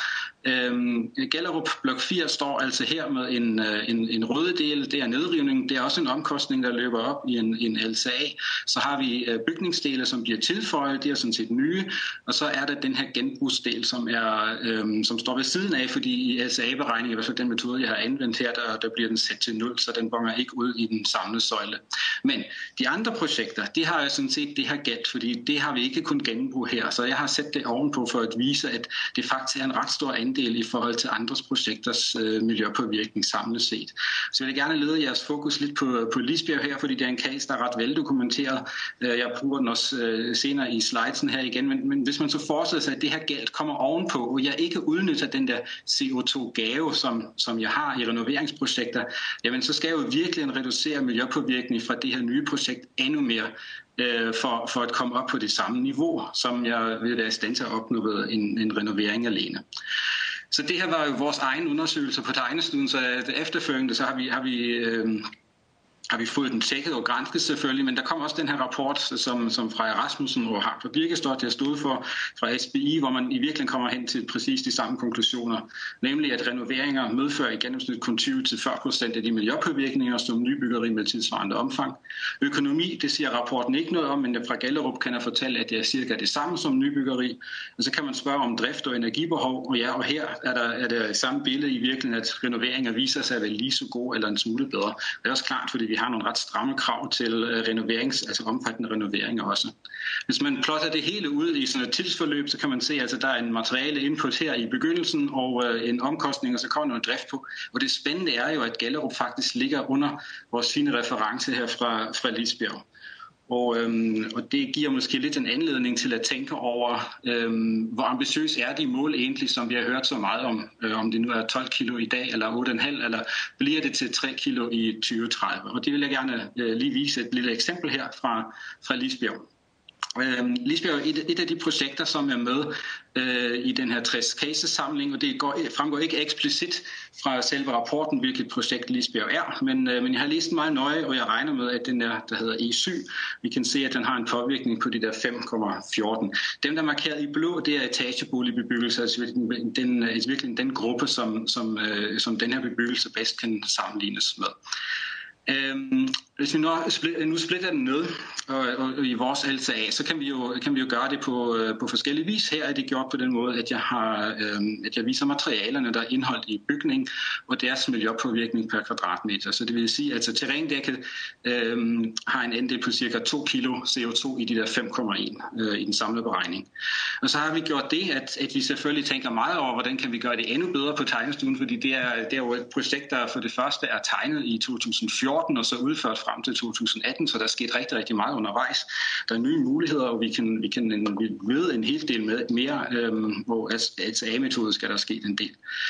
Gellerup Blok 4 står altså her med en røde del, det er nedrivning, det er også en omkostning, der løber op i en LCA. Så har vi bygningsdele, som bliver tilføjet, det er sådan set nye, og så er der den her genbrugsdel, som står ved siden af, fordi i LCA-beregning, i hvert fald den metode, jeg har anvendt her, der bliver den sat til 0, så den bonger ikke ud i den samlede søjle. Men de andre projekter, de har jo sådan set det her gæld, fordi det har vi ikke kun genbrug her, så jeg har sat det ovenpå for at vise, at det faktisk er en ret stor andel i forhold til andres projekters miljøpåvirkning samlet set. Så jeg vil gerne lede jeres fokus lidt på Lisbjerg her, fordi det er en case, der er ret veldokumenteret. Jeg bruger den også senere i slidesen her igen, men hvis man så forestiller sig, at det her gæld kommer ovenpå, og jeg ikke udnytter den der CO2-gave, som jeg har i renoveringsprojekter, jamen så skal jeg jo virkelig reducere miljøpåvirkning fra det her nye projekt endnu mere, for at komme op på det samme niveau, som jeg vil være i stand til at opnå ved en renovering alene. Så det her var jo vores egen undersøgelse på Tegnestuen, så efterfølgende så har vi fået den tjekket og gransket selvfølgelig, men der kom også den her rapport, som Freja Rasmussen og Harper Birkestad har stået for fra SBI, hvor man i virkeligheden kommer hen til præcis de samme konklusioner, nemlig at renoveringer medfører i gennemsnit kun 20-40% af de miljøpåvirkninger, som nybyggeri med tilsvarende omfang. Økonomi, det siger rapporten ikke noget om, men fra Gellerup kan jeg fortælle, at det er cirka det samme som nybyggeri. Og så kan man spørge om drift og energibehov, og her er der samme billede i virkeligheden, at renoveringer viser sig at være lige så gode eller en smule bedre. Det er også klart, fordi vi har nogle ret stramme krav til altså omfattende renoveringer også. Hvis man plotter det hele ud i sådan et tidsforløb, så kan man se, at der er en materiale input her i begyndelsen og en omkostning, og så kommer noget drift på. Og det spændende er jo, at Gellerup faktisk ligger under vores fine reference her fra Lisbjerg. Og det giver måske lidt en anledning til at tænke over, hvor ambitiøs er de mål egentlig, som vi har hørt så meget om det nu er 12 kilo i dag, eller 8,5, eller bliver det til 3 kilo i 2030. Og det vil jeg gerne lige vise et lille eksempel her fra Lisbjerg. Lisbjerg er et af de projekter, som er med i den her 60 cases-samling, og det fremgår ikke eksplicit fra selve rapporten, hvilket projekt Lisbjerg er, men jeg har læst meget nøje, og jeg regner med, at den der hedder E7, vi kan se, at den har en påvirkning på de der 5,14. Dem, der er markeret i blå, det er etageboligbebyggelse, altså virkelig den gruppe, som den her bebyggelse bedst kan sammenlignes med. Hvis vi nu splitter den ned og i vores LCA, så kan vi jo gøre det på forskellige vis. Her er det gjort på den måde, at jeg viser materialerne, der er indholdt i bygningen, og deres miljøpåvirkning per kvadratmeter. Så det vil sige, at terrændækket har en andel på cirka 2 kilo CO2 i de der 5,1 i den samlede beregning. Og så har vi gjort det, at vi selvfølgelig tænker meget over, hvordan kan vi gøre det endnu bedre på tegnestuen, fordi det er jo et projekt, der for det første er tegnet i 2014 og så udført frem til 2018, så der er sket rigtig, rigtig meget undervejs. Der er nye muligheder, og vi ved en hel del mere, hvor LCA-metode skal der ske en del.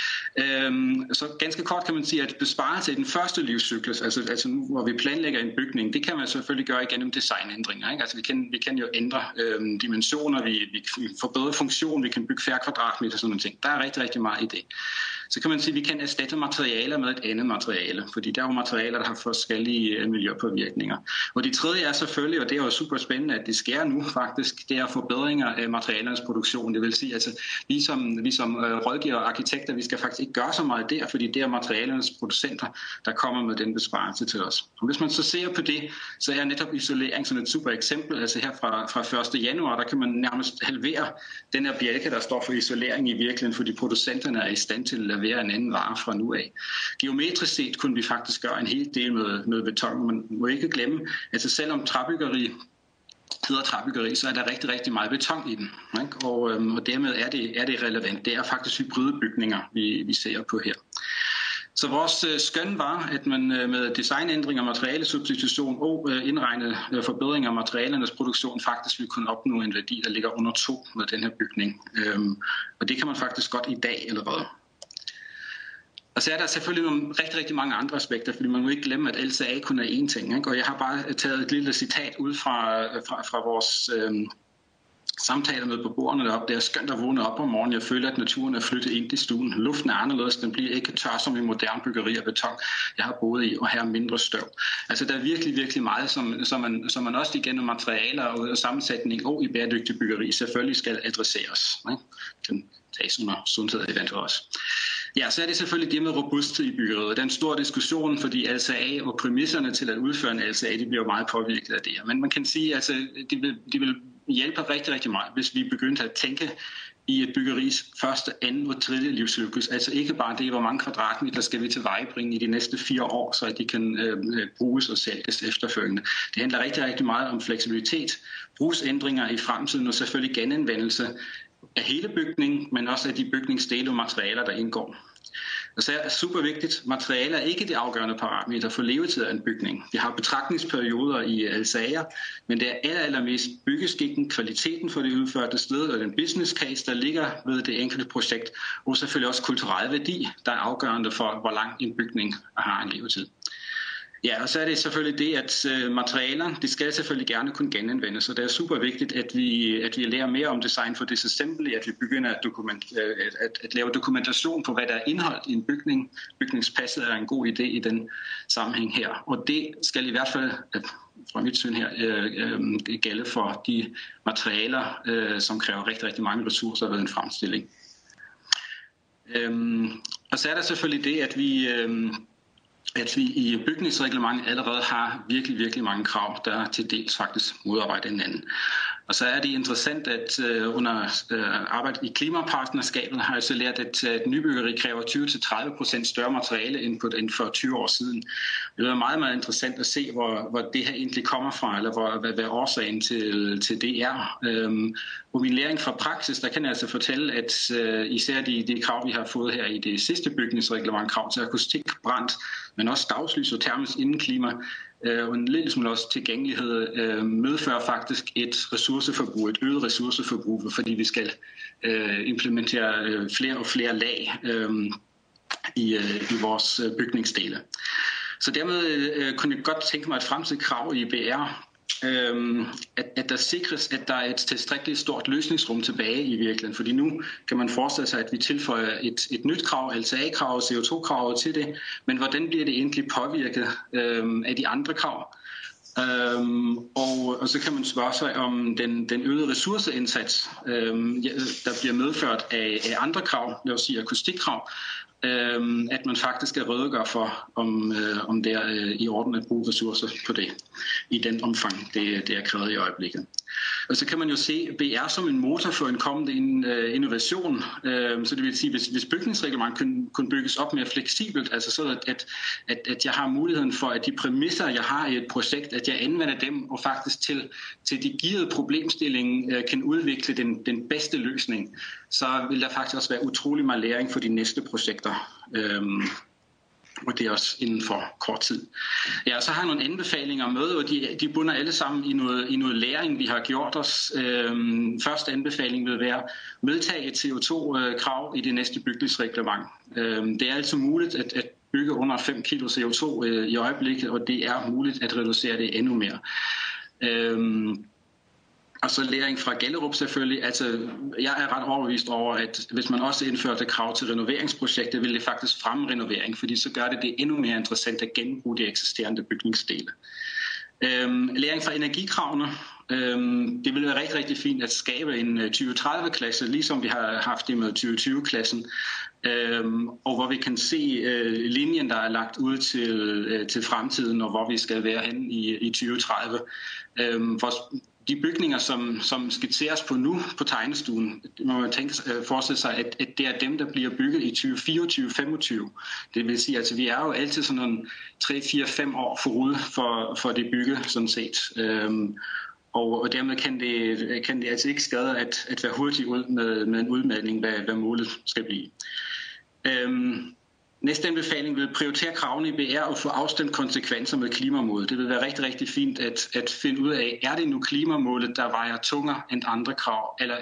Så ganske kort kan man sige, at besparelse i den første livscyklus, altså nu, hvor vi planlægger en bygning, det kan man selvfølgelig gøre igennem designændringer. Ikke? Altså vi kan jo ændre dimensioner, vi får bedre funktion, vi kan bygge færre kvadratmeter, sådan nogle ting. Der er rigtig, rigtig meget i det. Så kan man sige, at vi kan erstatte materialer med et andet materiale, fordi der er jo materialer, der har forskellige miljøpåvirkninger. Og det tredje er selvfølgelig, og det er jo super spændende, at det sker nu faktisk, det er forbedringer af materialernes produktion. Det vil sige, at vi som rådgiver og arkitekter, vi skal faktisk ikke gøre så meget der, fordi det er materialernes producenter, der kommer med den besparelse til os. Og hvis man så ser på det, så er netop isolering sådan et super eksempel. Altså her fra 1. januar, der kan man nærmest halvere den her bjælke, der står for isolering i virkeligheden, fordi producenterne er i stand til at levere en anden vare fra nu af. Geometrisk set kunne vi faktisk gøre en hel del med beton. Man må ikke glemme, at selvom træbyggeri hedder træbyggeri, så er der rigtig, rigtig meget beton i den. Ikke? Og dermed er det relevant. Det er faktisk hybride bygninger, vi ser på her. Så vores skøn var, at man med designændring og materialesubstitution og indregnet forbedring af materialernes produktion faktisk ville kunne opnå en værdi, der ligger under 2 med den her bygning. Og det kan man faktisk godt i dag allerede. Og så er der selvfølgelig nogle rigtig, rigtig mange andre aspekter, fordi man må ikke glemme, at LCA kun er én ting. Ikke? Og jeg har bare taget et lille citat ud fra vores samtaler med beboerne deroppe. Det er skønt at vågne op om morgenen. Jeg føler, at naturen er flyttet ind i stuen. Luften er anderledes. Den bliver ikke tør som i moderne byggeri af beton, jeg har boet i, og her er mindre støv. Altså der er virkelig, virkelig meget, som man også igennem materialer og sammensætning og i bæredygtig byggeri selvfølgelig skal adresseres. Ikke? Den tages under sundhed og eventuelt også. Ja, så er det selvfølgelig det med robusthed i byggeriet. Der er en stor diskussion, fordi LCA og præmisserne til at udføre en LCA, de bliver jo meget påvirket af det her. Men man kan sige, at altså, de vil hjælpe rigtig, rigtig meget, hvis vi begyndte at tænke i et byggeris første, anden og tredje livscyklus. Altså ikke bare det, hvor mange kvadratmeter skal vi tilvejebringe i de næste 4 år, så at de kan bruges og sælges efterfølgende. Det handler rigtig, rigtig meget om fleksibilitet, brugsændringer i fremtiden og selvfølgelig genanvendelse af hele bygningen, men også af de bygningsdele og materialer, der indgår. Og så er super vigtigt, materialer er ikke det afgørende parameter for levetid af en bygning. Vi har betragtningsperioder i LCA'er, men det er allermest byggeskikken, kvaliteten for det udførte sted og den business case, der ligger ved det enkelte projekt, og selvfølgelig også kulturel værdi, der er afgørende for, hvor lang en bygning har en levetid. Ja, og så er det selvfølgelig det, at materialer, det skal selvfølgelig gerne kunne genanvendes, og det er super vigtigt, at vi lærer mere om design for disassembly, at vi begynder at lave dokumentation på, hvad der er indeholdt i en bygning. Bygningspasset er en god idé i den sammenhæng her, og det skal i hvert fald fra mit syn her gælde for de materialer, som kræver rigtig, rigtig mange ressourcer ved en fremstilling. Og så er der selvfølgelig det, at vi i bygningsreglementet allerede har virkelig, virkelig mange krav, der til dels faktisk modarbejder hinanden. Og så er det interessant, at under arbejde i klimapartnerskabet har jeg så lært, at nybyggeri kræver 20-30% større materialeinput end for 20 år siden. Det er meget, meget interessant at se, hvor det her egentlig kommer fra, eller hvad årsagen til det er. På min læring fra praksis, der kan jeg altså fortælle, at især de krav, vi har fået her i det sidste bygningsreglement, krav til akustik, brand, men også dagslys og termisk indeklima, og en lille smule også tilgængelighed medfører faktisk et øget ressourceforbrug, fordi vi skal implementere flere og flere lag i vores bygningsdele. Så dermed kunne jeg godt tænke mig et fremtidigt krav i BR, at der sikres, at der er et tilstrækkeligt stort løsningsrum tilbage i virkeligheden. Fordi nu kan man forestille sig, at vi tilføjer et nyt krav, LCA-krav og CO2-krav til det, men hvordan bliver det egentlig påvirket af de andre krav? Og så kan man spørge sig om den øgede ressourceindsats, der bliver medført af andre krav, lad os sige akustikkrav, at man faktisk skal redegøre for, om det er i orden at bruge ressourcer på det, i den omfang, det er krævet i øjeblikket. Og så kan man jo se BR som en motor for en kommende innovation. Så det vil sige, hvis bygningsreglement kunne bygges op mere fleksibelt, altså så at jeg har muligheden for, at de præmisser, jeg har i et projekt, at jeg anvender dem og faktisk til de givet problemstilling kan udvikle den bedste løsning, så vil der faktisk også være utrolig meget læring for de næste projekter. Og det er også inden for kort tid. Ja, så har jeg nogle anbefalinger med, og de bunder alle sammen i noget læring, vi har gjort os. Første anbefaling vil være medtage et CO2-krav i det næste bygningsreglement. Det er altså muligt at bygge under 5 kilo CO2 i øjeblikket, og det er muligt at reducere det endnu mere. Og så læring fra Gellerup selvfølgelig. Altså, jeg er ret overbevist over, at hvis man også indførte krav til renoveringsprojekter, vil det faktisk fremme renovering, fordi så gør det endnu mere interessant at genbruge de eksisterende bygningsdele. Læring fra energikravene. Det vil være rigtig, rigtig fint at skabe en 2030-klasse, ligesom vi har haft det med 2020-klassen, og hvor vi kan se linjen, der er lagt ud til fremtiden, og hvor vi skal være hen i 2030. De bygninger, som skitseres på nu på tegnestuen, må man forestille sig, at det er dem, der bliver bygget i 2024-25. Det vil sige, at vi er jo altid sådan nogle 3-4-5 år forud for det bygge, sådan set. Og dermed kan det altså ikke skade at være hurtigt ud med en udmelding, hvad målet skal blive. Næste anbefaling vil prioritere kravene i BR og få afstemt konsekvenser med klimamålet. Det vil være rigtig, rigtig fint at finde ud af, er det nu klimamålet, der vejer tungere end andre krav, eller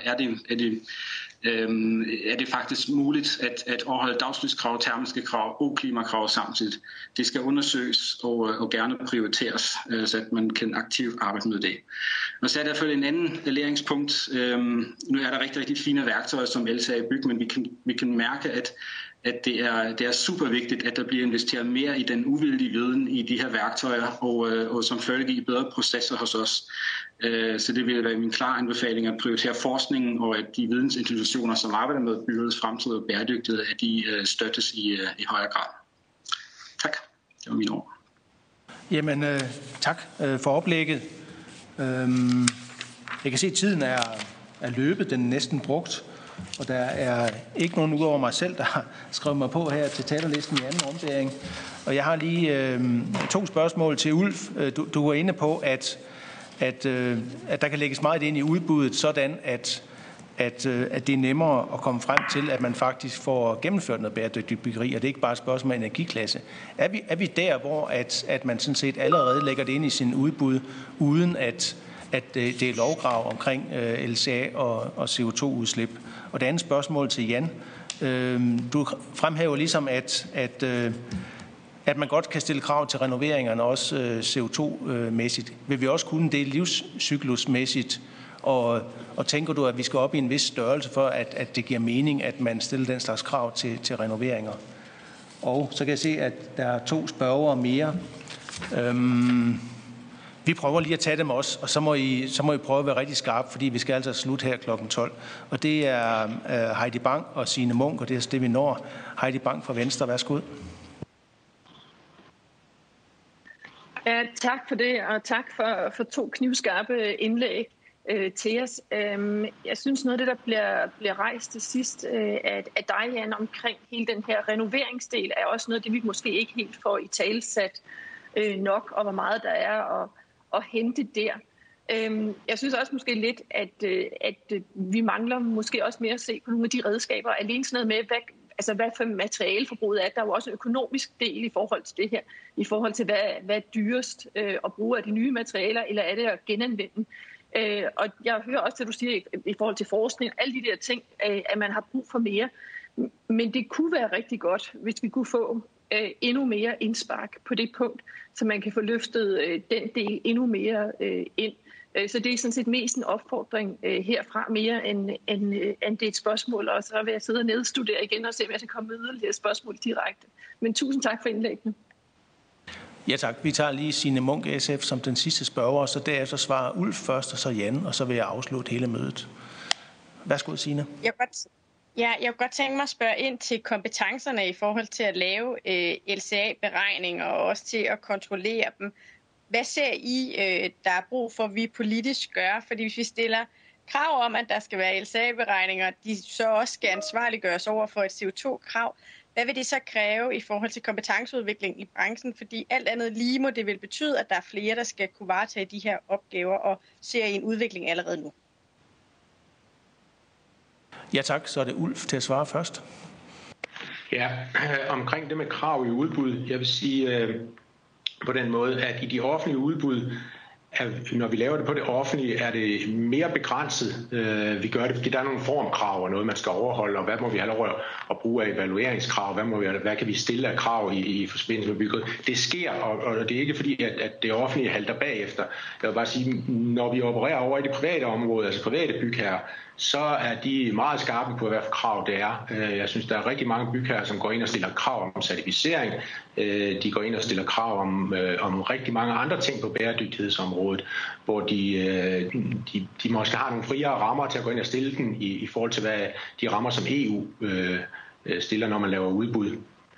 er det faktisk muligt at overholde dagslyskrav, termiske krav og klimakrav samtidig. Det skal undersøges og gerne prioriteres, så at man kan aktivt arbejde med det. Og så er der selvfølgelig en anden læringspunkt. Nu er der rigtig, rigtig fine værktøjer som LCA i byg, men vi kan mærke, at det er super vigtigt, at der bliver investeret mere i den uvildige viden i de her værktøjer, og som følge i bedre processer hos os. Så det vil være min klare anbefaling at prioritere forskningen, og at de vidensinstitutioner, som arbejder med byggeriets fremtid og bæredygtighed, at de støttes i højere grad. Tak. Det var mine ord. Jamen, tak for oplægget. Jeg kan se, at tiden er løbet, den er næsten brugt. Og der er ikke nogen udover mig selv, der har skrevet mig på her til talerlisten i anden ombæring. Og jeg har lige 2 spørgsmål til Ulf. Du var inde på, at der kan lægges meget ind i udbuddet, sådan at det er nemmere at komme frem til, at man faktisk får gennemført noget bæredygtigt byggeri, og det er ikke bare et spørgsmål om energiklasse. Er vi der, hvor at man sådan set allerede lægger det ind i sin udbud, uden at det er lovkrav omkring LCA og CO2-udslip? Og det andet spørgsmål til Jan. Du fremhæver ligesom, at man godt kan stille krav til renoveringerne, også CO2-mæssigt. Vil vi også kunne det livscyklusmæssigt? Og tænker du, at vi skal op i en vis størrelse for, at det giver mening, at man stiller den slags krav til renoveringer? Og så kan jeg se, at der er 2 spørgere mere. Vi prøver lige at tage dem også, og så må I prøve at være rigtig skarpe, fordi vi skal altså slutte her kl. 12. Og det er Heidi Bank og Signe Munk, og det er det, vi når. Heidi Bank fra Venstre, værsgo. Ja, tak for det, og tak for 2 knivskarpe indlæg til os. Jeg synes noget af det, der bliver rejst til sidst af dig, Jan, omkring hele den her renoveringsdel, er også noget af det, vi måske ikke helt får i talesat nok, og hvor meget der er at hente der. Jeg synes også måske lidt, at vi mangler måske også mere at se på nogle af de redskaber. Alene sådan noget med, hvad for materialeforbruget er. Der er jo også en økonomisk del i forhold til det her. I forhold til, hvad er dyrest at bruge af de nye materialer, eller er det at genanvende. Og jeg hører også, at du siger i forhold til forskning og alle de der ting, at man har brug for mere. Men det kunne være rigtig godt, hvis vi kunne få endnu mere indspark på det punkt, så man kan få løftet den del endnu mere ind. Så det er sådan set mest en opfordring herfra, mere end det er et spørgsmål. Og så vil jeg sidde og nedstudere igen og se, om jeg kan komme med yderligere spørgsmål direkte. Men tusind tak for indlæggene. Ja tak. Vi tager lige Signe Munk, SF, som den sidste spørger, så derefter svarer Ulf først, og så Jan, og så vil jeg afslutte hele mødet. Værsgo, Signe. Jeg kunne godt tænke mig at spørge ind til kompetencerne i forhold til at lave LCA-beregninger og også til at kontrollere dem. Hvad ser I, der er brug for, at vi politisk gør? Fordi hvis vi stiller krav om, at der skal være LCA-beregninger, de så også skal ansvarliggøres over for et CO2-krav, hvad vil det så kræve i forhold til kompetenceudvikling i branchen? Fordi alt andet lige må det vil betyde, at der er flere, der skal kunne varetage de her opgaver, og ser I en udvikling allerede nu? Ja tak, så er det Ulf til at svare først. Ja, omkring det med krav i udbud, jeg vil sige på den måde, at i de offentlige udbud, når vi laver det på det offentlige, er det mere begrænset. Vi gør det, fordi der er nogle formkrav og noget, man skal overholde, og hvad må vi have lov at bruge af evalueringskrav, hvad kan vi stille af krav i forbindelse med byggeriet. Det sker, og det er ikke fordi, at det offentlige halter bagefter. Jeg vil bare sige, når vi opererer over i det private område, altså private bygherrer, så er de meget skarpe på, hvad for krav det er. Jeg synes, der er rigtig mange bygherrer, som går ind og stiller krav om certificering. De går ind og stiller krav om rigtig mange andre ting på bæredygtighedsområdet, hvor de måske har nogle friere rammer til at gå ind og stille den i forhold til, hvad de rammer, som EU stiller, når man laver udbud.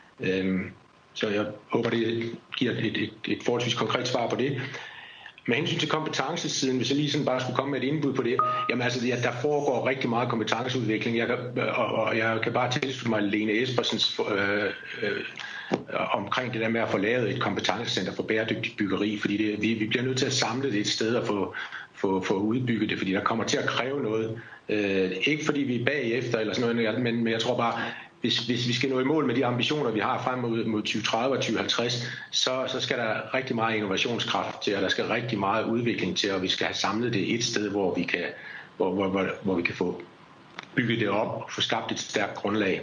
Så jeg håber, det giver et forholdsvis konkret svar på det. Med hensyn til kompetencesiden, hvis jeg lige sådan bare skulle komme med et indbud på det, jamen altså, der foregår rigtig meget kompetenceudvikling, og jeg kan bare tilslutte mig Lene Espersens omkring det der med at få lavet et kompetencecenter for bæredygtigt byggeri, fordi vi bliver nødt til at samle det et sted og få udbygget det, fordi der kommer til at kræve noget. Ikke fordi vi er bagefter eller sådan noget, men jeg tror bare, hvis vi skal nå i mål med de ambitioner, vi har frem mod 2030 og 2050, så skal der rigtig meget innovationskraft til, og der skal rigtig meget udvikling til, og vi skal have samlet det et sted, hvor vi kan få bygget det op og få skabt et stærkt grundlag.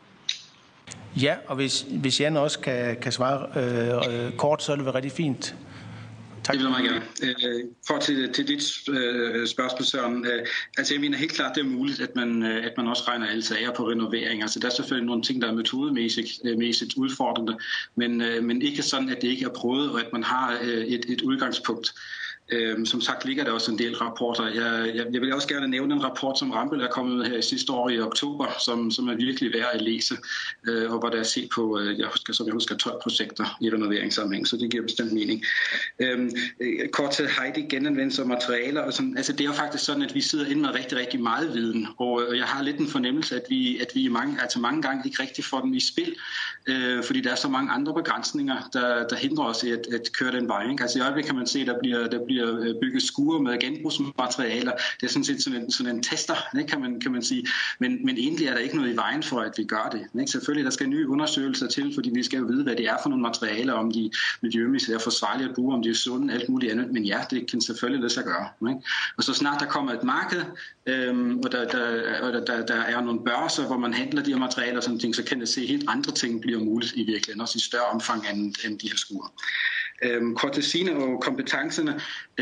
Ja, og hvis Jan også kan svare kort, så er det vel rigtig fint. Tak. Det vil jeg meget gerne. For til dit spørgsmål, Søren. Altså jeg mener helt klart, det er muligt, at man også regner LCA'er på renovering. Altså der er selvfølgelig nogle ting, der er metodemæssigt udfordrende, men ikke sådan, at det ikke er prøvet, og at man har et udgangspunkt. Som sagt ligger der også en del rapporter. Jeg vil også gerne nævne en rapport, som Rambøll er kommet med her i sidste år i oktober, som er virkelig værd at læse, og hvor der er set på, jeg husker 12 projekter i renoveringssammenhæng, så det giver bestemt mening. Kort til Heidi, genanvendelse af materialer. Og sådan, altså det er jo faktisk sådan, at vi sidder inde med rigtig, rigtig meget viden, og jeg har lidt en fornemmelse, at vi mange gange ikke rigtig får den i spil, fordi der er så mange andre begrænsninger, der hindrer os i at køre den vej. Ikke? Altså i øjeblikket kan man se, at der bliver bliver bygget skure med genbrugsmaterialer. Det er sådan set sådan en tester, ikke, kan man sige. Men egentlig er der ikke noget i vejen for, at vi gør det. Ikke? Selvfølgelig, der skal nye undersøgelser til, fordi vi skal jo vide, hvad det er for nogle materialer, om de miljømæssigt er forsvarlige at bruge, om de er sunde, alt muligt andet. Men ja, det kan selvfølgelig lade sig gøre. Ikke? Og så snart der kommer et marked, og der er nogle børser, hvor man handler de her materialer og sådan ting, så kan jeg se, at helt andre ting bliver muligt i virkeligheden, også i større omfang end de her skure. Cortesine og kompetencerne.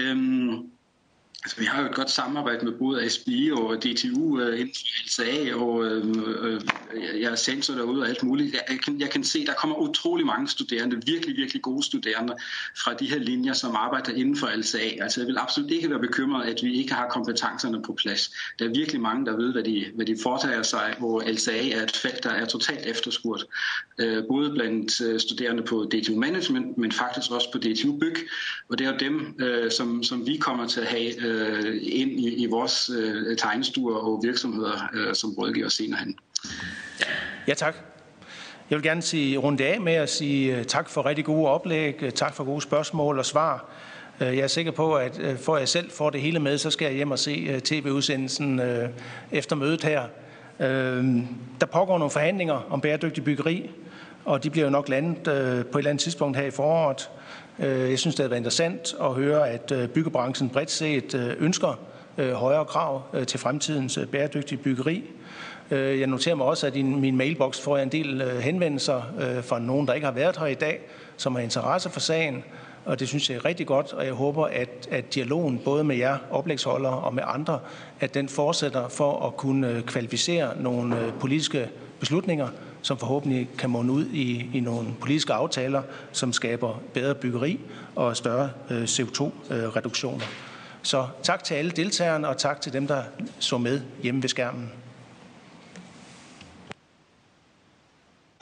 Altså, vi har jo et godt samarbejde med både SBI og DTU inden for LCA, og jeg er sensor derude og alt muligt. Jeg kan se, at der kommer utrolig mange studerende, virkelig, virkelig gode studerende fra de her linjer, som arbejder inden for LCA. Altså, jeg vil absolut ikke være bekymret, at vi ikke har kompetencerne på plads. Der er virkelig mange, der ved, hvad de foretager sig, hvor LCA er et felt, der er totalt efterspurgt. Både blandt studerende på DTU Management, men faktisk også på DTU Byg. Og det er jo dem, som vi kommer til at have ind i vores tegnestuer og virksomheder som rådgiver senere hen. Ja, tak. Jeg vil gerne runde af med at sige tak for rigtig gode oplæg, tak for gode spørgsmål og svar. Jeg er sikker på, at for jeg selv får det hele med, så skal jeg hjem og se tv-udsendelsen efter mødet her. Der pågår nogle forhandlinger om bæredygtig byggeri, og de bliver jo nok landet på et eller andet tidspunkt her i foråret. Jeg synes, det har været interessant at høre, at byggebranchen bredt set ønsker højere krav til fremtidens bæredygtige byggeri. Jeg noterer mig også, at i min mailbox får jeg en del henvendelser fra nogen, der ikke har været her i dag, som har interesse for sagen. Og det synes jeg er rigtig godt, og jeg håber, at dialogen både med jer oplægsholdere og med andre, at den fortsætter for at kunne kvalificere nogle politiske beslutninger, som forhåbentlig kan munde ud i nogle politiske aftaler, som skaber bedre byggeri og større CO2-reduktioner. Så tak til alle deltagerne, og tak til dem, der så med hjemme ved skærmen.